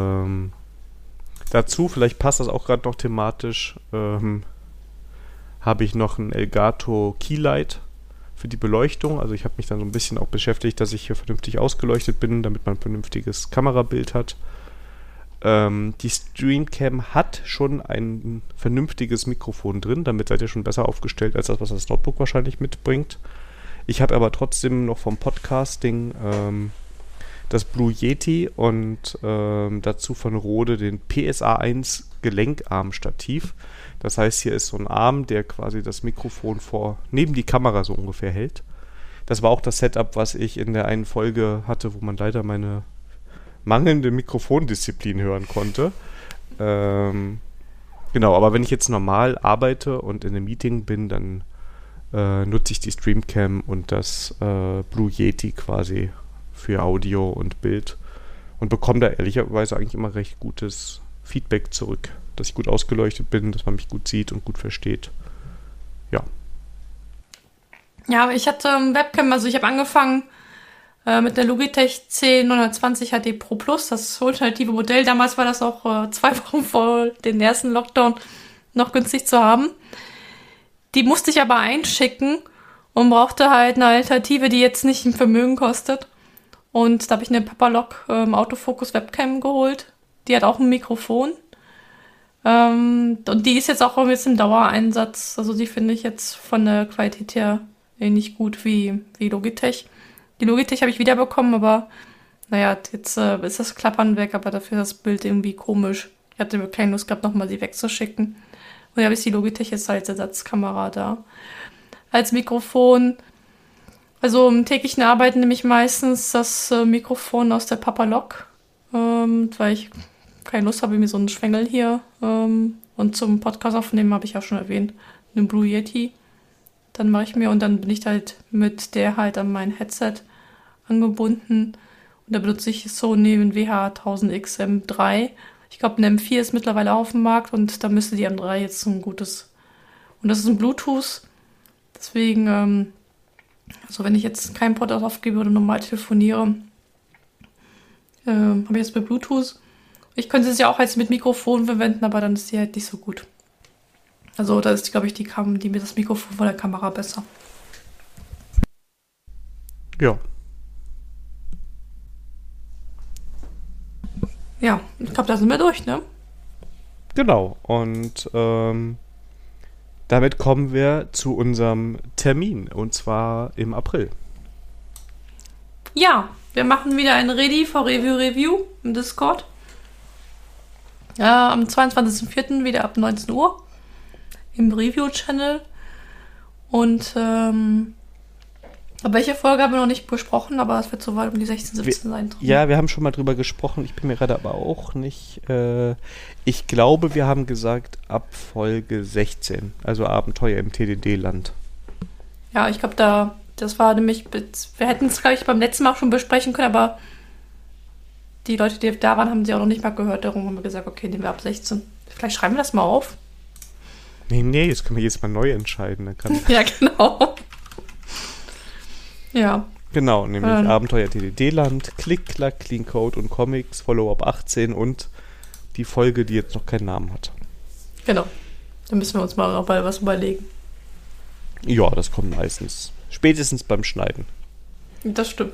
dazu, vielleicht passt das auch gerade noch thematisch, habe ich noch ein Elgato Keylight für die Beleuchtung. Also ich habe mich dann so ein bisschen auch beschäftigt, dass ich hier vernünftig ausgeleuchtet bin, damit man ein vernünftiges Kamerabild hat. Die Streamcam hat schon ein vernünftiges Mikrofon drin, damit seid ihr schon besser aufgestellt als das, was das Notebook wahrscheinlich mitbringt. Ich habe aber trotzdem noch vom Podcasting das Blue Yeti und dazu von Rode den PSA1 Gelenkarmstativ. Das heißt, hier ist so ein Arm, der quasi das Mikrofon neben die Kamera so ungefähr hält. Das war auch das Setup, was ich in der einen Folge hatte, wo man leider meine mangelnde Mikrofondisziplin hören konnte. Genau, aber wenn ich jetzt normal arbeite und in einem Meeting bin, dann nutze ich die Streamcam und das Blue Yeti quasi für Audio und Bild und bekomme da ehrlicherweise eigentlich immer recht gutes Feedback zurück, dass ich gut ausgeleuchtet bin, dass man mich gut sieht und gut versteht. Ja. Ja, ich hatte Webcam, also ich habe angefangen mit der Logitech C920 HD Pro Plus, das ultimative Modell. Damals war das auch 2 Wochen vor den ersten Lockdown noch günstig zu haben. Die musste ich aber einschicken und brauchte halt eine Alternative, die jetzt nicht ein Vermögen kostet. Und da habe ich eine Papalock Autofokus Webcam geholt. Die hat auch ein Mikrofon. Und die ist jetzt auch jetzt im Dauereinsatz. Also die finde ich jetzt von der Qualität her ähnlich gut wie Logitech. Die Logitech habe ich wiederbekommen, aber naja, jetzt ist das Klappern weg, aber dafür ist das Bild irgendwie komisch. Ich hatte keine Lust gehabt, nochmal sie wegzuschicken. Und da habe ich die Logitech jetzt als Ersatzkamera da. Als Mikrofon, also im täglichen Arbeiten nehme ich meistens das Mikrofon aus der Papalock, weil ich keine Lust habe, mir so einen Schwengel hier. Und zum Podcast aufnehmen habe ich ja schon erwähnt, einen Blue Yeti. Dann mache ich mir und dann bin ich halt mit der halt an mein Headset angebunden. Und da benutze ich Sony WH-1000X M3. Ich glaube, eine M4 ist mittlerweile auf dem Markt und da müsste die M3 jetzt so ein gutes. Und das ist ein Bluetooth. Deswegen, also wenn ich jetzt keinen Podcast aufgebe oder normal telefoniere, habe ich jetzt bei Bluetooth. Ich könnte es ja auch jetzt mit Mikrofon verwenden, aber dann ist die halt nicht so gut. Also da ist, glaube ich, die mit das Mikrofon von der Kamera besser. Ja. Ja, ich glaube, da sind wir durch, ne? Genau. Und damit kommen wir zu unserem Termin. Und zwar im April. Ja, wir machen wieder ein Ready for Review im Discord. Am 22.04. wieder ab 19 Uhr. Im Review-Channel. Und welche Folge haben wir noch nicht besprochen, aber es wird so weit um die 16, 17 sein. Ja, wir haben schon mal drüber gesprochen. Ich bin mir gerade aber auch nicht... ich glaube, wir haben gesagt, ab Folge 16. Also Abenteuer im TDD-Land. Ja, ich glaube, das war nämlich... Wir hätten es, glaube ich, beim letzten Mal auch schon besprechen können, aber die Leute, die da waren, haben sie auch noch nicht mal gehört. Darum haben wir gesagt, okay, nehmen wir ab 16. Vielleicht schreiben wir das mal auf. Nee, das können wir jetzt mal neu entscheiden. Ja, genau. Ja. Genau, nämlich Abenteuer TDD-Land, Klick, Klack, Clean Code und Comics, Follow-up 18 und die Folge, die jetzt noch keinen Namen hat. Genau. Da müssen wir uns mal was überlegen. Ja, das kommt meistens. Spätestens beim Schneiden. Das stimmt.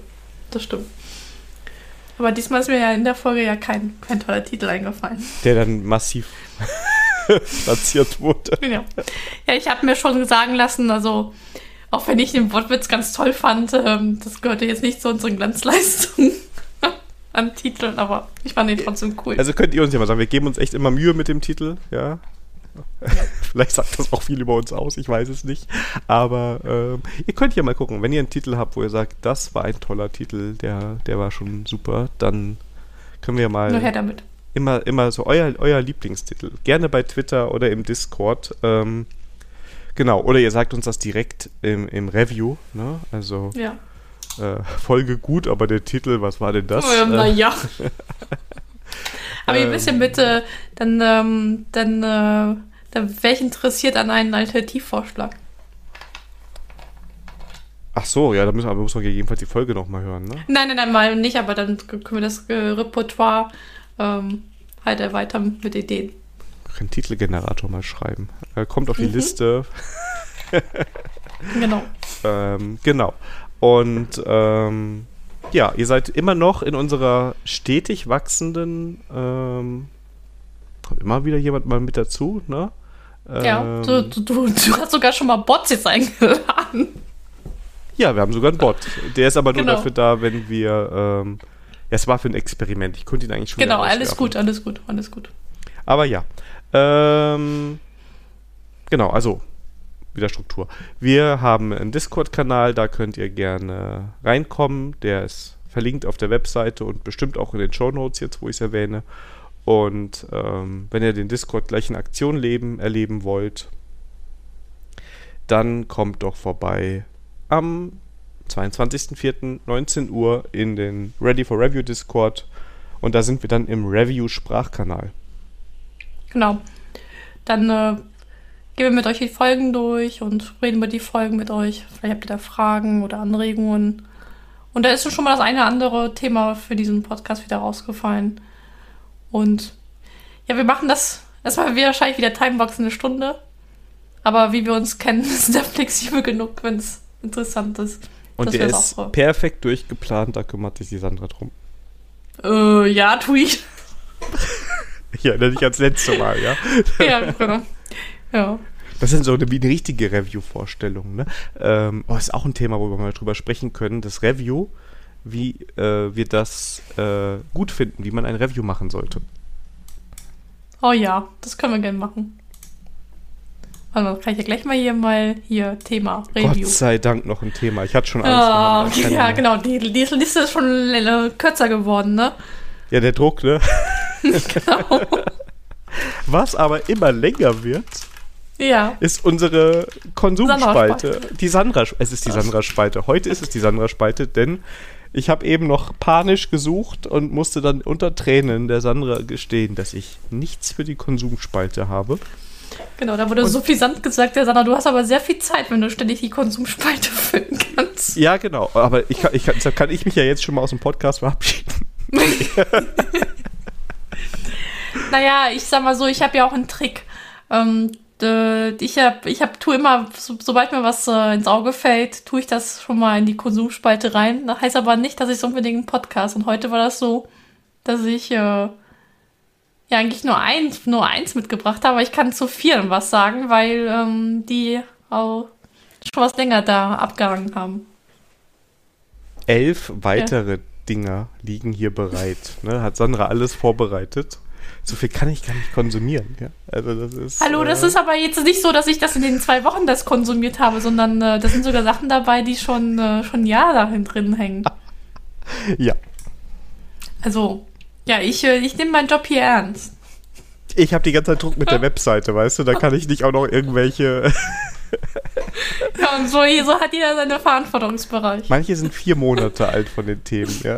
Aber diesmal ist mir ja in der Folge ja kein toller Titel eingefallen. Der dann massiv platziert wurde. Ja, ich habe mir schon sagen lassen, also auch wenn ich den Wortwitz ganz toll fand, das gehörte jetzt nicht zu unseren Glanzleistungen an Titeln, aber ich fand den trotzdem cool. Also könnt ihr uns ja mal sagen, wir geben uns echt immer Mühe mit dem Titel, ja. Vielleicht sagt das auch viel über uns aus, ich weiß es nicht. Aber ihr könnt ja mal gucken, wenn ihr einen Titel habt, wo ihr sagt, das war ein toller Titel, der war schon super, dann können wir mal... Nur her damit. Immer so euer Lieblingstitel. Gerne bei Twitter oder im Discord. Genau, oder ihr sagt uns das direkt im Review. Ne? Also ja. Folge gut, aber der Titel, was war denn das? Naja. Aber ihr wisst ja bitte, dann wäre ich interessiert an einen Alternativvorschlag. Ach so, ja, da muss man gegebenenfalls die Folge nochmal hören, ne? Nein, mal nicht, aber dann können wir das Repertoire halt erweitern mit Ideen. Einen Titelgenerator mal schreiben. Kommt auf die Liste. Genau. Genau. Und ja, ihr seid immer noch in unserer stetig wachsenden, kommt immer wieder jemand mal mit dazu, ne? Ja, du hast sogar schon mal Bots jetzt eingeladen. Ja, wir haben sogar einen Bot. Der ist aber nur Genau. dafür da, wenn wir, ja, es war für ein Experiment. Ich konnte ihn eigentlich schon Genau, wieder alles auswerfen. gut, alles gut. Aber ja, genau, also wieder Struktur. Wir haben einen Discord-Kanal, da könnt ihr gerne reinkommen. Der ist verlinkt auf der Webseite und bestimmt auch in den Shownotes jetzt, wo ich es erwähne. Und wenn ihr den Discord gleich in Aktion erleben wollt, dann kommt doch vorbei am 22.04. 19 Uhr in den Ready for Review Discord. Und da sind wir dann im Review-Sprachkanal. Genau. Dann gehen wir mit euch die Folgen durch und reden über die Folgen mit euch. Vielleicht habt ihr da Fragen oder Anregungen. Und da ist schon mal das eine oder andere Thema für diesen Podcast wieder rausgefallen. Und ja, wir machen das erstmal wahrscheinlich wieder Timebox eine Stunde. Aber wie wir uns kennen, ist der flexibel genug, wenn es interessant ist. Und der ist perfekt durchgeplant, da kümmert sich die Sandra drum. Ja, tu ich. Ja, nicht als letztes Mal, ja? Ja, genau. Ja. Das sind so eine richtige Review-Vorstellung, ne? Ist auch ein Thema, wo wir mal drüber sprechen können. Das Review, wie wir das gut finden, wie man ein Review machen sollte. Oh ja, das können wir gerne machen. Also kann ich ja gleich mal hier Thema Review. Gott sei Dank noch ein Thema. Ich hatte schon Angst. Ja, genau. Die Liste ist schon kürzer geworden, ne? Ja, der Druck, ne? Genau. Was aber immer länger wird, ja, ist unsere Konsumspalte. Sandra-Spalte. Es ist die Sandra-Spalte. Heute ist es die Sandra-Spalte, denn ich habe eben noch panisch gesucht und musste dann unter Tränen der Sandra gestehen, dass ich nichts für die Konsumspalte habe. Genau, da wurde so viel Sand gesagt, der Sandra, du hast aber sehr viel Zeit, wenn du ständig die Konsumspalte füllen kannst. Ja, genau. Aber kann ich mich ja jetzt schon mal aus dem Podcast verabschieden. Naja, ich sag mal so, ich habe ja auch einen Trick. Tue immer, sobald mir was ins Auge fällt, tue ich das schon mal in die Konsumspalte rein. Das heißt aber nicht, dass ich so unbedingt einen Podcast. Und heute war das so, dass ich ja eigentlich nur eins mitgebracht habe. Aber ich kann zu vieren was sagen, weil die auch schon was länger da abgehangen haben. 11 weitere Dinger liegen hier bereit. Ne? Hat Sandra alles vorbereitet. So viel kann ich gar nicht konsumieren. Ja? Also das ist, Hallo, das ist aber jetzt nicht so, dass ich das in den 2 Wochen das konsumiert habe, sondern da sind sogar Sachen dabei, die schon Jahre dahin drin hängen. Ja. Also, ja, ich nehme meinen Job hier ernst. Ich habe die ganze Zeit Druck mit der Webseite, weißt du? Da kann ich nicht auch noch irgendwelche... Ja, und so hat jeder seinen Verantwortungsbereich. Manche sind 4 Monate alt von den Themen, ja.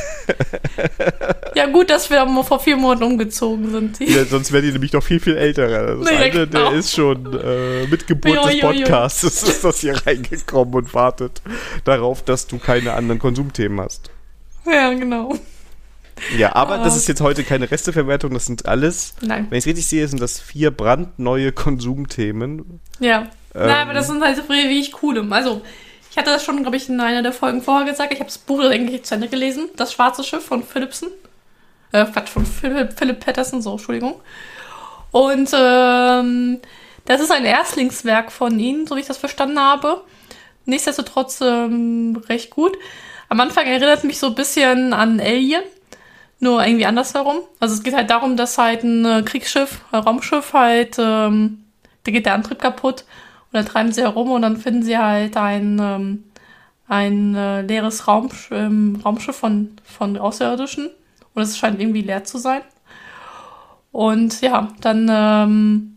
Ja, gut, dass wir vor 4 Monaten umgezogen sind. Ja, sonst wären die nämlich noch viel, viel älter. Das eine, genau. der ist schon mit Geburt des Podcasts ist das hier reingekommen und wartet darauf, dass du keine anderen Konsumthemen hast. Ja, genau. Ja, aber das ist jetzt heute keine Resteverwertung, das sind alles, Nein. Wenn ich es richtig sehe, sind das 4 brandneue Konsumthemen. Ja, aber das sind halt so richtig coole. Also, ich hatte das schon, glaube ich, in einer der Folgen vorher gesagt. Ich habe das Buch eigentlich zu Ende gelesen. Das Schwarze Schiff von Philipson. Von Philip Patterson, so, Entschuldigung. Und das ist ein Erstlingswerk von ihnen, so wie ich das verstanden habe. Nichtsdestotrotz recht gut. Am Anfang erinnert mich so ein bisschen an Alien. Nur irgendwie andersherum. Also es geht halt darum, dass halt ein Kriegsschiff, ein Raumschiff halt, da geht der Antrieb kaputt und dann treiben sie herum und dann finden sie halt ein leeres Raumschiff von Außerirdischen und es scheint irgendwie leer zu sein. Und ja, dann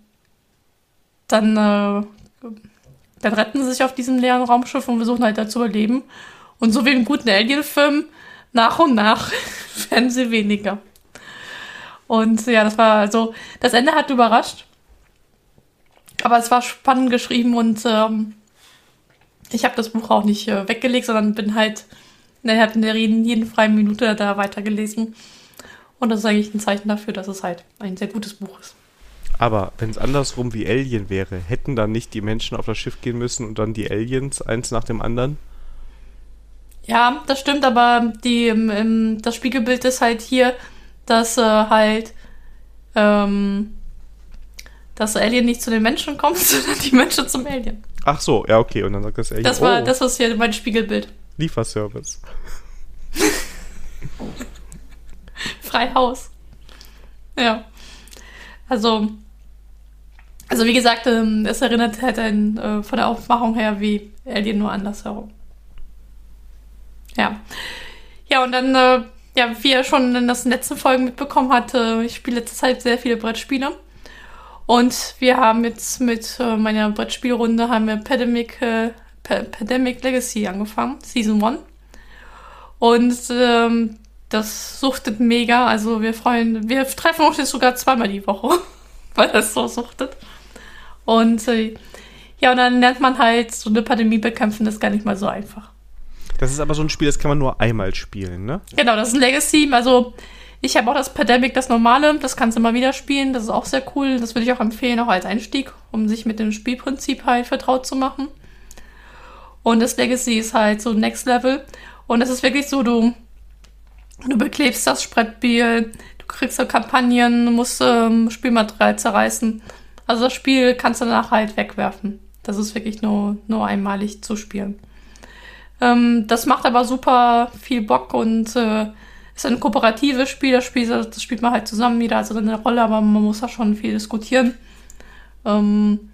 retten sie sich auf diesem leeren Raumschiff und versuchen halt da zu überleben. Und so wie im guten Alien-Film, nach und nach werden sie weniger. Und ja, das Ende hat überrascht. Aber es war spannend geschrieben und ich habe das Buch auch nicht weggelegt, sondern bin halt in der jeden freien Minute da weitergelesen. Und das ist eigentlich ein Zeichen dafür, dass es halt ein sehr gutes Buch ist. Aber wenn es andersrum wie Alien wäre, hätten dann nicht die Menschen auf das Schiff gehen müssen und dann die Aliens eins nach dem anderen? Ja, das stimmt, aber das Spiegelbild ist halt hier, dass dass Alien nicht zu den Menschen kommt, sondern die Menschen zum Alien. Ach so, ja, okay. Und dann sagt das Alien, Das ist hier mein Spiegelbild. Lieferservice. Frei Haus. Ja. Also wie gesagt, es erinnert halt von der Aufmachung her wie Alien, nur andersherum. Ja. Ja, und dann, wie ihr schon in den letzten Folgen mitbekommen habt, ich spiele letzte Zeit sehr viele Brettspiele. Und wir haben jetzt mit meiner Brettspielrunde Pandemic Legacy angefangen, Season 1. Und das suchtet mega. Also wir treffen uns jetzt sogar zweimal die Woche, weil das so suchtet. Und und dann lernt man halt, so eine Pandemie bekämpfen, das ist gar nicht mal so einfach. Das ist aber so ein Spiel, das kann man nur einmal spielen, ne? Genau, das ist ein Legacy. Also ich habe auch das Pandemic, das normale, das kannst du immer wieder spielen. Das ist auch sehr cool. Das würde ich auch empfehlen, auch als Einstieg, um sich mit dem Spielprinzip halt vertraut zu machen. Und das Legacy ist halt so Next Level. Und es ist wirklich so, du beklebst das Brettspiel, du kriegst so Kampagnen, musst Spielmaterial zerreißen. Also das Spiel kannst du danach halt wegwerfen. Das ist wirklich nur einmalig zu spielen. Das macht aber super viel Bock und ist ein kooperatives Spiel. Das spielt man halt zusammen, jeder hat so eine Rolle, aber man muss da schon viel diskutieren. Und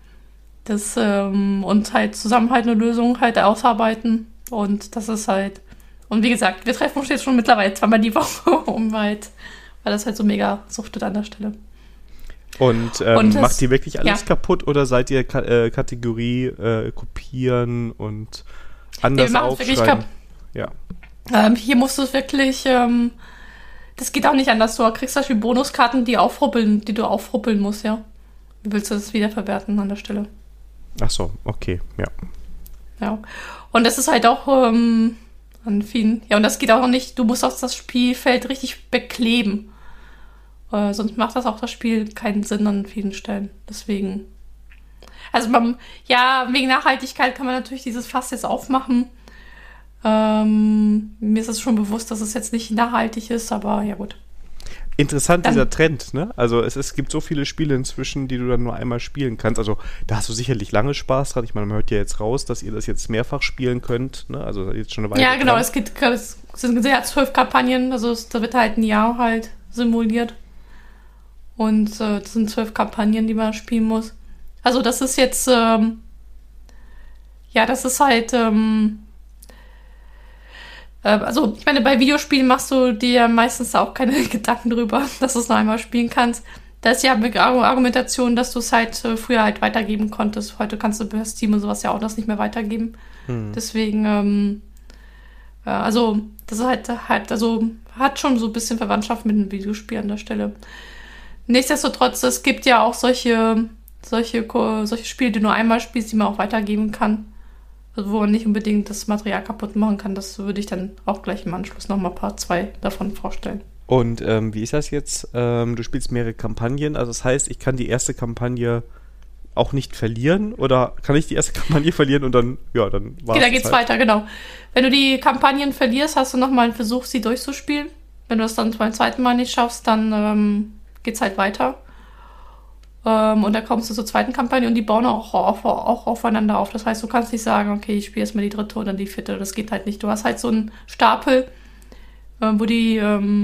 halt zusammen halt eine Lösung halt ausarbeiten. Und das ist halt. Und wie gesagt, wir treffen uns jetzt schon mittlerweile zweimal die Woche, weil das halt so mega suchtet an der Stelle. Und macht ihr wirklich alles kaputt oder seid ihr Kategorie kopieren und anders aufschreiben? Ja. Hier musst du es wirklich, das geht auch nicht anders. Du kriegst zum Beispiel Bonuskarten, die du aufruppeln musst, ja. Wie willst du das wiederverwerten an der Stelle? Ach so, okay, ja. Ja. Und das ist halt auch an vielen, und das geht auch noch nicht, du musst auch das Spielfeld richtig bekleben. Sonst macht das auch das Spiel keinen Sinn an vielen Stellen. Deswegen. Also wegen Nachhaltigkeit kann man natürlich dieses Fass jetzt aufmachen. Mir ist es schon bewusst, dass es jetzt nicht nachhaltig ist, aber ja gut. Interessant, dieser Trend, ne? Also es gibt so viele Spiele inzwischen, die du dann nur einmal spielen kannst. Also da hast du sicherlich lange Spaß dran. Ich meine, man hört ja jetzt raus, dass ihr das jetzt mehrfach spielen könnt, ne? Also jetzt schon eine Weile. Ja, genau, es sind 12 Kampagnen, also da wird halt ein Jahr halt simuliert. Und das sind 12 Kampagnen, die man spielen muss. Also das ist jetzt, das ist halt, also ich meine, bei Videospielen machst du dir ja meistens auch keine Gedanken drüber, dass du es noch einmal spielen kannst. Da ist ja eine Argumentation, dass du es halt früher halt weitergeben konntest. Heute kannst du per Steam und sowas ja auch das nicht mehr weitergeben. Deswegen, also das ist halt, also hat schon so ein bisschen Verwandtschaft mit einem Videospiel an der Stelle. Nichtsdestotrotz, es gibt ja auch solche Spiele, die du nur einmal spielst, die man auch weitergeben kann. Also wo man nicht unbedingt das Material kaputt machen kann. Das würde ich dann auch gleich im Anschluss nochmal Part 2 davon vorstellen. Und wie ist das jetzt? Du spielst mehrere Kampagnen, also das heißt, ich kann die erste Kampagne auch nicht verlieren? Oder kann ich die erste Kampagne verlieren und dann war es da geht's halt weiter, genau. Wenn du die Kampagnen verlierst, hast du nochmal einen Versuch, sie durchzuspielen. Wenn du das dann beim zweiten Mal nicht schaffst, dann geht's halt weiter. Und da kommst du zur zweiten Kampagne und die bauen auch aufeinander auf. Das heißt, du kannst nicht sagen, okay, ich spiele erstmal die dritte und dann die vierte. Das geht halt nicht. Du hast halt so einen Stapel, wo die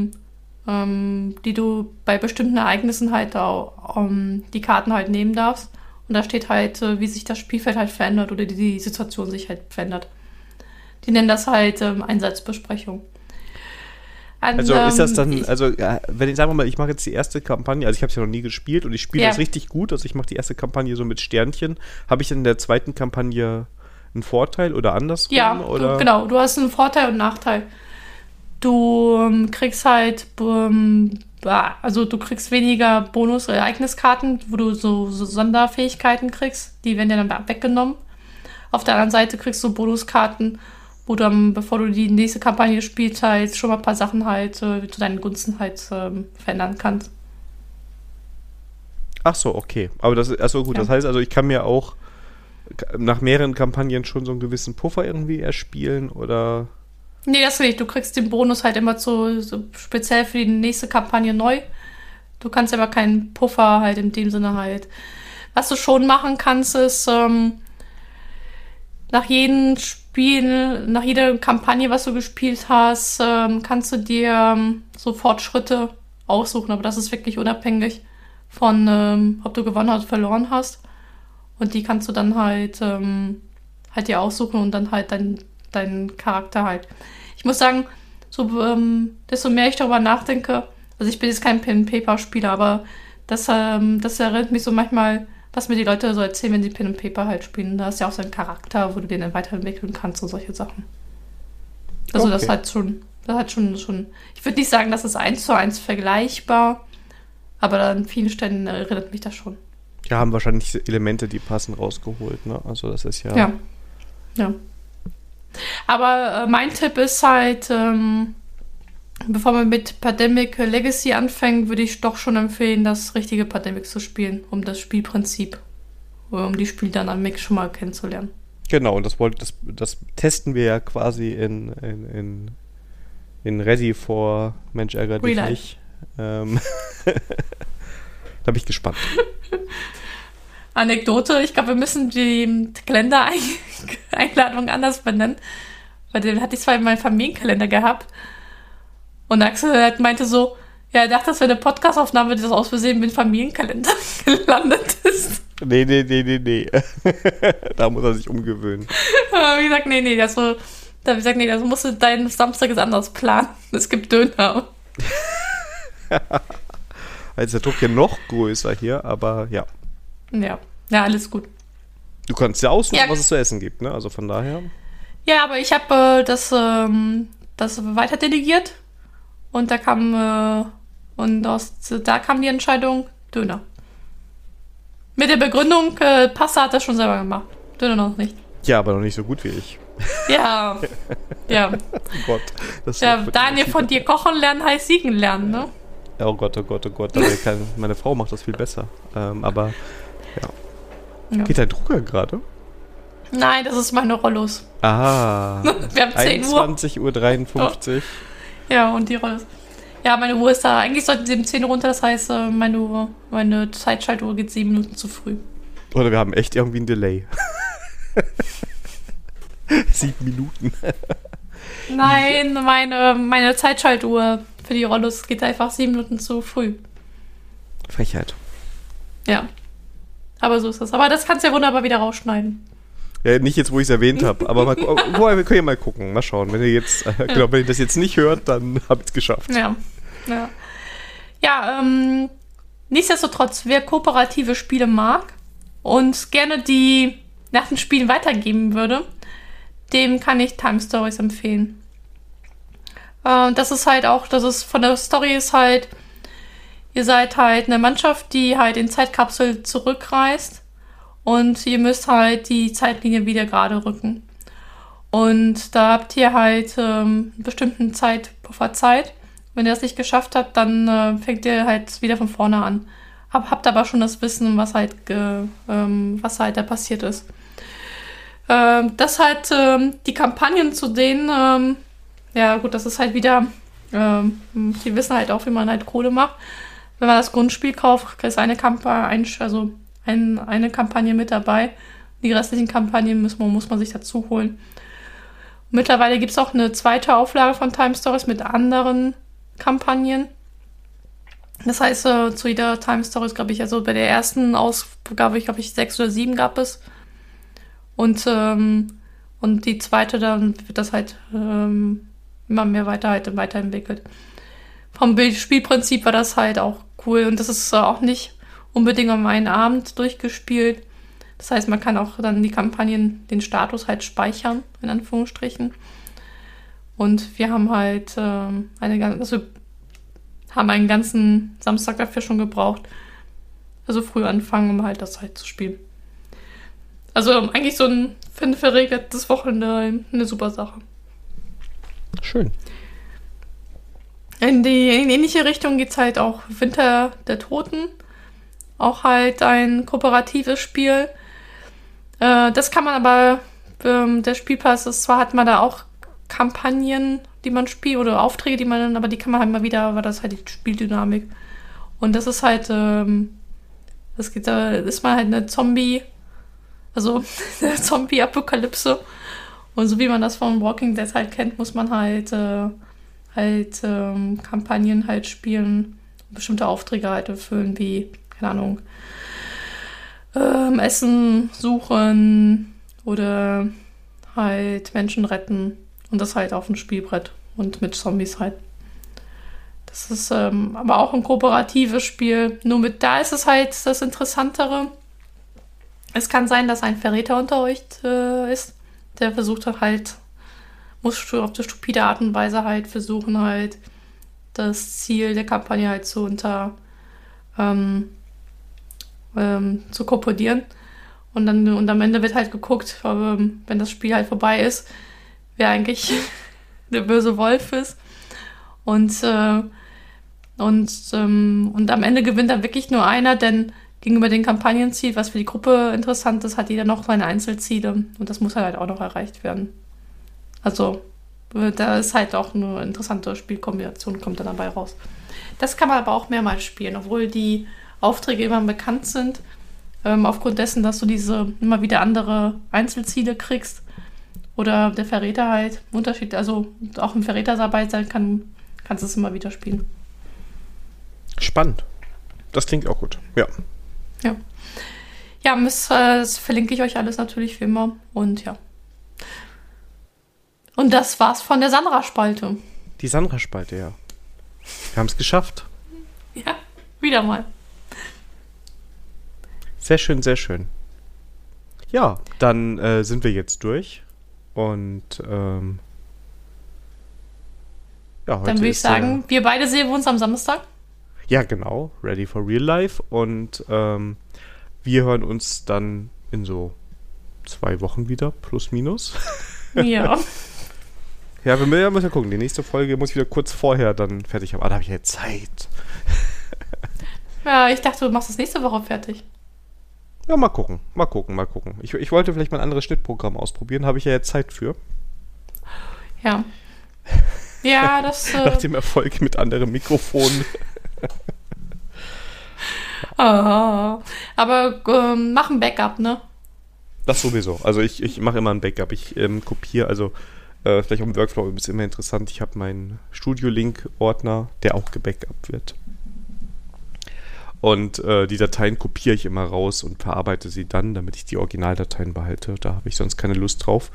du bei bestimmten Ereignissen halt auch die Karten halt nehmen darfst. Und da steht halt, wie sich das Spielfeld halt verändert oder die Situation sich halt verändert. Die nennen das halt Einsatzbesprechung. Also ist das dann, wenn ich, sagen wir mal, ich mache jetzt die erste Kampagne, also ich habe es ja noch nie gespielt und ich spiele das richtig gut, also ich mache die erste Kampagne so mit Sternchen, habe ich dann in der zweiten Kampagne einen Vorteil oder andersrum? Ja, oder? Genau, du hast einen Vorteil und einen Nachteil. Du kriegst halt, also du kriegst weniger Bonus-Ereigniskarten, wo du so Sonderfähigkeiten kriegst, die werden dir dann weggenommen. Auf der anderen Seite kriegst du Bonuskarten, wo du dann, bevor du die nächste Kampagne spielst, halt schon mal ein paar Sachen halt zu deinen Gunsten halt verändern kannst. Ach so, okay. Aber das ist, achso, gut, Ja. das heißt also, ich kann mir auch nach mehreren Kampagnen schon so einen gewissen Puffer irgendwie erspielen oder... Nee, das nicht. Du kriegst den Bonus halt immer so speziell für die nächste Kampagne neu. Du kannst aber keinen Puffer halt in dem Sinne halt. Was du schon machen kannst, ist nach jedem Spiel, nach jeder Kampagne, was du gespielt hast, kannst du dir so Fortschritte aussuchen. Aber das ist wirklich unabhängig von, ob du gewonnen hast oder verloren hast. Und die kannst du dann halt dir aussuchen und dann halt deinen Charakter halt. Ich muss sagen, so desto mehr ich darüber nachdenke, also ich bin jetzt kein Pen-and-Paper-Spieler, aber das erinnert mich so manchmal, was mir die Leute so erzählen, wenn sie Pen-and-Paper halt spielen. Da ist ja auch so ein Charakter, wo du den dann weiterentwickeln kannst und solche Sachen. Also Okay. das hat schon. Ich würde nicht sagen, das ist 1:1 vergleichbar, aber an vielen Stellen erinnert mich das schon. Ja, haben wahrscheinlich Elemente, die passen, rausgeholt, ne? Also das ist ja... Ja. Aber mein Tipp ist halt, bevor man mit Pandemic Legacy anfängt, würde ich doch schon empfehlen, das richtige Pandemic zu spielen, um das Spielprinzip, um die Spieldynamik schon mal kennenzulernen. Genau, und das testen wir ja quasi in Ready for Mensch ärgert dich Real Life. nicht. Da bin ich gespannt. Anekdote, ich glaube, wir müssen die Kalendereinladung anders benennen, weil den hatte ich zwar in meinem Familienkalender gehabt und Axel halt meinte so, ja, er dachte, das wäre eine Podcastaufnahme, die das aus Versehen mit dem Familienkalender gelandet ist. Nee. Da muss er sich umgewöhnen. Aber wie gesagt, nee, das musst du deinen Samstag ist anders planen. Es gibt Döner. Jetzt ist der Druck ja noch größer hier, aber ja. Ja, alles gut. Du kannst ja aussuchen, Ja. was es zu essen gibt, ne? Also von daher. Ja, aber ich habe das weiter delegiert und da kam die Entscheidung Döner. Mit der Begründung, Pasta hat er schon selber gemacht. Döner noch nicht. Ja, aber noch nicht so gut wie ich. Ja. Oh Gott. Das Ja, wird Daniel, immer von dir kochen lernen heißt siegen lernen, ne? Oh Gott. Meine Frau macht das viel besser. Aber ja. Ja. Geht dein Drucker gerade? Nein, das ist meine Rollos. Ah. Wir haben 10 Uhr. 21:53 Uhr. Ja, und die Rollos. Ja, meine Uhr ist da. Eigentlich sollten sie um 10 Uhr runter, das heißt, meine Zeitschaltuhr geht 7 Minuten zu früh. Oder wir haben echt irgendwie ein Delay. 7 Minuten. Nein, meine Zeitschaltuhr für die Rollos geht einfach 7 Minuten zu früh. Frechheit. Ja. Aber so ist das. Aber das kannst du ja wunderbar wieder rausschneiden. Ja, nicht jetzt, wo ich es erwähnt habe, aber wir können ja mal gucken. Mal schauen. Wenn ihr das jetzt nicht hört, dann habt ihr es geschafft. Ja. Ja, nichtsdestotrotz, wer kooperative Spiele mag und gerne die nach den Spielen weitergeben würde, dem kann ich Time Stories empfehlen. Das ist von der Story ist halt, ihr seid halt eine Mannschaft, die halt in Zeitkapsel zurückreist und ihr müsst halt die Zeitlinie wieder gerade rücken. Und da habt ihr halt einen bestimmten Puffer Zeit. Wenn ihr das nicht geschafft habt, dann fängt ihr halt wieder von vorne an. Habt aber schon das Wissen, was halt da passiert ist. Das halt die Kampagnen zu denen, ja gut, das ist halt wieder, die wissen halt auch, wie man halt Kohle macht. Wenn man das Grundspiel kauft, ist eine Kampagne mit dabei. Die restlichen Kampagnen muss man sich dazu holen. Mittlerweile gibt es auch eine zweite Auflage von Time Stories mit anderen Kampagnen. Das heißt, zu jeder Time Stories, glaube ich, also bei der ersten Ausgabe, 6 oder 7 gab es. Und die zweite, dann wird das halt immer mehr weiterentwickelt. Vom Spielprinzip war das halt auch cool. Und das ist auch nicht unbedingt um einen Abend durchgespielt. Das heißt, man kann auch dann die Kampagnen, den Status halt speichern, in Anführungsstrichen. Und wir haben halt haben einen ganzen Samstag dafür schon gebraucht. Also früh anfangen, um halt das halt zu spielen. Also eigentlich so ein verregeltes Wochenende eine super Sache. Schön. In ähnliche Richtung geht es halt auch Winter der Toten. auch halt ein kooperatives Spiel. Das kann man aber, der Spielpass ist zwar, hat man da auch Kampagnen, die man spielt, oder Aufträge, die man dann, aber die kann man halt mal wieder, weil das halt die Spieldynamik. Und das ist halt, da ist man halt eine also eine Zombie-Apokalypse. Und so wie man das von Walking Dead halt kennt, muss man halt Kampagnen halt spielen, bestimmte Aufträge halt erfüllen, wie, keine Ahnung, Essen suchen oder halt Menschen retten und das halt auf dem Spielbrett und mit Zombies halt. Das ist aber auch ein kooperatives Spiel. Nur da ist es halt das Interessantere. Es kann sein, dass ein Verräter unter euch ist, der versucht halt, muss auf eine stupide Art und Weise halt versuchen, halt das Ziel der Kampagne halt zu kolportieren. Und am Ende wird halt geguckt, wenn das Spiel halt vorbei ist, wer eigentlich der böse Wolf ist. Und am Ende gewinnt dann wirklich nur einer, denn gegenüber dem Kampagnenziel, was für die Gruppe interessant ist, hat jeder noch seine Einzelziele. Und das muss halt auch noch erreicht werden. Also, da ist halt auch eine interessante Spielkombination, kommt dann dabei raus. Das kann man aber auch mehrmals spielen, obwohl die Aufträge immer bekannt sind. Aufgrund dessen, dass du diese immer wieder andere Einzelziele kriegst. Oder der Verräter halt Unterschied, also auch im Verrätersarbeit sein kann, kannst du es immer wieder spielen. Spannend. Das klingt auch gut. Ja. Ja. Ja, das verlinke ich euch alles natürlich wie immer. Und ja. Und das war's von der Sandra-Spalte. Die Sandra-Spalte, ja. Wir haben es geschafft. Ja, wieder mal. Sehr schön, sehr schön. Ja, dann sind wir jetzt durch. Und ja, heute dann würde ich sagen, wir beide sehen uns am Samstag. Ja, genau. Ready for Real Life. Und wir hören uns dann in so 2 Wochen wieder, plus minus. Ja. Ja, wir müssen ja gucken. Die nächste Folge muss ich wieder kurz vorher dann fertig haben. Ah, da habe ich ja Zeit. Ja, ich dachte, du machst das nächste Woche fertig. Ja, mal gucken. Ich wollte vielleicht mal ein anderes Schnittprogramm ausprobieren. Habe ich ja jetzt Zeit für. Ja. Ja, das... Nach dem Erfolg mit anderen Mikrofonen. Aber mach ein Backup, ne? Das sowieso. Also ich mache immer ein Backup. Ich kopiere, also vielleicht auch im Workflow ist immer interessant. Ich habe meinen Studio-Link-Ordner, der auch gebackupt wird. Und die Dateien kopiere ich immer raus und verarbeite sie dann, damit ich die Originaldateien behalte. Da habe ich sonst keine Lust drauf.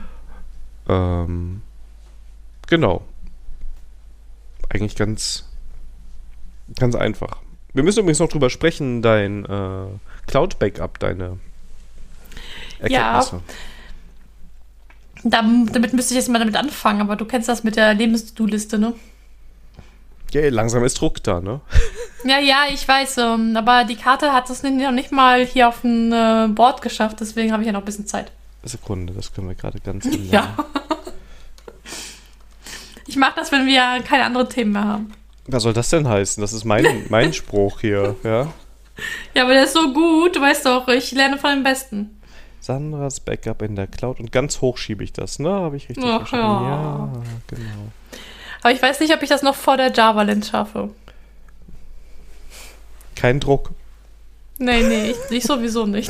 Genau. Eigentlich ganz einfach. Wir müssen übrigens noch drüber sprechen, dein Cloud-Backup, deine Erkenntnisse. Ja, damit müsste ich jetzt mal damit anfangen, aber du kennst das mit der Lebens-To-Do-Liste, ne? Ja, langsam ist Druck da, ne? Ja, ich weiß, aber die Karte hat es noch nicht mal hier auf dem Board geschafft, deswegen habe ich ja noch ein bisschen Zeit. Sekunde, das können wir gerade ganz ändern. Ja. Ich mache das, wenn wir keine anderen Themen mehr haben. Was soll das denn heißen? Das ist mein Spruch hier, ja? Ja, aber der ist so gut, du weißt doch, ich lerne von den Besten. Sandras Backup in der Cloud und ganz hoch schiebe ich das, ne? Habe ich richtig verstanden? Ja, genau. Aber ich weiß nicht, ob ich das noch vor der Java-Lens schaffe. Kein Druck. Nee, ich sowieso nicht.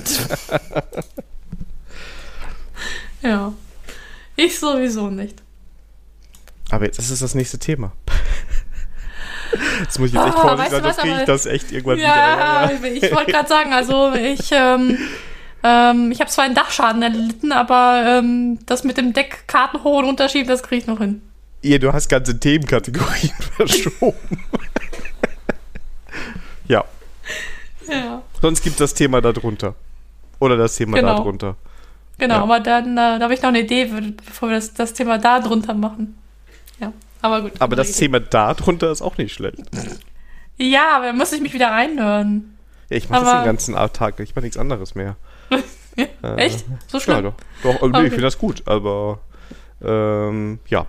Ja, ich sowieso nicht. Aber jetzt ist es das nächste Thema. Jetzt muss ich jetzt echt vorsichtig sein, sonst kriege ich das echt irgendwann wieder. Ja, ich wollte gerade sagen, also ich habe zwar einen Dachschaden erlitten, aber das mit dem Deck Karten hoch und runter schieben, das kriege ich noch hin. Ja, du hast ganze Themenkategorien verschoben. Ja. Sonst gibt es das Thema da drunter. Oder das Thema da drunter. Genau, ja. Aber dann da habe ich noch eine Idee, bevor wir das Thema da drunter machen. Ja, aber gut. Aber das Thema da drunter ist auch nicht schlecht. Ja, aber dann muss ich mich wieder reinhören. Ja, ich mache das den ganzen Tag. Ich mache nichts anderes mehr. Echt? So schlimm? Ja, doch. Okay. Ich finde das gut, aber ja.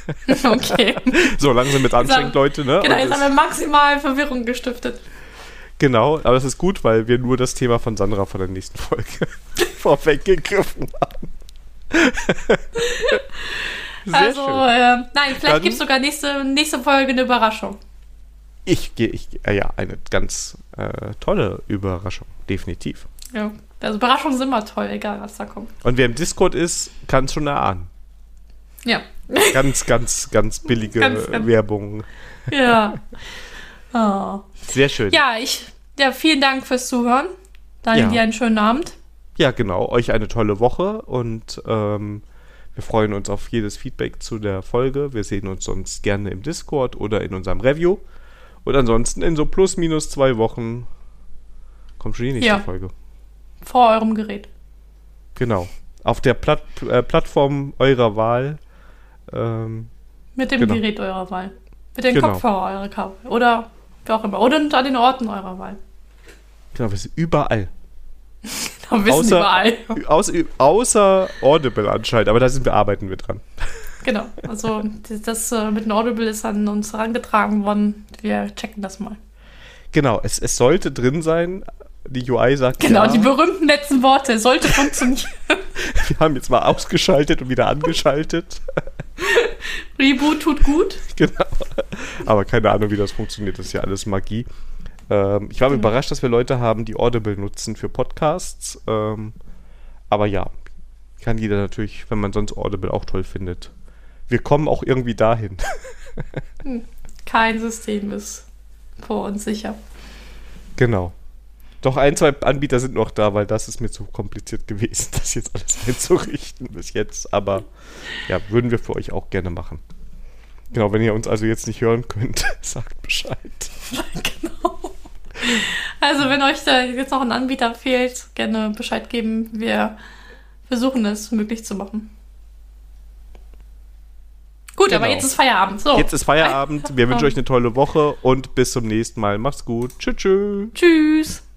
Okay. So langsam mit anstrengend, Leute, ne? Genau, jetzt haben wir maximal Verwirrung gestiftet. Genau, aber das ist gut, weil wir nur das Thema von Sandra von der nächsten Folge vorweggegriffen haben. Sehr schön. Nein, vielleicht gibt es sogar nächste Folge eine Überraschung. Ja, eine ganz tolle Überraschung, definitiv. Ja, also Überraschungen sind immer toll, egal was da kommt. Und wer im Discord ist, kann es schon erahnen. Ja. Ganz, ganz, ganz billige Werbung. Ja. Oh. Sehr schön. Ja, vielen Dank fürs Zuhören. Daniel, dir einen schönen Abend. Ja, genau. Euch eine tolle Woche und wir freuen uns auf jedes Feedback zu der Folge. Wir sehen uns sonst gerne im Discord oder in unserem Review. Und ansonsten in so plus minus 2 Wochen kommt schon die nächste Folge. Vor eurem Gerät. Genau. Auf der Plattform eurer Wahl. Mit dem Gerät eurer Wahl. Mit den Kopfhörer eurer Wahl. Oder wie auch immer. Oder an den Orten eurer Wahl. Genau, wir sind überall. Genau, wir sind überall. Außer Audible anscheinend, aber da arbeiten wir dran. Genau, also das mit dem Audible ist an uns herangetragen worden. Wir checken das mal. Genau, es sollte drin sein. Die UI sagt genau, die berühmten letzten Worte. Sollte funktionieren. Wir haben jetzt mal ausgeschaltet und wieder angeschaltet. Reboot tut gut. Genau. Aber keine Ahnung, wie das funktioniert. Das ist ja alles Magie. Ich war überrascht, dass wir Leute haben, die Audible nutzen für Podcasts. Aber ja, kann jeder natürlich, wenn man sonst Audible auch toll findet. Wir kommen auch irgendwie dahin. Kein System ist vor uns sicher. Genau. Doch 1, 2 Anbieter sind noch da, weil das ist mir zu kompliziert gewesen, das jetzt alles einzurichten bis jetzt. Aber ja, würden wir für euch auch gerne machen. Genau, wenn ihr uns also jetzt nicht hören könnt, sagt Bescheid. Genau. Also wenn euch da jetzt noch ein Anbieter fehlt, gerne Bescheid geben. Wir versuchen es möglich zu machen. Gut, aber jetzt ist Feierabend. So. Jetzt ist Feierabend. Wir wünschen euch eine tolle Woche und bis zum nächsten Mal. Macht's gut. Tschüss. Tschüss.